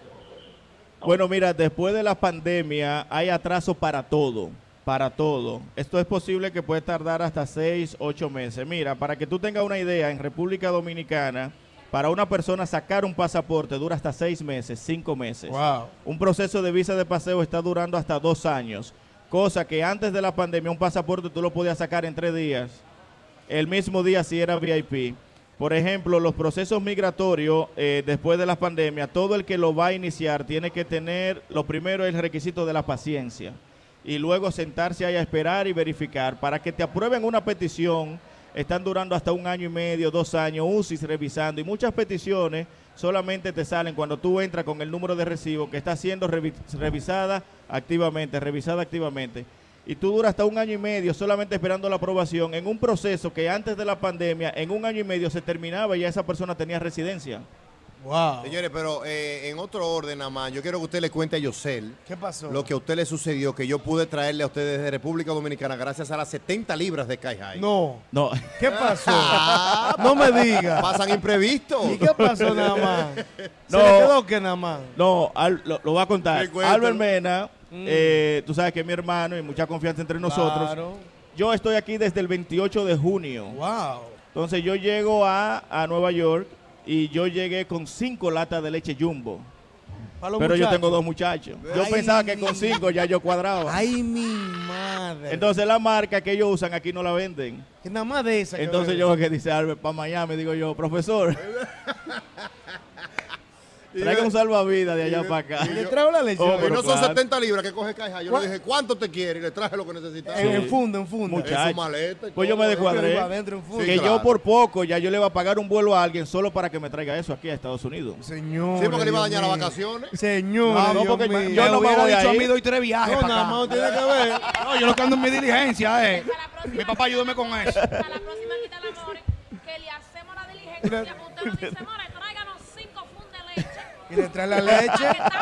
Bueno, mira, después de la pandemia hay atraso para todo, para todo. Esto es posible que puede tardar hasta seis, ocho meses. Mira, para que tú tengas una idea, en República Dominicana, para una persona sacar un pasaporte dura hasta seis meses, cinco meses. Wow. Un proceso de visa de paseo está durando hasta dos años, cosa que antes de la pandemia un pasaporte tú lo podías sacar en tres días, el mismo día si era V I P. Por ejemplo, los procesos migratorios eh, después de la pandemia, todo el que lo va a iniciar tiene que tener, lo primero es el requisito de la paciencia y luego sentarse ahí a esperar y verificar. Para que te aprueben una petición, están durando hasta un año y medio, dos años, U C I S revisando, y muchas peticiones solamente te salen cuando tú entras con el número de recibo que está siendo revi- revisada activamente, revisada activamente. Y tú duras hasta un año y medio solamente esperando la aprobación en un proceso que antes de la pandemia, en un año y medio se terminaba y ya esa persona tenía residencia. Wow. Señores, pero eh, en otro orden, Naamán, yo quiero que usted le cuente a Yosel ¿Qué pasó? lo que a usted le sucedió, que yo pude traerle a ustedes de República Dominicana gracias a las setenta libras de Sky High. No. No. ¿Qué pasó? No me diga. Pasan imprevistos. ¿Y qué pasó, Naamán? ¿Se No. le quedó qué, Naamán? No, al- lo, lo voy a contar. Sí, cuéntalo. Albert Mena, Mm. eh, tú sabes que es mi hermano y mucha confianza entre nosotros. Claro. Yo estoy aquí desde el veintiocho de junio. Wow. Entonces yo llego a, a Nueva York y yo llegué con cinco latas de leche Jumbo. Pa' los Pero yo muchachos. tengo dos muchachos. Yo Ay, pensaba que con cinco ya yo cuadraba. Ay, mi madre. Entonces la marca que ellos usan aquí no la venden. Que nada más de esa. que Entonces bebe. yo que dice Albert para Miami, digo yo, profesor, traiga un salvavidas de allá para acá. Y le traigo la leche. Oh, Y pero no son claro. setenta libras que coge Sky High. Yo ¿Cuál? le dije, ¿cuánto te quiere? Y le traje lo que necesitaba. En, en funda, en funda. Muchacho. En su maleta y Pues yo todo, me ¿eh? descuadré. Iba adentro en funda. Que Sí, claro. yo por poco ya yo le iba a pagar un vuelo a alguien solo para que me traiga eso aquí a Estados Unidos. Señor. Sí, porque le iba a Dios dañar las mío. vacaciones. Señor. No, no, Dios porque mío. yo no me hubiera voy dicho a a ir. mí doy tres viajes No, para nada acá. más tiene que ver. No, yo lo que ando en mi diligencia, eh. Mi papá ayúdame con eso. A la próxima quita la more, que le hacemos la diligencia. Usted nos dice, more, tráiganos cinco fundas de leche. Y le trae la leche.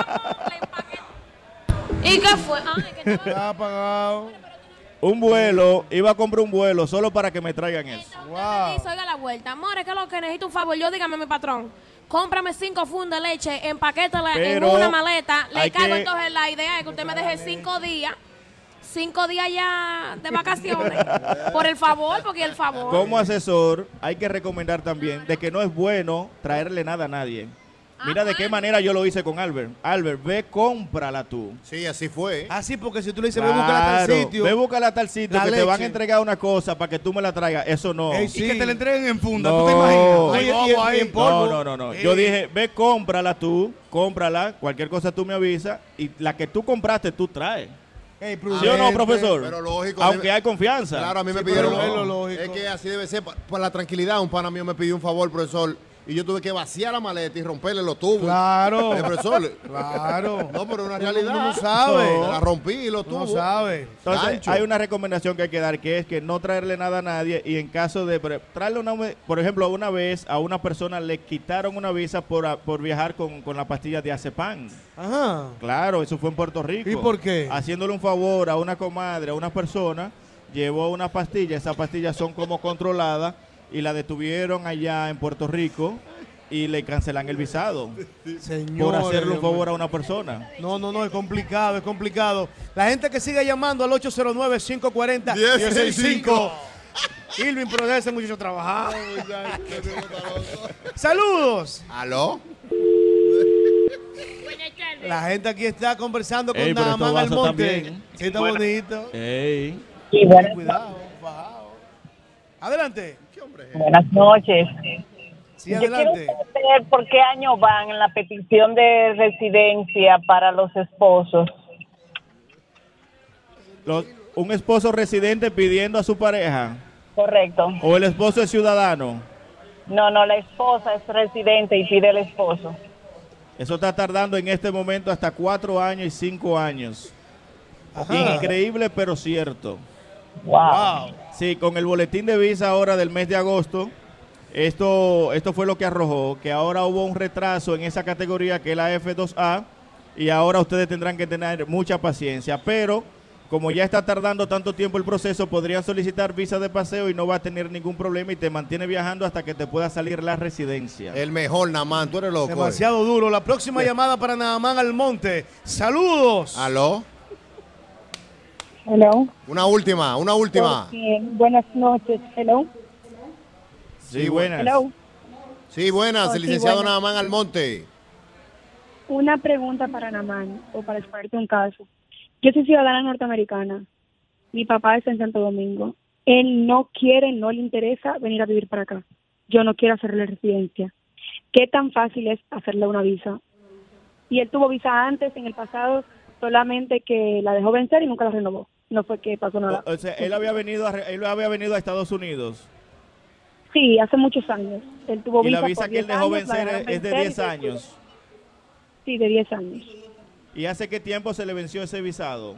¿Y qué fue? Ay, que estaba... Está apagado. Un vuelo, iba a comprar un vuelo solo para que me traigan eso. Wow. Dice, oiga la vuelta. More, ¿qué es lo que necesito? Un favor, yo dígame, mi patrón. Cómprame cinco fundas de leche, empaquétala en Pero una maleta. Le hay cargo, que- entonces la idea es que usted me deje cinco días. Cinco días ya de vacaciones. Por el favor, porque el favor. Como asesor, hay que recomendar también de que no es bueno traerle nada a nadie. Mira de qué manera yo lo hice con Albert. Albert, ve, cómprala tú. Sí, así fue. Así porque si tú le dices, ve, búscala a tal Claro, sitio. ve, búscala a tal sitio, La que te van a leche. entregar una cosa para que tú me la traigas. Eso no. Ey, Y sí. que te la entreguen en funda, No. ¿tú te imaginas? Oye, Ahí y- vamos, y ahí. en polvo. No, no, no, no. Ey. Yo dije, ve, cómprala tú, cómprala. Cualquier cosa tú me avisas. Y la que tú compraste, tú traes. Ey, ¿Sí o no, prudente. profesor? Pero lógico. Aunque debe- hay confianza. Claro, a mí me Sí, pidieron. pero es lo lógico. Es que así debe ser. pa- Por la tranquilidad, un pana mío me pidió un favor, profesor. Y yo tuve que vaciar la maleta y romperle los tubos. Claro. Eh, profesor. Claro. No, pero una Uno- realidad. uno no sabe. No, la rompí y los Tú no tubos. sabes. Entonces, Gancho. hay una recomendación que hay que dar, que es que no traerle nada a nadie y en caso de pre- traerle una, por ejemplo, una vez a una persona le quitaron una visa por, a- por viajar con, con la pastilla de Azepam. Ajá. Claro, eso fue en Puerto Rico. ¿Y por qué? Haciéndole un favor a una comadre, a una persona, llevó una pastilla, esas pastillas son como controladas y la detuvieron allá en Puerto Rico y le cancelan el visado Señor. por hacerle un favor a una persona. No, no, no, es complicado, es complicado. La gente que sigue llamando al ocho cero nueve, cinco cuatro cero, uno cero seis cinco. Irving, pero debe ser muchacho trabajado. Saludos. ¿Aló? La gente aquí está conversando con Ey, pero estos Naamán vasos Almonte. también. Sí, está Buena- bonito. Ey. Ten cuidado, bajado. Adelante. Buenas noches. Sí, Yo adelante. quiero saber por qué año van en la petición de residencia para los esposos. Los- un esposo residente pidiendo a su pareja Correcto. o el esposo es ciudadano. No, no, la esposa es residente y pide el esposo. Eso está tardando en este momento hasta cuatro años y cinco años. Ajá. Increíble, pero cierto. Wow. Sí, con el boletín de visa ahora del mes de agosto, esto, esto fue lo que arrojó, que ahora hubo un retraso en esa categoría que es la F dos A y ahora ustedes tendrán que tener mucha paciencia, pero como ya está tardando tanto tiempo el proceso, podrían solicitar visa de paseo y no va a tener ningún problema y te mantiene viajando hasta que te pueda salir la residencia. El mejor, Namán, tú eres loco. eh. Demasiado duro. La próxima llamada para Naamán Almonte. Saludos. ¿Aló? Hello. Una última, una última. Bien, buenas noches. Hello. Sí, buenas. Hello. Sí, buenas, Oh, el sí, licenciado buenas. Naamán Almonte. Una pregunta para Namán, o para exponerte un caso. Yo soy ciudadana norteamericana. Mi papá está en Santo Domingo. Él no quiere, no le interesa venir a vivir para acá. Yo no quiero hacerle residencia. ¿Qué tan fácil es hacerle una visa? Y él tuvo visa antes, en el pasado, solamente que la dejó vencer y nunca la renovó. No fue que pasó nada. O, o sea, él había venido a, re- él había venido a Estados Unidos Sí, hace muchos años. Él tuvo y la visa visa por que él diez dejó años, la vencer dejaron es de vencer diez y- años. Sí, de diez años. ¿Y hace qué tiempo se le venció ese visado?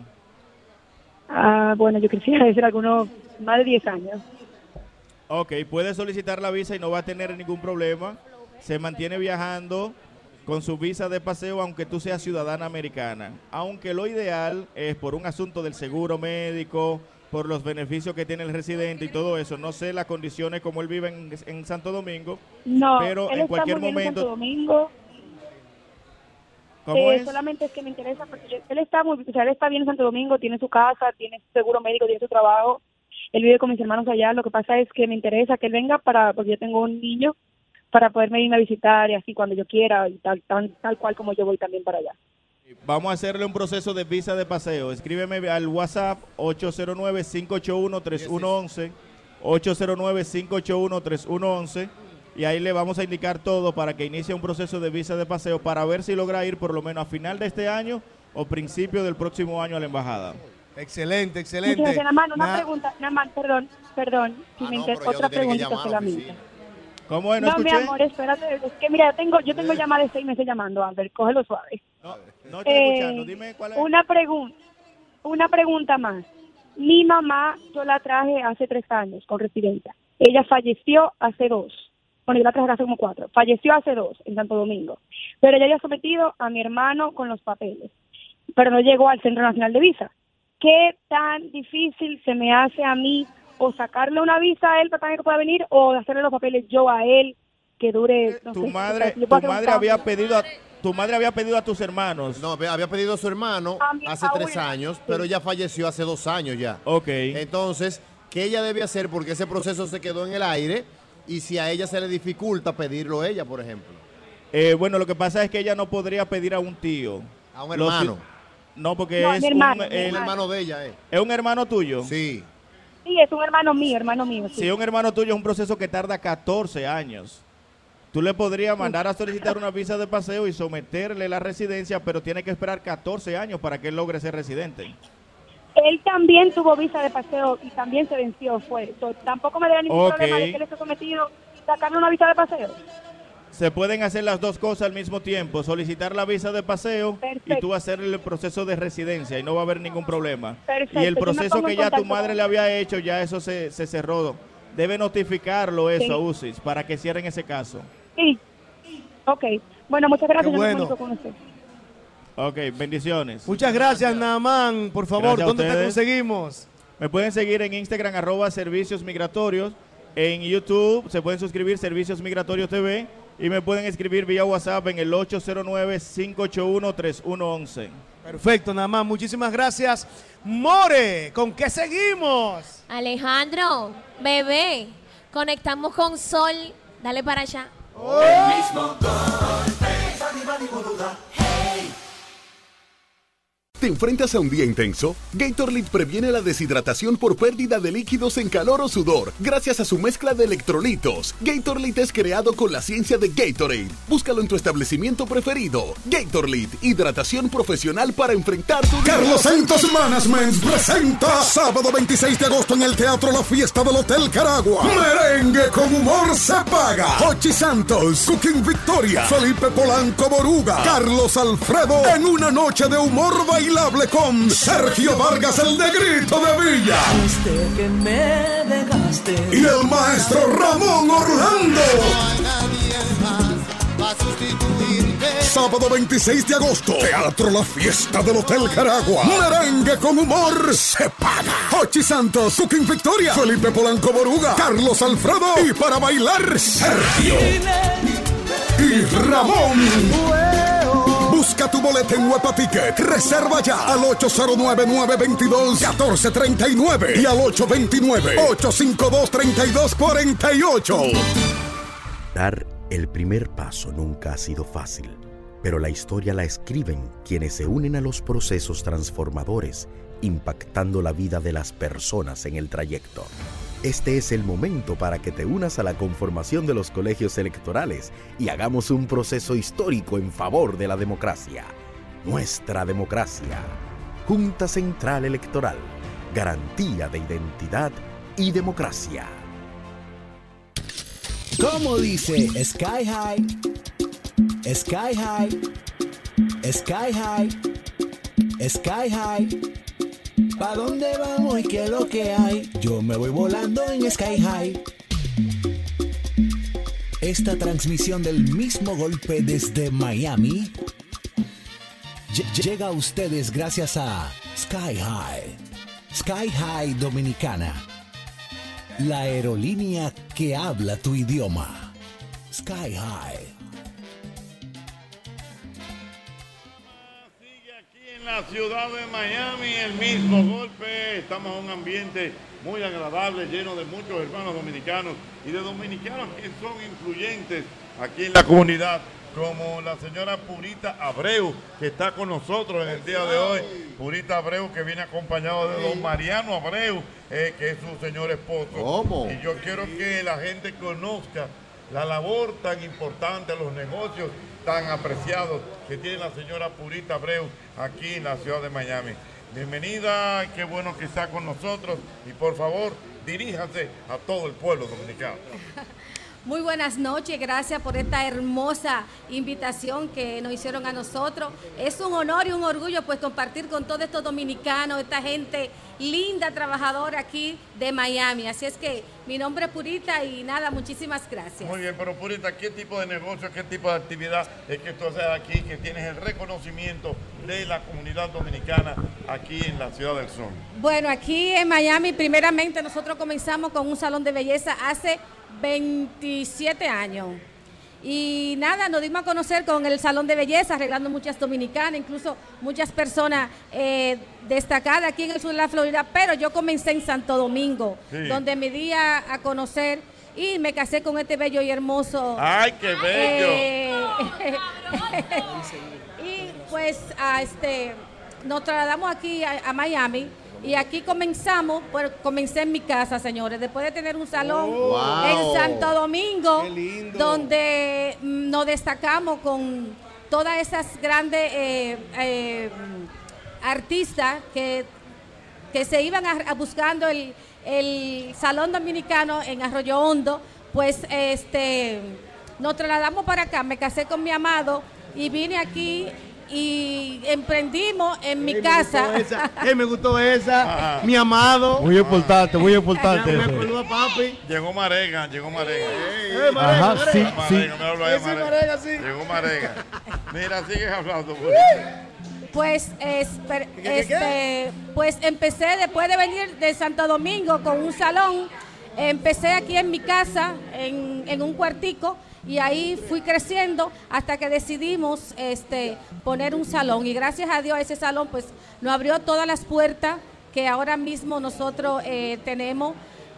Ah, bueno, yo quisiera decir algunos más de diez años. Ok, puede solicitar la visa y no va a tener ningún problema. Se mantiene viajando con su visa de paseo aunque tú seas ciudadana americana. Aunque lo ideal es por un asunto del seguro médico, por los beneficios que tiene el residente y todo eso. No sé las condiciones como él vive en, en Santo Domingo, No, pero él en está cualquier muy bien en Santo momento... Domingo. ¿Cómo Eh, es? Solamente es que me interesa porque yo- él está muy, o sea, él está bien en Santo Domingo, tiene su casa, tiene su seguro médico, tiene su trabajo. Él vive con mis hermanos allá. Lo que pasa es que me interesa que él venga para, porque yo tengo un niño, para poderme irme a visitar y así cuando yo quiera y tal, tal, tal cual como yo voy también para allá. Vamos a hacerle un proceso de visa de paseo. Escríbeme al WhatsApp ocho cero nueve, cinco ocho uno, tres uno uno uno, ocho cero nueve, cinco ocho uno, tres uno uno uno, y ahí le vamos a indicar todo para que inicie un proceso de visa de paseo para ver si logra ir por lo menos a final de este año o principio del próximo año a la embajada. Excelente, Muchas excelente. gracias, Namán. Una Na- pregunta, Namán, perdón, perdón. Si me inter- otra preguntita solamente. ¿Cómo es? No, ¿No mi escuché? amor, espérate. Es que mira, tengo, yo tengo llamada de seis meses llamando, Albert. Cógelo suave. No estoy Eh, escuchando. Dime cuál es. Una pregunta, una pregunta más. Mi mamá, yo la traje hace tres años con residencia. Ella falleció hace dos. Bueno, yo la traje hace como cuatro. Falleció hace dos en Santo Domingo. Pero ella había sometido a mi hermano con los papeles. Pero no llegó al Centro Nacional de Visa. ¿Qué tan difícil se me hace a mí o sacarle una visa a él para que pueda venir o hacerle los papeles yo a él que dure, no Tu sé, madre, o sea, yo tu puedo hacer un madre había cambio. pedido a, tu madre había pedido a tus hermanos. No, había pedido a su hermano A mi hace tres abuela. años, pero ella falleció hace dos años ya. Ok. Entonces, ¿qué ella debe hacer? Porque ese proceso se quedó en el aire y si a ella se le dificulta pedirlo ella, por ejemplo. Eh, bueno, lo que pasa es que ella no podría pedir a un tío. A un Los- hermano. no, porque No, es mi hermano, un, mi el- Un hermano de ella, ¿eh? ¿Es un hermano tuyo? Sí. Sí, es un hermano mío, hermano mío. Sí. Si es un hermano tuyo, es un proceso que tarda catorce años. Tú le podrías mandar a solicitar una visa de paseo y someterle la residencia, pero tiene que esperar catorce años para que él logre ser residente. Él también tuvo visa de paseo y también se venció, fue. So, tampoco me daría ningún Ok. problema de que él esté sometido sacarle una visa de paseo. Se pueden hacer las dos cosas al mismo tiempo, solicitar la visa de paseo Perfecto. y tú hacer el proceso de residencia y no va a haber ningún problema. Perfecto, Y el yo me proceso pongo que en ya tu contacto madre con le había hecho, ya eso se, se cerró. Debe notificarlo eso Sí. a U C I S para que cierren ese caso. Sí. Ok. Bueno, muchas gracias. Qué yo me bueno. comunico con usted. Ok, bendiciones. Muchas gracias, Naamán. Por favor, Gracias a ¿dónde te ustedes. conseguimos? Me pueden seguir en Instagram, arroba Servicios Migratorios. En YouTube se pueden suscribir Servicios Migratorios T V. Y me pueden escribir vía WhatsApp en el ocho cero nueve, cinco ocho uno, tres uno uno uno. Perfecto, Naamán. Muchísimas gracias. More, ¿con qué seguimos? Alejandro, bebé, conectamos con Sol. Dale para allá. El mismo golpe. Bani, bani, boluda. Hey. ¿Te enfrentas a un día intenso? Gatorade previene la deshidratación por pérdida de líquidos en calor o sudor gracias a su mezcla de electrolitos. Gatorade es creado con la ciencia de Gatorade. Búscalo en tu establecimiento preferido. Gatorade, hidratación profesional para enfrentar tu día. Carlos Santos Management presenta sábado veintiséis de agosto en el Teatro La Fiesta del Hotel Caragua. Merengue con humor se paga. Jochi Santos, Cooking Victoria, Felipe Polanco Boruga, Carlos Alfredo en una noche de humor bailable con Sergio Vargas el Negrito de Villa. Desde que me dejaste. Y el maestro Ramón Orlando. Sábado veintiséis de agosto, Teatro La Fiesta del Hotel Caragua. Merengue con humor se paga. Jochi Santos, Cooking Victoria, Felipe Polanco Boruga, Carlos Alfredo y para bailar Sergio y Ramón. Busca tu boleta en Huepa Ticket. Reserva ya al ocho cero nueve, nueve dos dos, uno cuatro tres nueve y al ocho dos nueve, ocho cinco dos, tres dos cuatro ocho. Dar el primer paso nunca ha sido fácil, pero la historia la escriben quienes se unen a los procesos transformadores, impactando la vida de las personas en el trayecto. Este es el momento para que te unas a la conformación de los colegios electorales y hagamos un proceso histórico en favor de la democracia. Nuestra democracia. Junta Central Electoral. Garantía de identidad y democracia. Como dice Sky High, Sky High, Sky High, Sky High. ¿Pa' dónde vamos y qué es lo que hay? Yo me voy volando en Sky High. Esta transmisión del mismo golpe desde Miami ll- llega a ustedes gracias a Sky High. Sky High Dominicana. La aerolínea que habla tu idioma. Sky High. En la ciudad de Miami, el mismo golpe. Estamos en un ambiente muy agradable, lleno de muchos hermanos dominicanos y de dominicanos que son influyentes aquí en la comunidad, como la señora Purita Abreu, que está con nosotros en el día de hoy. Purita Abreu, que viene acompañado de don Mariano Abreu, eh, que es su señor esposo. ¿Cómo? Y yo quiero que la gente conozca la labor tan importante, los negocios tan apreciados que tiene la señora Purita Abreu aquí en la ciudad de Miami. Bienvenida, qué bueno que está con nosotros y por favor diríjase a todo el pueblo dominicano. Muy buenas noches, gracias por esta hermosa invitación que nos hicieron a nosotros. Es un honor y un orgullo pues compartir con todos estos dominicanos, esta gente linda, trabajadora aquí de Miami. Así es que mi nombre es Purita y nada, muchísimas gracias. Muy bien, pero Purita, ¿qué tipo de negocio, qué tipo de actividad es que tú haces aquí, que tienes el reconocimiento de la comunidad dominicana aquí en la Ciudad del Sol? Bueno, aquí en Miami, primeramente nosotros comenzamos con un salón de belleza hace veintisiete años. Y nada, nos dimos a conocer con el salón de belleza, arreglando muchas dominicanas, incluso muchas personas eh, destacadas aquí en el sur de la Florida, pero yo comencé en Santo Domingo, Sí. donde me di a, a conocer y me casé con este bello y hermoso ¡Ay, qué bello! eh, y pues a este nos trasladamos aquí a, a Miami. Y aquí comenzamos, pues comencé en mi casa, señores, después de tener un salón Oh, wow. en Santo Domingo, Qué lindo. donde mm, nos destacamos con todas esas grandes eh, eh, artistas que, que se iban a, a buscando el, el salón dominicano en Arroyo Hondo, pues este nos trasladamos para acá, me casé con mi amado y vine aquí y emprendimos en mi Ey, casa. Me gustó esa, ey, me gustó esa. Mi amado. Muy importante, muy importante. Me eso. acuerdo a papi. Llegó Marega, llegó Marega. Eh, Marega, Ajá, Marega. sí, Marega, sí. me hablo ahí, Eh, sí, Marega, sí. Llegó Marega. Mira, sigue hablando. Pues, esper- ¿Qué, qué, este, pues empecé después de venir de Santo Domingo con un salón, empecé aquí en mi casa, en, en un cuartico, y ahí fui creciendo hasta que decidimos este, poner un salón. Y gracias a Dios ese salón pues nos abrió todas las puertas que ahora mismo nosotros eh, tenemos.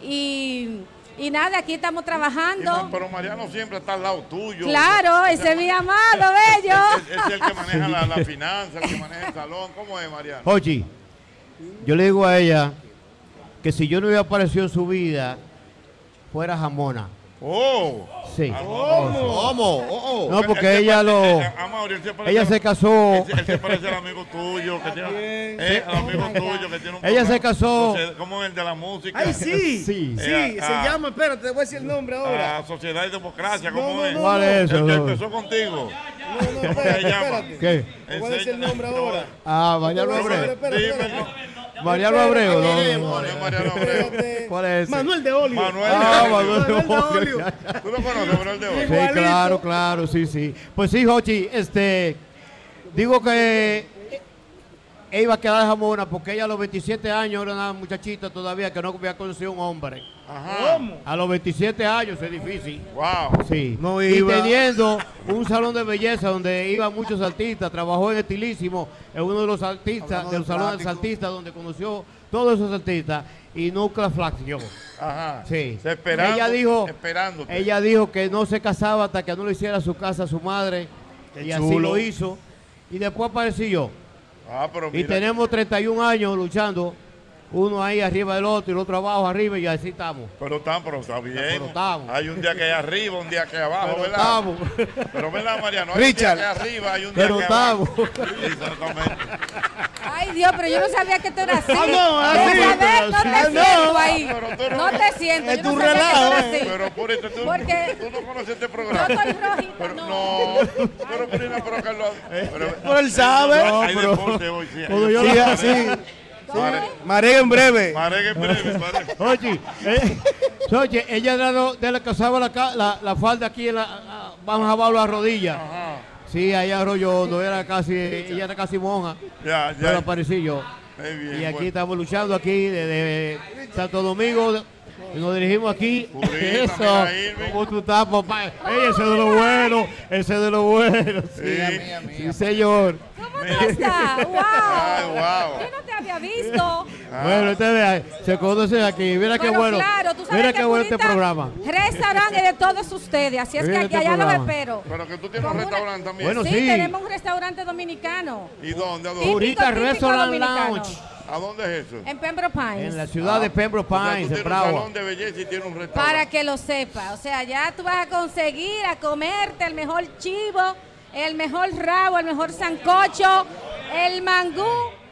Y, y nada, aquí estamos trabajando. Pero Mariano siempre está al lado tuyo. Claro, ese es mi amado, bello. Es, es el que maneja la, la finanza, el que maneja el salón. ¿Cómo es, Mariano? Jochi, yo le digo a ella que si yo no hubiera aparecido en su vida, fuera jamona. Oh. Sí. ¿Cómo? ¿Cómo? Oh, oh. No, Él- porque él se ella parece- lo... eh, Amaury, él se parece Ella a- se casó... Él, se- él se parece al amigo tuyo, que tiene, eh, al amigo tuyo que tiene un Ella se programa, casó- Socie- ¿Cómo es el de la música? Ay, sí. Sí. Sí, Eh, se ah, llama, espérate, te voy a decir el nombre ahora. ah, Sociedad y Democracia, ¿cómo No, no, es? no, ¿Cuál es eso? El que No. empezó contigo. No, no, ¿Cómo espérate, se llama? espérate. ¿Qué? Te voy a decir el nombre Enseña- ahora. Ah, Mariano Espérate, Abreu. espérate, espérate, Dímelo. espérate. Mariano Abreu. No, no, No, no. no es Mariano Abreu. Espérate. ¿Cuál es ese? Manuel de Olio. Manuel Ah, de Olio. Manuel de Manuel de Olio. Olio. ¿Tú lo conoces, Manuel de Olio? Sí, Igualito. claro, claro, sí, sí. Pues sí, Jochi, este, digo que ella iba a quedar jamona porque ella a los veintisiete años era una muchachita todavía que no había conocido un hombre. Ajá. A los veintisiete años es difícil. Wow. Sí. No y iba. teniendo un salón de belleza donde iban muchos artistas, trabajó en Estilísimo, en uno de los artistas, Hablando del de salón de plástico. artistas donde conoció todos esos artistas y nunca flaqueó. Ajá. Sí. Se esperando, ella dijo, esperándote. ella dijo que no se casaba hasta que no le hiciera su casa a su madre. Qué y así chulo. lo hizo. Y después aparecí yo. Ah, pero Y mira. tenemos treinta y un años luchando. Uno ahí arriba del otro y el otro abajo arriba y así estamos. Pero están, pero está bien. Pero estamos. Hay un día que hay arriba, un día que hay abajo, Pero ¿verdad? estamos. Pero verdad, Mariano, hay Richard. un día que hay arriba, hay un día Pero que hay abajo. estamos. Exactamente. Ay, Dios, pero yo no sabía que tú eras así. Ah, no, así. Pero, a ver, no te Ah, no. siento ahí. Pero tú no- No te siento. Es Yo tu no sabía relajo, que tú eras eh. así. Pero por eso tú, Porque- tú no conoces este Yo programa. estoy rojita, Pero no. no, pero Corina, pero Carlos. Pero, Pero él sabe. No, hay No, pero- deporte hoy, sí. hay Cuando yo deporte. Sí, así. Mare- Marega en breve. Marega en breve, Marega. Oye, eh, oye, ella de la, de la que usaba la, ca- la, la falda aquí, en la, a- vamos a bajar las rodillas. Ajá. Sí, allá Arroyo Hondo, era casi, ella era casi monja. Ya, Pero ya. aparecí yo. Muy bien, Y aquí bueno. estamos luchando aquí desde Santo Domingo. Y nos dirigimos aquí. Purita, Eso. mira, Irving. ¿Cómo tú estás, papá? Ey, ese es de lo bueno. Ese es de lo bueno. Sí, Sí. sí señor. ¿Cómo tú estás? ¡Wow! Ay, wow. Yo no te había visto. Bueno, ustedes vean, se conocen aquí. Mira qué Pero bueno. claro, tú sabes Mira que qué bueno este Purita programa. Restaurante es de todos ustedes, así es Mira que este allá los programa. espero. Pero que tú tienes un Con una- restaurante también. Bueno, sí, sí. tenemos un restaurante dominicano. ¿Y dónde? ¿A Típico, dónde? Purita típico Restaurant dominicano. Lounge. ¿A dónde es eso? En Pembroke Pines. En la ciudad de Pembroke O sea, tú Pines, en tienes un Bravo. salón de belleza y tienes un restaurante. Para que lo sepa. O sea, ya tú vas a conseguir a comerte el mejor chivo, el mejor rabo, el mejor sancocho, el mangú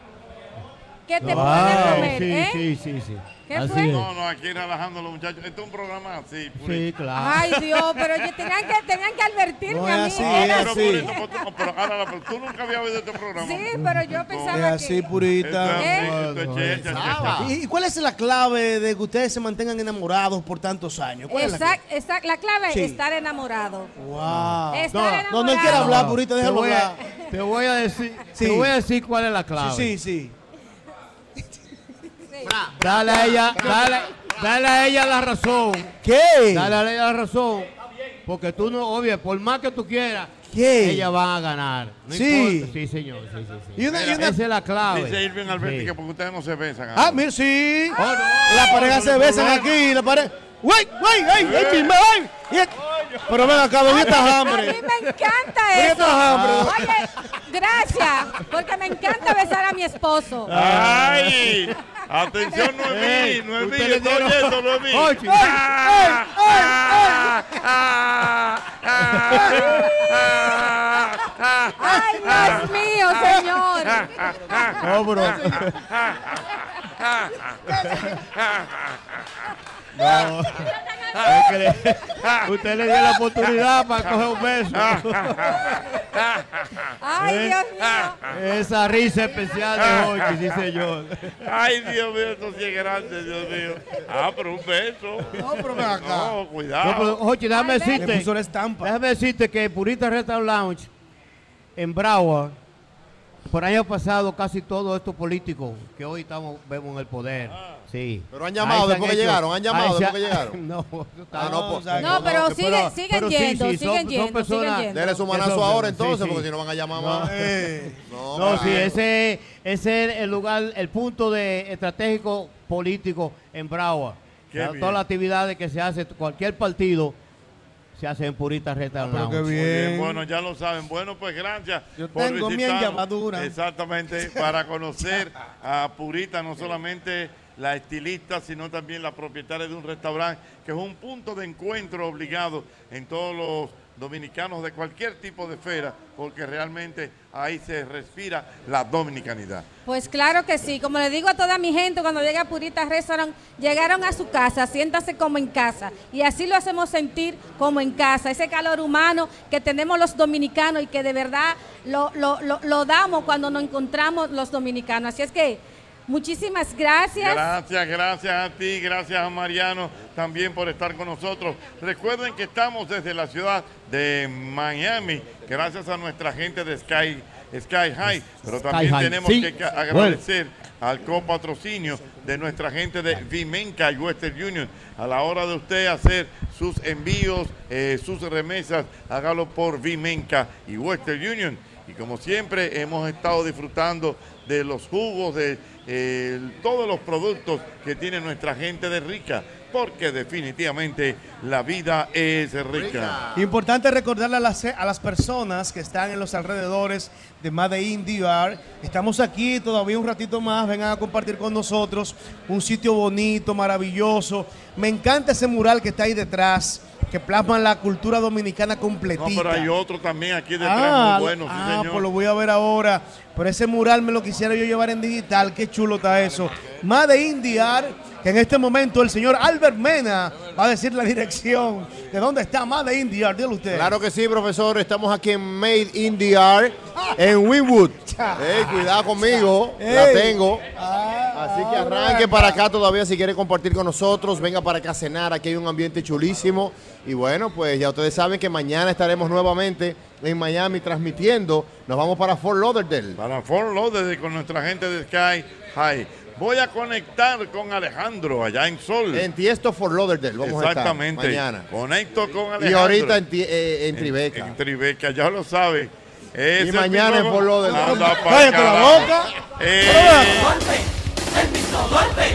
que te Wow, puedes comer. sí, ¿eh? sí, sí, sí. ¿Qué Así fue? es. No, no, aquí relajando a los muchachos. Este es un programa así. Sí, Purita. claro. Ay, Dios, pero oye, tenían que, tenían que advertirme No a es mí. así, Era es Pero, así. Purita, pues, tú- pero ahora la- pero tú nunca habías oído este programa. Sí, pero yo Es pensaba así, que... Purita. ¿Eh? Esto es checha, checha. ¿Y, y cuál es la clave de que ustedes se mantengan enamorados por tantos años? ¿Cuál es la clave? Exact, exact, la clave Sí. es estar enamorado. Wow. Estar No, enamorado. No, no él quiere hablar, Purita, te, déjalo voy a, hablar. te voy a decir, Sí. te voy a decir cuál es la clave. Sí, sí, sí. Dale a ella, dale, dale a ella la razón. ¿Qué? Dale a ella la razón. Porque tú no, obvio, por más que tú quieras, ¿Qué? ellas van a ganar. No Sí. importa. Sí, señor. Sí, sí, sí. Y una- y Mira, una- esa es la clave. Dice Irving Alberti Sí. que porque ustedes no se besan. Ah, mira, sí. Oh, no. La pareja se besan aquí, la pareja. ¡Wey, wey, ey, ey, mi madre! Y- Pero ven acá, ¿dónde estás A hambre? mí me encanta ¿Dónde eso. estás hambre? Oye, gracias, porque me encanta besar a mi esposo. ¡Ay! Atención, Noemí, Noemí, usted le estoy dieron- oyendo, Noemí. Ochi. ¡Ah! ¡Ah! ¡Ah! ¡Ah! Ay, Dios mío, señor. No, bro. No. Es que le- usted le dio la oportunidad para coger un beso. Ay, ¿Eh? Dios mío. Esa risa especial de Jochi, sí señor. Ay, Dios mío, esto sí es grande, Dios mío. Ah, pero un beso. No, pero ven acá. No, cuidado. No, pero, Jochi, déjame Le decirte. puso la estampa. Déjame decirte que Purita Restaurant Lounge en Broward, por año pasado, casi todos estos políticos que hoy estamos vemos en el poder. Sí. Pero han llamado Ahí se después que hecho- llegaron, han llamado ahí se- después que llegaron. No, Ah, no, pues, No, pero sigue- siguen yendo, siguen son yendo, siguen personas- yendo. Dele su que manazo son- ahora sí, entonces, sí. porque si no van a llamar No. más. Eh, No, No, para sí, que- ese, ese es el lugar, el punto de estratégico político en Broward. Qué Ya, bien. todas las actividades que se hace, cualquier partido, se hace en Purita Restaurant pero qué Lounge. Muy bien. bien, bueno, ya lo saben. Bueno, pues gracias Yo por tengo mi visitarnos. llamadura. Exactamente, para conocer a Purita, no solamente la estilista, sino también la propietaria de un restaurante, que es un punto de encuentro obligado en todos los dominicanos de cualquier tipo de esfera, porque realmente ahí se respira la dominicanidad. Pues claro que sí, como le digo a toda mi gente cuando llega a Purita Restaurant, llegaron a su casa, siéntase como en casa y así lo hacemos sentir como en casa, ese calor humano que tenemos los dominicanos y que de verdad lo, lo, lo, lo damos cuando nos encontramos los dominicanos, así es que muchísimas gracias. Gracias, gracias a ti, gracias a Mariano también por estar con nosotros. Recuerden que estamos desde la ciudad de Miami, gracias a nuestra gente de Sky, Sky High, pero Sky también High, tenemos sí. que ca- agradecer al copatrocinio de nuestra gente de Vimenca y Western Union. A la hora de usted hacer sus envíos, eh, sus remesas, hágalo por Vimenca y Western Union. Y como siempre, hemos estado disfrutando de los jugos, de eh, todos los productos que tiene nuestra gente de Rica, porque definitivamente la vida es rica. Importante recordarle a las, a las personas que están en los alrededores de Made in D R. Estamos aquí todavía un ratito más. Vengan a compartir con nosotros un sitio bonito, maravilloso. Me encanta ese mural que está ahí detrás, que plasman la cultura dominicana completita. No, pero hay otro también aquí detrás Ah, muy bueno, sí, ah, señor. pues lo voy a ver ahora. Pero ese mural me lo quisiera yo llevar en digital. Qué chulo está eso. Made in D R, que en este momento el señor Albert Mena va a decir la dirección de dónde está Made in D R. Dígalo usted. Claro que sí, profesor. Estamos aquí en Made in D R, en Winwood. Ey, cuidado conmigo, la Ey. tengo. Ah, Así que arranque para acá todavía si quiere compartir con nosotros. Venga para acá a cenar. Aquí hay un ambiente chulísimo. Y bueno, pues ya ustedes saben que mañana estaremos nuevamente en Miami transmitiendo. Nos vamos para Fort Lauderdale. Para Fort Lauderdale con nuestra gente de Sky High. Voy a conectar con Alejandro allá en Sol. En Tiesto, Fort Lauderdale. Vamos Exactamente. a estar mañana. Conecto con Alejandro. Y ahorita en, Ti- eh, en Tribeca. En, en Tribeca, ya lo sabe. Es Y el mañana en mismo- Fort Lauderdale. Anda pa' Cállate la carajo. boca. Eh, El mismo golpe.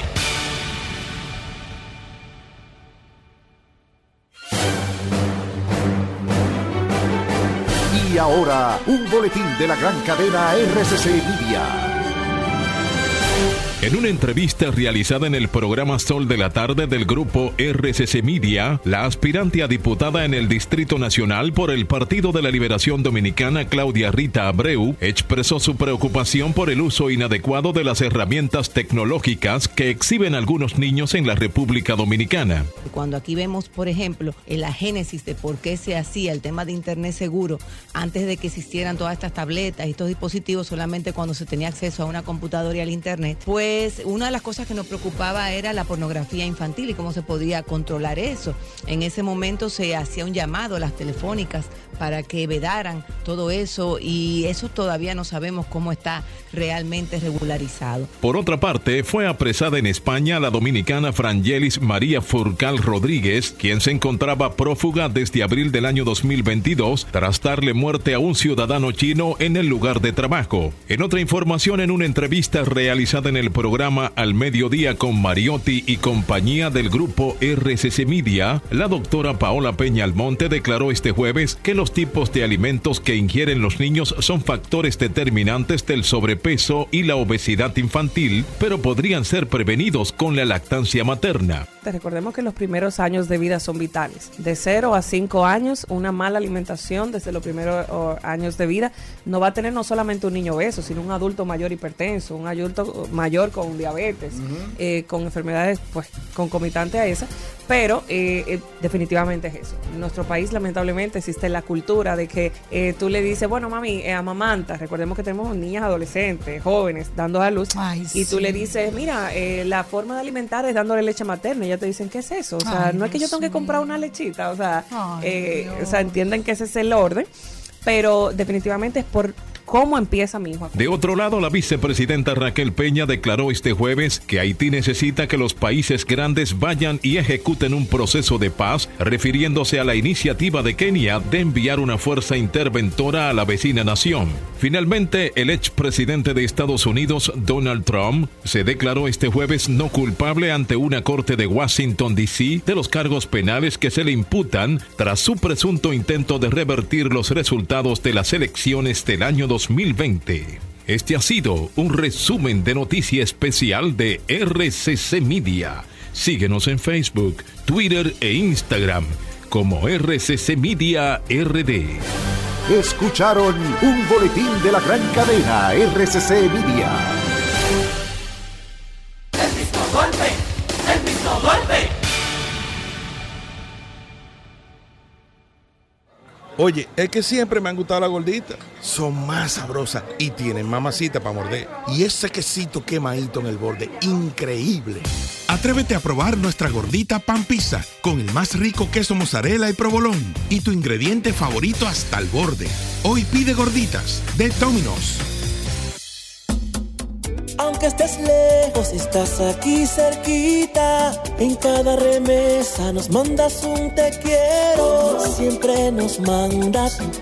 Y ahora, un boletín de la gran cadena R C C Media. En una entrevista realizada en el programa Sol de la Tarde del grupo R C C Media, la aspirante a diputada en el Distrito Nacional por el Partido de la Liberación Dominicana, Claudia Rita Abreu, expresó su preocupación por el uso inadecuado de las herramientas tecnológicas que exhiben algunos niños en la República Dominicana. Cuando aquí vemos, por ejemplo, en la génesis de por qué se hacía el tema de Internet seguro, antes de que existieran todas estas tabletas y estos dispositivos, solamente cuando se tenía acceso a una computadora y al Internet, pues una de las cosas que nos preocupaba era la pornografía infantil y cómo se podía controlar eso. En ese momento se hacía un llamado a las telefónicas para que vedaran todo eso y eso todavía no sabemos cómo está realmente regularizado. Por otra parte, fue apresada en España la dominicana Frangelis María Furcal Rodríguez, quien se encontraba prófuga desde abril del año dos mil veintidós tras darle muerte a un ciudadano chino en el lugar de trabajo. En otra información, en una entrevista realizada en el programa programa Al Mediodía con Mariotti y compañía del grupo R C C Media, la doctora Paola Peña Almonte declaró este jueves que los tipos de alimentos que ingieren los niños son factores determinantes del sobrepeso y la obesidad infantil, pero podrían ser prevenidos con la lactancia materna. Recordemos que los primeros años de vida son vitales. De cero a cinco años, una mala alimentación desde los primeros oh, años de vida no va a tener no solamente un niño obeso, sino un adulto mayor hipertenso, un adulto mayor con diabetes, uh-huh. eh, con enfermedades pues concomitantes a esas. Pero eh, eh, definitivamente es eso. En nuestro país, lamentablemente, existe la cultura de que eh, tú le dices, bueno, mami, eh, amamanta. Recordemos que tenemos niñas adolescentes, jóvenes, dando a luz. Ay, y tú sí. le dices, mira, eh, la forma de alimentar es dándole leche materna. Y ya te dicen, ¿qué es eso? O sea, Ay, no es que yo tengo que comprar una lechita. O sea, Ay, eh, o sea, entienden que ese es el orden. Pero definitivamente es por cómo empieza mi hijo. De otro lado, la vicepresidenta Raquel Peña declaró este jueves que Haití necesita que los países grandes vayan y ejecuten un proceso de paz, refiriéndose a la iniciativa de Kenia de enviar una fuerza interventora a la vecina nación. Finalmente, el expresidente de Estados Unidos, Donald Trump, se declaró este jueves no culpable ante una corte de Washington, D C de los cargos penales que se le imputan tras su presunto intento de revertir los resultados de las elecciones del año dos mil veinte. Este ha sido un resumen de noticia especial de R C C Media. Síguenos en Facebook, Twitter e Instagram como R C C Media R D. Escucharon un boletín de la gran cadena R C C Media. El mismo golpe, el mismo golpe. Oye, es que siempre me han gustado las gorditas. Son más sabrosas y tienen mamacita para morder. Y ese quesito quemadito en el borde, increíble. Atrévete a probar nuestra gordita pan pizza con el más rico queso mozzarella y provolón y tu ingrediente favorito hasta el borde. Hoy pide gorditas de Domino's. Aunque estés lejos, estás aquí cerquita. En cada remesa nos mandas un te quiero. Siempre nos mandas tu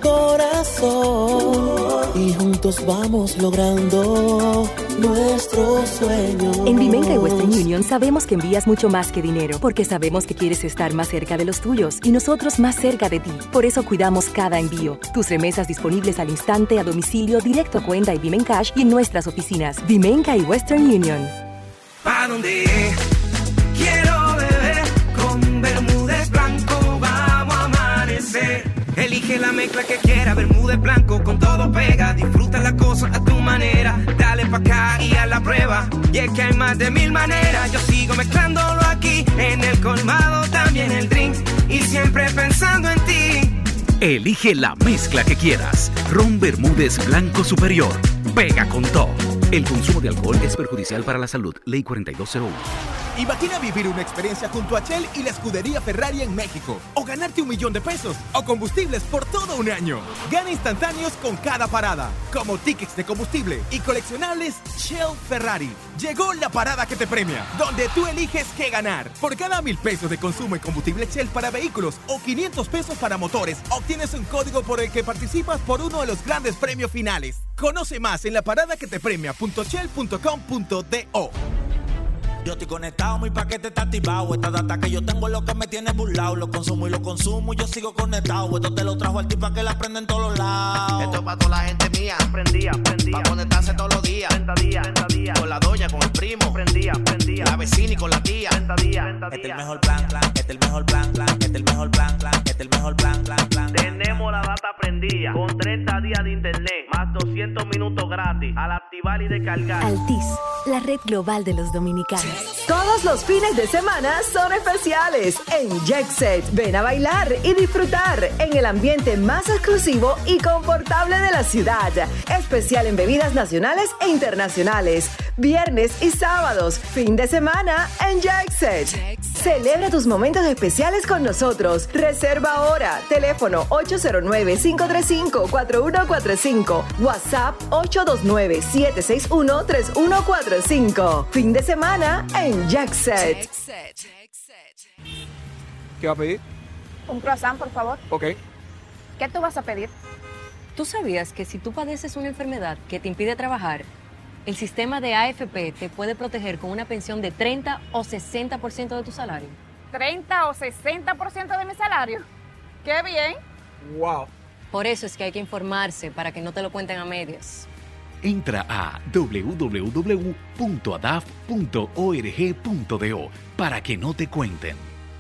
corazón. Y juntos vamos logrando nuestros sueños. En Vimenca y Western Union sabemos que envías mucho más que dinero, porque sabemos que quieres estar más cerca de los tuyos y nosotros más cerca de ti. Por eso cuidamos cada envío. Tus remesas disponibles al instante, a domicilio, directo a cuenta y Vimencash y en nuestras oficinas. Vimenca y Western Union. ¿Pa' dónde quiero beber? Con Bermúdez Blanco vamos a amanecer. Elige la mezcla que quiera, Bermúdez Blanco con todo pega. Disfruta la cosa a tu manera. Dale pa' acá y a la prueba. Y es que hay más de mil maneras. Yo sigo mezclándolo aquí, en el colmado también el drink. Y siempre pensando en ti. Elige la mezcla que quieras. Ron Bermúdez Blanco Superior. Pega con todo. El consumo de alcohol es perjudicial para la salud. Ley cuarenta y dos cero uno. Imagina vivir una experiencia junto a Shell y la escudería Ferrari en México. O ganarte un millón de pesos. O combustibles por todo un año. Gana instantáneos con cada parada. Como tickets de combustible y coleccionables Shell Ferrari. Llegó la parada que te premia. Donde tú eliges qué ganar. Por cada mil pesos de consumo en combustible Shell para vehículos o quinientos pesos para motores, obtienes un código por el que participas por uno de los grandes premios finales. Conoce más en la parada que te premia punto shell punto com punto do. Yo estoy conectado, mi paquete está activado. Esta data que yo tengo es lo que me tiene burlado. Lo consumo y lo consumo y yo sigo conectado. Esto te lo trajo al tipo que la prende en todos los lados. Esto es para toda la gente mía. Prendía, prendía. Para conectarse todos los días. treinta días, treinta días. Con la doña, con el primo. Prendía, prendía. La vecina y con la tía. treinta días, treinta días. Este es el mejor plan, plan. Este es el mejor plan, plan. Este es el mejor plan, plan. Este es el mejor plan, plan, plan. Tenemos la data prendida. Con treinta días de internet. Más doscientos minutos gratis. Al activar y descargar. Altis, la red global de los dominicanos. Todos los fines de semana son especiales en Jet Set. Ven a bailar y disfrutar en el ambiente más exclusivo y confortable de la ciudad. Especial en bebidas nacionales e internacionales. Viernes y sábados. Fin de semana en Jet Set. Celebra tus momentos especiales con nosotros. Reserva ahora. Teléfono ocho cero nueve, cinco tres cinco, cuatro uno cuatro cinco. WhatsApp ocho dos nueve, siete seis uno, tres uno cuatro cinco. Fin de semana en Jackset. ¿Qué va a pedir? Un croissant, por favor. Ok. ¿Qué tú vas a pedir? ¿Tú sabías que si tú padeces una enfermedad que te impide trabajar, El sistema de A F P te puede proteger con una pensión de treinta o sesenta por ciento de tu salario. ¿treinta o sesenta por ciento de mi salario? ¡Qué bien! ¡Wow! Por eso es que hay que informarse para que no te lo cuenten a medias. Entra a doble u doble u doble u punto a d a f punto org punto do para que no te cuenten.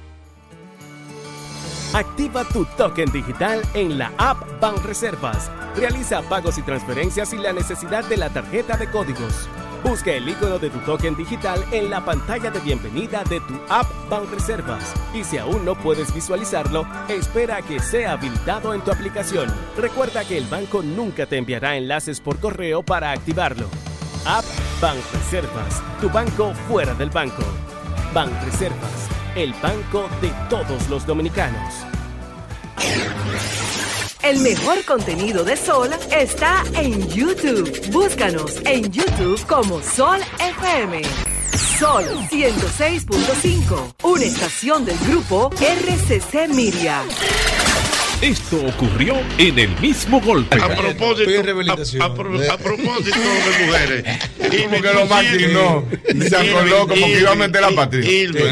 Activa tu token digital en la app Banreservas. Realiza pagos y transferencias sin la necesidad de la tarjeta de códigos. Busca el icono de tu token digital en la pantalla de bienvenida de tu app Banreservas. Y si aún no puedes visualizarlo, espera a que sea habilitado en tu aplicación. Recuerda que el banco nunca te enviará enlaces por correo para activarlo. App Banreservas, tu banco fuera del banco. Banreservas, el banco de todos los dominicanos. El mejor contenido de Sol está en YouTube. Búscanos en YouTube como Sol F M. Sol ciento seis punto cinco, una estación del grupo R C C Media. Esto ocurrió en el mismo golpe. A propósito, a, a, pro, a propósito de mujeres. Y como que lo maquinó. Se acordó como que iba a meter la patria.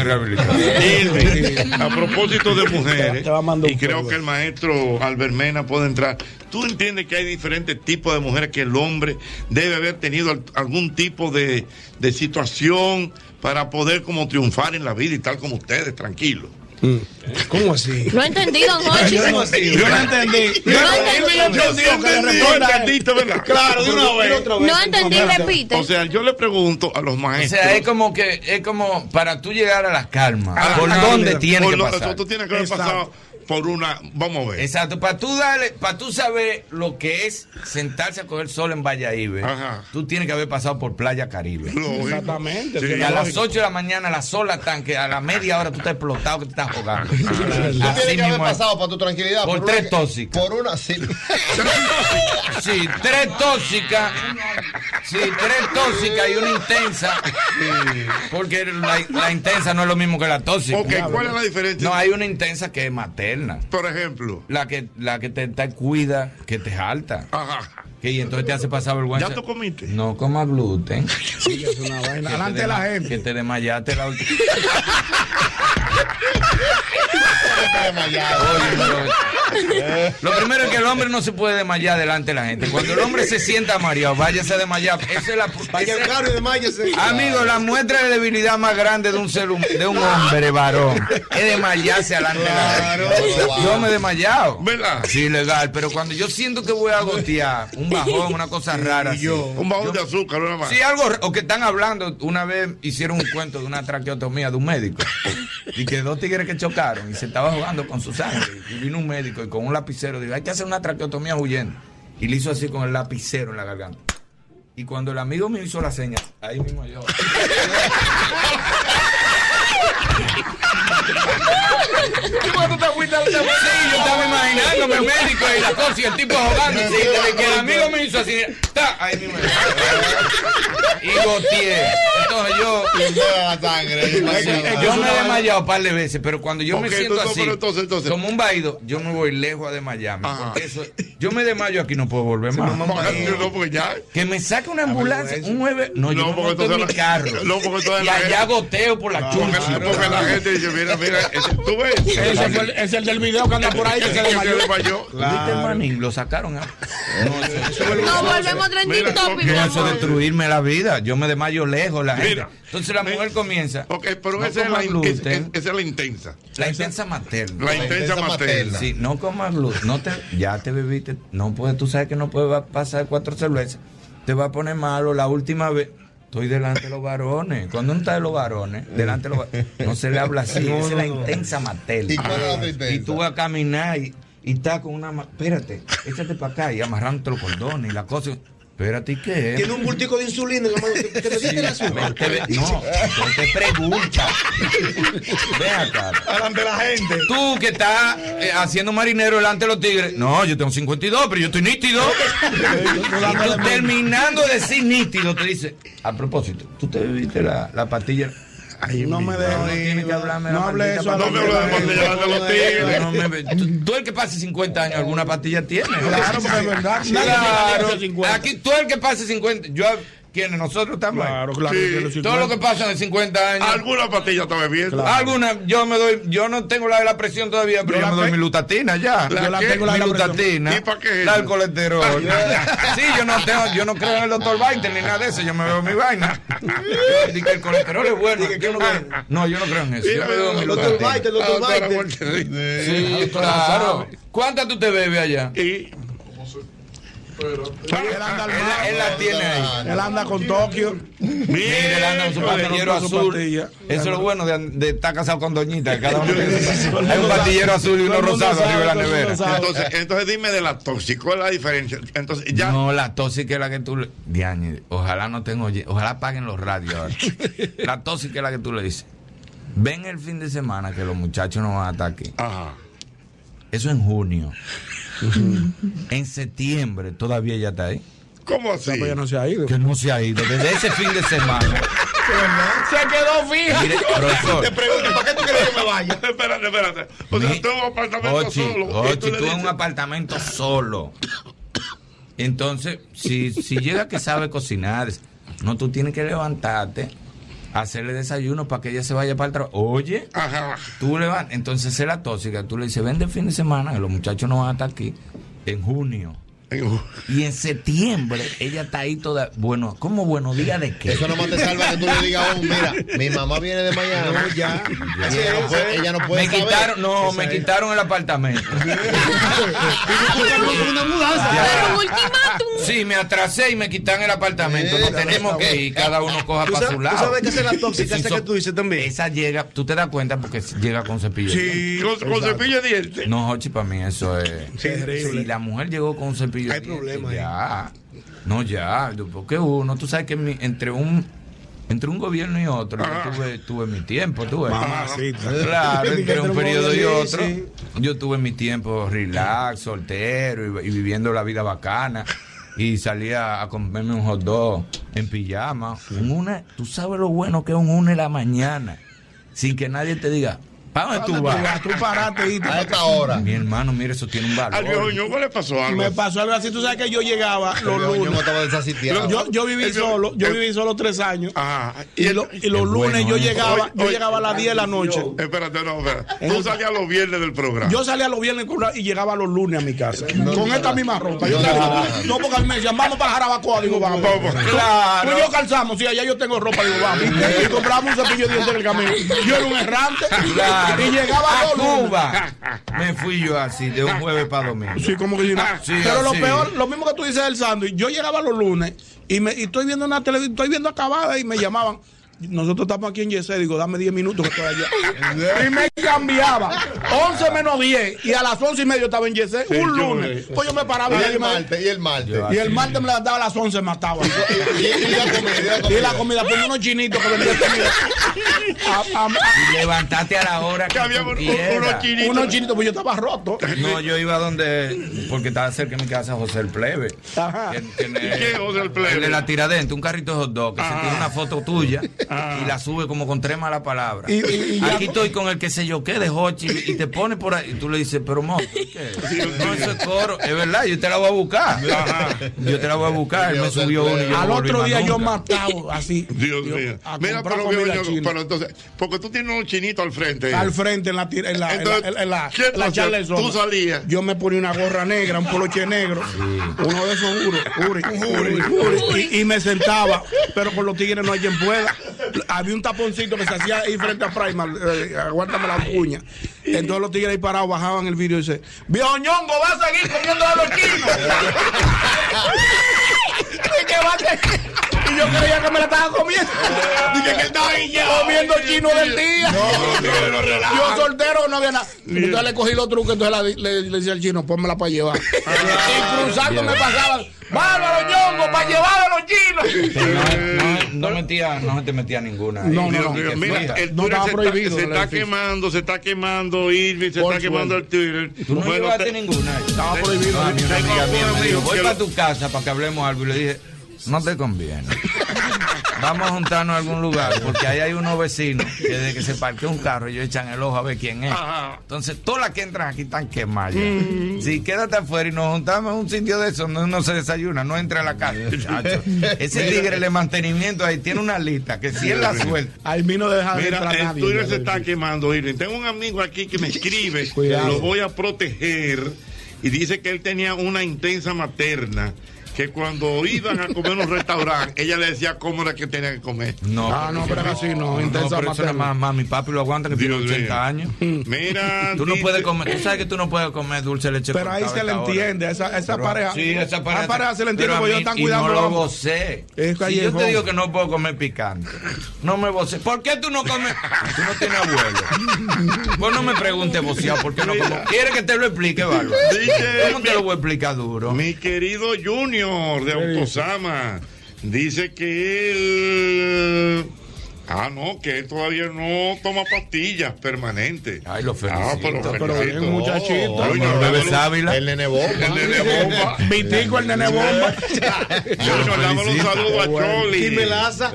A propósito de mujeres, y creo que el maestro Albermena puede entrar. ¿Tú entiendes que hay diferentes tipos de mujeres, que el hombre debe haber tenido algún tipo de, de situación para poder como triunfar en la vida y tal como ustedes, tranquilos? ¿Cómo así? No he entendido, Jochi. Yo no entendí. Yo no entendí. Claro, de una vez. No entendí, repite. O sea, yo le pregunto a los maestros. O sea, es como que es como para tú llegar a las calmas. ¿Por dónde tiene que pasar? Tú tienes que haber pasado por una, vamos a ver. Exacto, para tú darle, para tú saber lo que es sentarse a coger sol en Valladolid, tú tienes que haber pasado por Playa Caribe. Lógico. Exactamente. Sí. Y a las ocho de la mañana las olas están que a la media hora tú estás explotado, que te estás jugando. Tú tienes que haber pasado para tu tranquilidad. Por, por tres tóxicas. Por una, sí. Sí, tres tóxicas. Sí, tres tóxicas y una intensa. Sí. Porque la, la intensa no es lo mismo que la tóxica. Ok, ¿cuál es la diferencia? No, hay una intensa que es materna. Por ejemplo, la que la que te, te cuida, que te jalta. Ajá. Que y entonces te hace pasar vergüenza. ¿Ya tú comiste? No comas gluten. Sí, es una vaina. Adelante de la gente. Que te desmayaste la última. Lo primero es que el hombre no se puede desmayar delante de la gente. Cuando el hombre se sienta mareado, váyase a desmayar. Esa es la. Vaya al carro y desmayese. Amigo, la muestra de debilidad más grande de un ser hum- de un hombre varón es desmayarse delante de la gente. Yo me he desmayado. ¿Verdad? Sí, legal. Pero cuando yo siento que voy a gotear, un bajón, una cosa rara. Yo, así, un bajón yo, de azúcar, una más. Sí, algo. O que están hablando. Una vez hicieron un cuento de una traqueotomía de un médico. Y que dos tigres que chocaron y se estaba jugando con su sangre. Y vino un médico y con un lapicero dijo: hay que hacer una traqueotomía huyendo. Y le hizo así con el lapicero en la garganta. Y cuando el amigo me hizo la seña, ahí mismo yo. ¿Cuándo te fuiste al tema? Sí, yo estaba imaginándome el médico y la cosa y el tipo jugando. Sí, desde que el amigo me hizo así, ¡ta! Ahí mismo. Y goteé. Entonces yo. la sangre. Yo me he desmayado un par de veces, pero cuando yo okay, me siento entonces, así, entonces, entonces. como un vaído, yo me voy lejos a desmayarme. Porque eso, yo me desmayo aquí, no puedo volver más. No, no, porque ya. Que me saque una ambulancia, un nueve. No, yo no, me monto en mi carro. No, porque y allá goteo por la chuncha. Porque la gente dice: mira, mira, ese, tú ves. Ese fue el, es el del video que anda por ahí, que se desmayó. Claro. Lo sacaron. ¿eh? No, eso, no volvemos a trending topic. No, eso es destruirme la vida. Yo me desmayo lejos, la gente. Mira, entonces la mujer comienza. Ok, pero no esa, es la, es, es, esa es la intensa. La intensa materna. La intensa materna. Sí, no comas gluten. No te, ya te bebiste. No puedes, tú sabes que no puedes pasar cuatro cervezas. Te va a poner malo. La última vez. Estoy delante de los varones. Cuando uno está de los varones, delante de los varones, no se le habla así. No, esa es la no, intensa materna. ¿Y, ah, y tú vas a caminar y, y estás con una. Espérate, échate para acá y amarrándote los cordones y la cosa. Espérate, ¿qué es? Tiene un bultico de insulina, ¿te metiste en la azúcar? No, te pregunta. Ven acá. Delante de la gente. Tú que estás eh, haciendo marinero delante de los tigres. No, yo tengo cincuenta y dos, pero yo estoy nítido. Y tú terminando de decir nítido, te dice, a propósito, tú te bebiste la, la pastilla. Ay, no me dejes. No tiene que hablarme. No hable eso. No me hables de pastilla de los tigres. No me, tú, tú el que pase cincuenta años, alguna pastilla tiene. Claro, porque es verdad. Claro. Aquí tú el que pase cincuenta. Yo ¿Quiénes? Nosotros estamos ahí. Claro, claro. Sí. Todo lo que pasa en cincuenta años. Alguna pastilla está bebiendo. Claro. Alguna, yo me doy, yo no tengo la de la presión todavía, pero yo, yo me doy mi lutatina ya. ¿La yo la qué? tengo la ¿Mi de la lutatina. ¿Y para qué? La del colesterol. Sí, yo no tengo, yo no creo en el doctor Biden ni nada de eso, yo me veo mi vaina. Dice que el colesterol es bueno. Yo no, creo, no, yo no creo en eso. Yo me veo mi lutatina. El doctor Biden. Sí, claro. ¿Cuántas tú te bebes allá? Y Él anda al Él, mar. él la tiene ahí. Él anda con Tokio. Mire, él anda con su pastillero su azul. pastilla. Eso es lo bueno de, de estar casado con Doñita. Cada uno tiene- hay un pastillero azul y uno Todo el mundo rosado sabe, arriba de la todo el mundo nevera. sabe. entonces, entonces dime de la tóxica, ¿cuál es la diferencia? Entonces, ya. No, la tóxica es la que tú le... Diañe, ojalá no tengo... Ojalá paguen los radios ahora. La tóxica es la que tú le dices. Ven el fin de semana que los muchachos no van a estar aquí. Ajá. Eso en junio. En septiembre todavía ya está ahí. ¿Cómo así? Pues ya no se ha ido. Que no se ha ido. Desde ese fin de semana. Se quedó fija. Mire, profesor. Te pregunto, ¿para qué tú quieres que me vaya? espérate, espérate. O sea, Mi- tú en un apartamento Ochi, solo. y Ochi, tú le tú en dices- un apartamento solo. Entonces, si, si llega que sabe cocinar, no, tú tienes que levantarte, hacerle desayuno para que ella se vaya para el trabajo. Oye, Ajá. tú levantas, entonces es la tóxica, tú le dices, ven de fin de semana, que los muchachos no van a estar aquí en junio. Y en septiembre ella está ahí toda. Bueno, ¿cómo buenos días de qué? Eso nomás te salva que tú le digas a un, mira, mi mamá viene de Miami. No, ya. Y ella no puede, ella no puede Me saber. quitaron, no, Esa me es. quitaron el apartamento. Una mudanza. Pero un ultimátum. Sí, me atrasé y me quitan el apartamento. Nos tenemos que ir, cada uno coja ¿Tú para sabes- su lado. tú sabes que esa es la tóxica, Sí, esa so- que tú dices también? Esa llega, tú te das cuenta porque llega con cepillo. de Sí, dientes. con, con cepillo de dientes. No, Jochi, para mí eso es. Terrible. Si la mujer llegó con un cepillo Hay de dientes, problema ahí. ya. No, ya. Porque uno, tú sabes que mi- entre un. Entre un gobierno y otro, yo tuve, tuve mi tiempo, tuve. Mamacita. Claro, entre un periodo y Sí, otro. sí. Yo tuve mi tiempo relax, soltero y, y viviendo la vida bacana. Y salía a comerme un hot dog en pijama. Un una, tú sabes lo bueno que es un una de la mañana. Sin que nadie te diga, ¿para dónde tú vas? Tú paraste y A esta hora. Mi hermano, mire, eso tiene un Al valor. viejo Ñongo le pasó algo. me pasó algo así. Tú sabes que yo llegaba los Yo lunes. no estaba desasitiado. Yo, yo viví El viejo- solo, yo el- viví solo tres años. Ajá. Y, lo- y los Es lunes bueno, yo ¿eh? llegaba, Oye, yo oye. llegaba a las diez de la noche. Espérate, no, espérate. Tú salías los viernes del programa. Yo salía los viernes con una- y llegaba los lunes a mi casa. con esta misma ropa. Yo salía- no, porque a mí me decían, vamos para Jarabacoa. Digo, vamos. Vamos. Claro. Pues yo calzamos, sí, allá yo tengo ropa. Digo, vamos. Y, y compramos un cepillo de dientes en el camino. Yo era un errante. Claro. Y llegaba a los lunes. Cuba. Me fui yo así, de un jueves para domingo. Sí, como que si nada. Sí, Pero lo así. peor, lo mismo que tú dices del sándwich, yo llegaba los lunes y me y estoy viendo una televisión, estoy viendo acabada y me llamaban. Nosotros estamos aquí en Yesé, digo, dame diez minutos que estoy allá. Y me cambiaba. once menos diez. Y a las once y media estaba en Yesé, Sí, un yo, lunes. eh. Pues yo me paraba Y y, el me- martes, y el martes. y el martes me levantaba a las once, mataba. Y, y la comida, y la comida. Y la comida, ponía unos chinitos que vendían comida. A- a- Y levantate a la hora que Que había tú un- quieras. unos chinitos. unos chinitos, pues yo estaba roto. No, yo iba donde, porque estaba cerca de mi casa José el Plebe. Ajá. Que- que le- ¿Qué es José el Plebe? El de la Tiradentes, un carrito de hot dog, que Ajá. se tira una foto tuya Ajá. y la sube como con tres malas palabras. Y- y- y ya- Aquí estoy con el que sé yo qué de Hochi y te pone por ahí y tú le dices, pero mo, ¿qué? No, eso es coro. Es verdad, yo te la voy a buscar. Yo te la voy a buscar. Él me subió uno y yo Al no volví otro más día yo nunca. matado, así. Dios yo, mío. a Mira, comprar pero, comida viejo Ñongo, china. pero entonces, porque tú tienes unos chinitos al frente. Al frente en la tira- en la, en la- Entonces, en la, ¿qué en la tú charla de hacías? sombra. Tú salías. Yo me ponía una gorra negra, un poloche negro, uno de esos uri, uri, uri, uri, y, y me sentaba, pero con los tigres no hay quien pueda. Había un taponcito que se hacía ahí frente a Primal, eh, aguántame la puña. Entonces los tigres ahí parados bajaban el vídeo y dice, viejo Ñongo, va a seguir comiendo de los chinos. ¿Y qué va a seguir? Y yo creía que me la estaba comiendo. Dije que estaba ahí ya comiendo chino del día. Yo soltero no había nada. Entonces le cogí los trucos, entonces la- le, le decía al chino, pónmela para llevar. Y cruzando me pasaban, bárbaro Ñongo, para llevar a los chinos. Pero no, no, no metía, no te metía ninguna. ahí. No, no, Dios no. mío, Que mira, fija. el No Twitter estaba se, prohibido está, se el está edificio. quemando, se está quemando Irving, se Por está quemando el Twitter. Tú no Bueno, llevaste te- ninguna. ahí. Estaba prohibido. No, a mí una Tengo amiga un mía me amigo dijo, voy que para lo- tu casa para que hablemos algo. Y le dije, no te conviene. vamos a juntarnos a algún lugar, porque ahí hay unos vecinos que desde que se parquea un carro, ellos echan el ojo a ver quién es. Entonces, todas las que entran aquí están quemadas. Mm. Si quédate afuera y nos juntamos en un sitio de eso, no, no se desayuna, no entra a la casa. Muchacho. Ese tigre de mantenimiento ahí tiene una lista que si él la suelta. Ahí mismo deja de entrar Mira, el nadie, Twitter se está quemando. Irving. Tengo un amigo aquí que me escribe, lo voy a proteger, y dice que él tenía una intensa materna, que cuando iban a comer en un restaurante, ella le decía cómo era que tenía que comer. No, ah, no, pero así no, no, intensa pero eso más, más mi papi lo aguanta, que tiene ochenta años. Mira, tú no dice, puedes comer, tú sabes que tú no puedes comer dulce de leche. Pero ahí se le entiende, esa, esa pero, pareja. Sí, esa pareja, esa pareja se le entiende porque ellos están y cuidando. No lo gocé. Es si yo te digo que no puedo comer picante, no me vocé. ¿Por qué tú no comes? Tú no tienes abuelo. Vos no me preguntes voceado, ¿por qué no comes? ¿Quieres que te lo explique, Bárbaro? ¿Cómo te lo voy a explicar duro? Mi querido Junior de Autosama dice que él... Ah, no, que él todavía no toma pastillas permanentes. Ay, lo felicito. Ah, pero, pero felicito. un muchachito. Oh, no, bebé Sábila. El nene bomba. El nene bomba. Vitico, el nene bomba. Junior, dámosle un saludo a Choli. Y Melaza.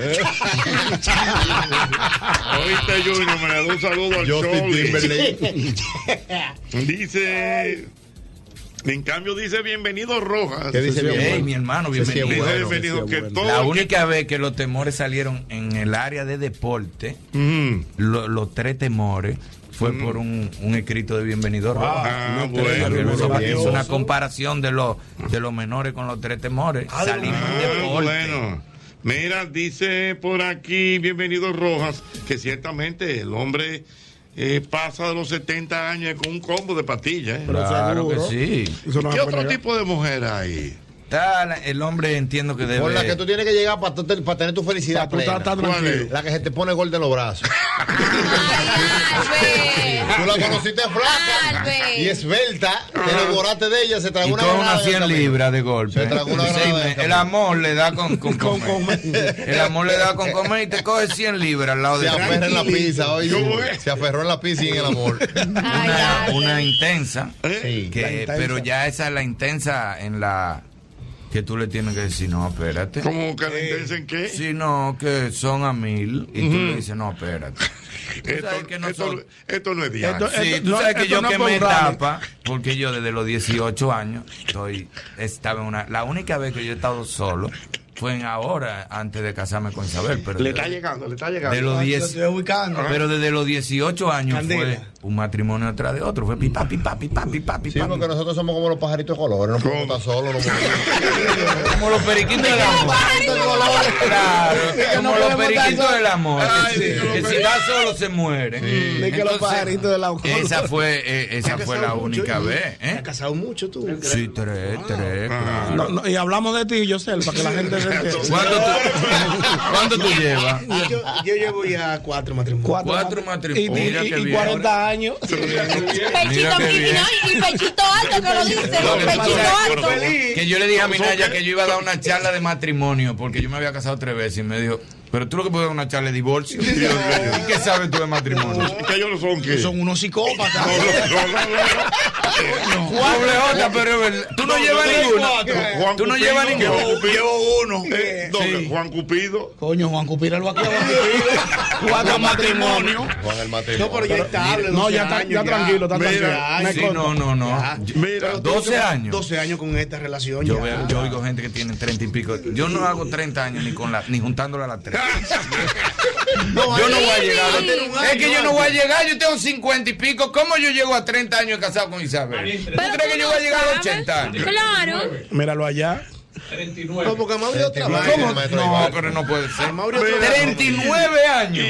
Oíste, Junior, me le da un saludo al Choli. Dice... En cambio dice bienvenido Rojas. ¿Qué dice bien? Hey, mi hermano, bienvenido. Dice bueno, bienvenido que bueno. todo La que... única vez que los temores salieron en el área de deporte, mm. lo, los tres temores, fue mm. por un, un escrito de bienvenido Rojas. Ah, no, bueno, hizo una comparación de los de los menores con los tres temores. Ah, salimos ah, de deporte. Bueno. Mira, dice por aquí bienvenido Rojas que ciertamente el hombre Eh, pasa de los setenta años con un combo de pastillas. ¿eh? Claro que sí. No ¿Qué otro tipo de mujer hay? Está el hombre, entiendo que debe. Por la que tú tienes que llegar para, para tener tu felicidad tú plena. Estás tranquilo. La que se te pone gorda en los brazos. Tú la conociste flaca Albert. Y esbelta, te enamoraste de ella, se tragó y una granada. Unas cien libras de golpe. Se tragó una sí, me, el amor le da con, con, con comer. El amor le da con comer y te coge cien libras al lado de Se aferra en la pizza, oye. Se aferró en la pizza y en el amor. Una, una intensa, sí, que, intensa. Pero ya esa es la intensa en la... Que tú le tienes que decir, no, espérate. ¿Cómo que la intensa en qué? Sí, no, que son a mil. Y uh-huh. tú le dices, no, espérate. Esto, que no esto, son... esto no es diario. Sí, esto, tú no, sabes que yo no quemé etapa, porque yo desde los dieciocho años estoy, estaba en una... La única vez que yo he estado solo fue en ahora, antes de casarme con Isabel. Pero le de, está llegando, le está llegando. De los diez, pero desde los dieciocho años Candela. Fue un matrimonio atrás de otro. Fue pipa, pipa, pipa, pipa, pipa. Sí, porque nosotros somos como los pajaritos de colores. No podemos estar solos. No como los periquitos del amor. Claro, como los periquitos del amor. Ay, que, sí, que si da solo se muere. Sí. De que los pajaritos del amor. Esa fue, eh, esa fue la única mucho, vez. ¿Eh? ¿Has casado mucho tú? Sí, tres, tres. Ah. Claro. No, no, y hablamos de ti, Yosel, para que la gente se entienda. ¿Cuánto tú, ¿cuánto tú llevas? Yo, yo llevo ya cuatro matrimonios. Cuatro, cuatro matrimonios. Y, Mira y, que y cuarenta años. Pechito y pechito alto, que lo dice. Lo que pechito alto. Es que yo le dije a mi Naya que yo iba a dar una charla de matrimonio, porque yo me había casado tres veces y me dijo, pero tú lo que puedes dar una charla de divorcio. ¿Y qué sabes tú de matrimonio? Que ellos no son qué. Son unos psicópatas. Doble J, pero tú no llevas ninguno. Tú no llevas ninguno. Llevo uno. Juan Cupido. Coño, Juan Cupido lo va a quedar. Cuatro matrimonios. Juan el matrimonio. No, pero ya está. No, ya está ya tranquilo, está tranquilo. Sí, no, no, no. Mira, doce años. doce años con esta relación. Yo veo, yo oigo gente que tiene treinta y pico. Yo no hago treinta años ni con la, ni juntándola a las tres. No, yo no voy a llegar. Es que yo no voy a llegar. Yo tengo cincuenta y pico. ¿Cómo yo llego a treinta años casado con Isabel? ¿Tú crees que yo voy a llegar a ochenta años? Claro. Míralo allá. treinta y nueve. No, porque a Mauricio trabaja. ¿Cómo? No, pero no puede ser. treinta y nueve años.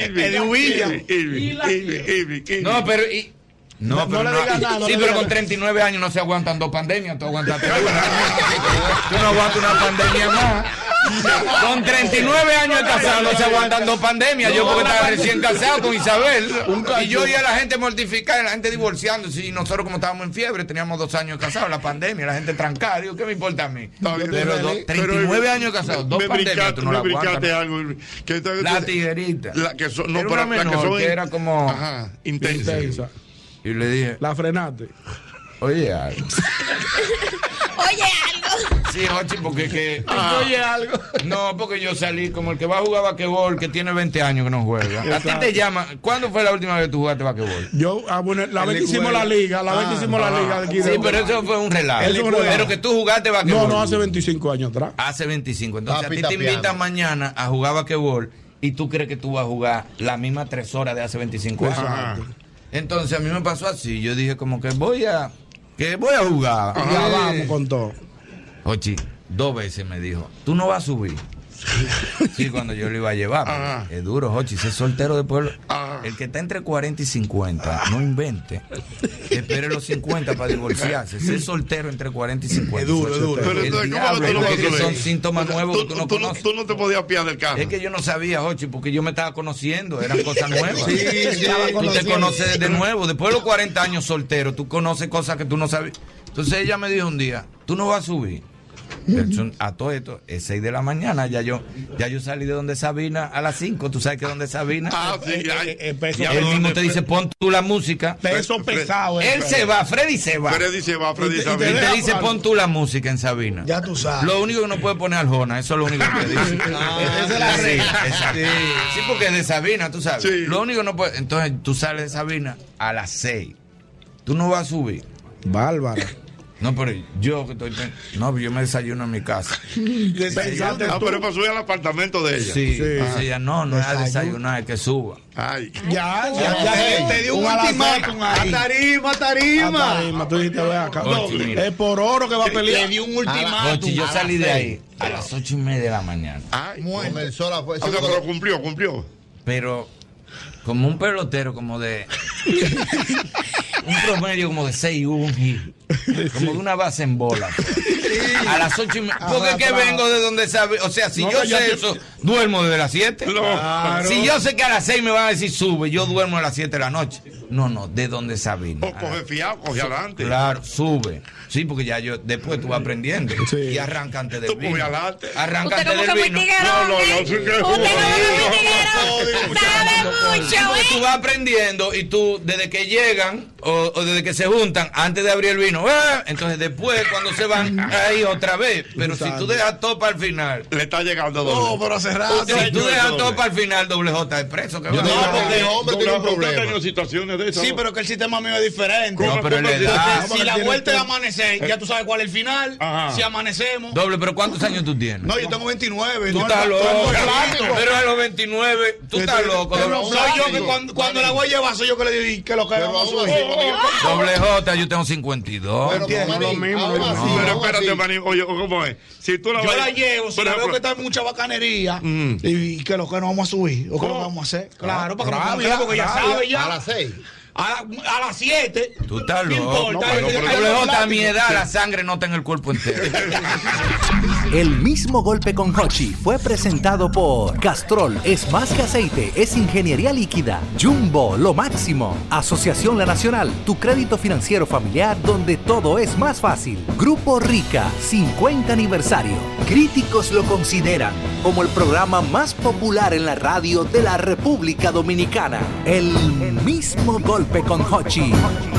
No, pero... Y, No, no, pero no, no, le digas nada, no sí, le pero digas con treinta y nueve años no se aguantan dos pandemias, tú aguantaste una. Tú no aguantas una pandemia más. Con treinta y nueve años de casado no se aguantan dos pandemias. Yo porque estaba recién casado con Isabel. Y yo y a la gente mortificada, la gente divorciándose. Y nosotros como estábamos en fiebre, teníamos dos años casados, la pandemia, la gente trancada. Digo, ¿qué me importa a mí? Pero do, treinta y nueve años casados, dos pandemias, tú no la aguantas. Algo, que, que, la tiguerita. La que son, no, era para, una menor, la que, son, que era como... Ajá, intensa. intensa. Y le dije, la frenaste. Oye algo. Oye algo. Sí, Jochi, porque que. Ah. Oye, algo. No, porque yo salí como el que va a jugar basquetbol, que tiene veinte años que no juega. A ti te llama. ¿Cuándo fue la última vez que tú jugaste basquetbol? Yo, ah, bueno, la vez que hicimos la liga, la vez que hicimos la liga de aquí. Sí, pero eso fue un relajo. Pero que tú jugaste basquetbol. No, no, hace veinticinco años atrás. Hace veinticinco. Entonces a ti te invitan mañana a jugar basquetbol y tú crees que tú vas a jugar las mismas tres horas de hace veinticinco años. Ajá. Entonces a mí me pasó así. Yo dije como que voy a que voy a jugar. Ajá. Ya vamos con todo. Ochi, dos veces me dijo, tú no vas a subir. Sí, cuando yo lo iba a llevar. Es duro, Jochi, ese soltero de pueblo. Ajá. El que está entre cuarenta y cincuenta, no invente. Espere los cincuenta para divorciarse. Ese soltero entre cuarenta y cincuenta. Es duro, es duro. Pero el entonces, diablo, ¿cómo tú lo porque vas a son síntomas nuevos tú, que tú no tú, conoces. Tú no te podías piar del carro. Es que yo no sabía, Jochi, porque yo me estaba conociendo. Eran cosas nuevas. Sí, sí, tú te conoces de nuevo. Después de los cuarenta años soltero, tú conoces cosas que tú no sabías. Entonces ella me dijo un día, tú no vas a subir. A todo esto, es seis de la mañana, ya yo ya yo salí de donde Sabina a las cinco, tú sabes que donde Sabina ah, sí, hay, eh, eh, él mismo te dice pon tú la música, peso pesado, él se va, Freddy se va Freddy se va, Freddy y te, y te, y te dice pon tú la música en Sabina, ya tú sabes, lo único que no puede poner Arjona, eso es lo único que te dice. Ah, esa es la regla. Sí, sí, porque es de Sabina, tú sabes, sí. Lo único que no puede, entonces tú sales de Sabina a las seis, tú no vas a subir, bárbara. No, pero yo que estoy. No, yo me desayuno en mi casa. Ah, pero para subir al apartamento de ella. Sí, sí. O sea, no, no es a desayunar, es que suba. Ay. Ya, ya, ya, ya te dio un ultimátum ahí. A tarima, a tarima. A tarima, tú dijiste, ve acá. No, es por oro que va a pelear. Le dio un ultimátum. Yo salí de ahí a las ocho y media de la mañana. Ay, con el sol afuera. O sea, pero cumplió, cumplió. Pero como un pelotero, como de. Un promedio como de seis un hit. Como de una base en bola. A las ocho y media. Porque es que vengo de donde sabe. O sea, si no, yo sé te... eso, duermo desde las siete. No. Claro. Si yo sé que a las seis me van a decir sube, yo duermo a las siete de la noche. No, no, de donde Sabina. O coge fiado, coge adelante. Claro, sube. Sí, porque ya yo, después tú vas aprendiendo. Sí. Y arranca antes del vino. Arranca antes del vino. No, no, no. Usted como que sabe mucho, sí, porque tú vas aprendiendo y tú, desde que llegan o, o desde que se juntan, antes de abrir el vino, ¡eh! Entonces después, cuando se van, ahí otra vez. Pero si tú dejas todo para el final. Le está llegando doble. No, pero hace rato. Si tú dejas todo para el final, doble J es preso. Que no, va. Porque el hombre tiene un problema. Tenido situaciones de eso, sí, ¿no? Pero que el sistema mío es diferente. No, pero le da. Si la vuelta es amanecer, ya tú sabes cuál es el final. Ajá. Si amanecemos. Doble, pero ¿cuántos años tú tienes? No, yo tengo veintinueve. Tú no, estás no, loco. Pero a los veintinueve, tú estás loco. Soy yo que cuando, cuando la voy a llevar, soy yo que le digo que lo que vamos a subir. Doble J, yo tengo cincuenta y dos. Pero no lo mismo. Pero espérate, maní, oye, ¿cómo es? Si tú la yo la llevo, si la veo que está en mucha bacanería, y que lo que no vamos a subir, o que lo vamos a hacer. Claro, para que no porque ya sabe ya. A las seis. A, la, a las siete. Tú estás loco. No, pero, pero, pero, pero a mi edad la sangre no está en el cuerpo entero. El mismo golpe con Hochi fue presentado por Castrol es más que aceite, es ingeniería líquida. Jumbo, lo máximo. Asociación La Nacional, tu crédito financiero familiar donde todo es más fácil. Grupo Rica, cincuenta aniversario. Críticos lo consideran como el programa más popular en la radio de la República Dominicana. El mismo golpe con Hochi.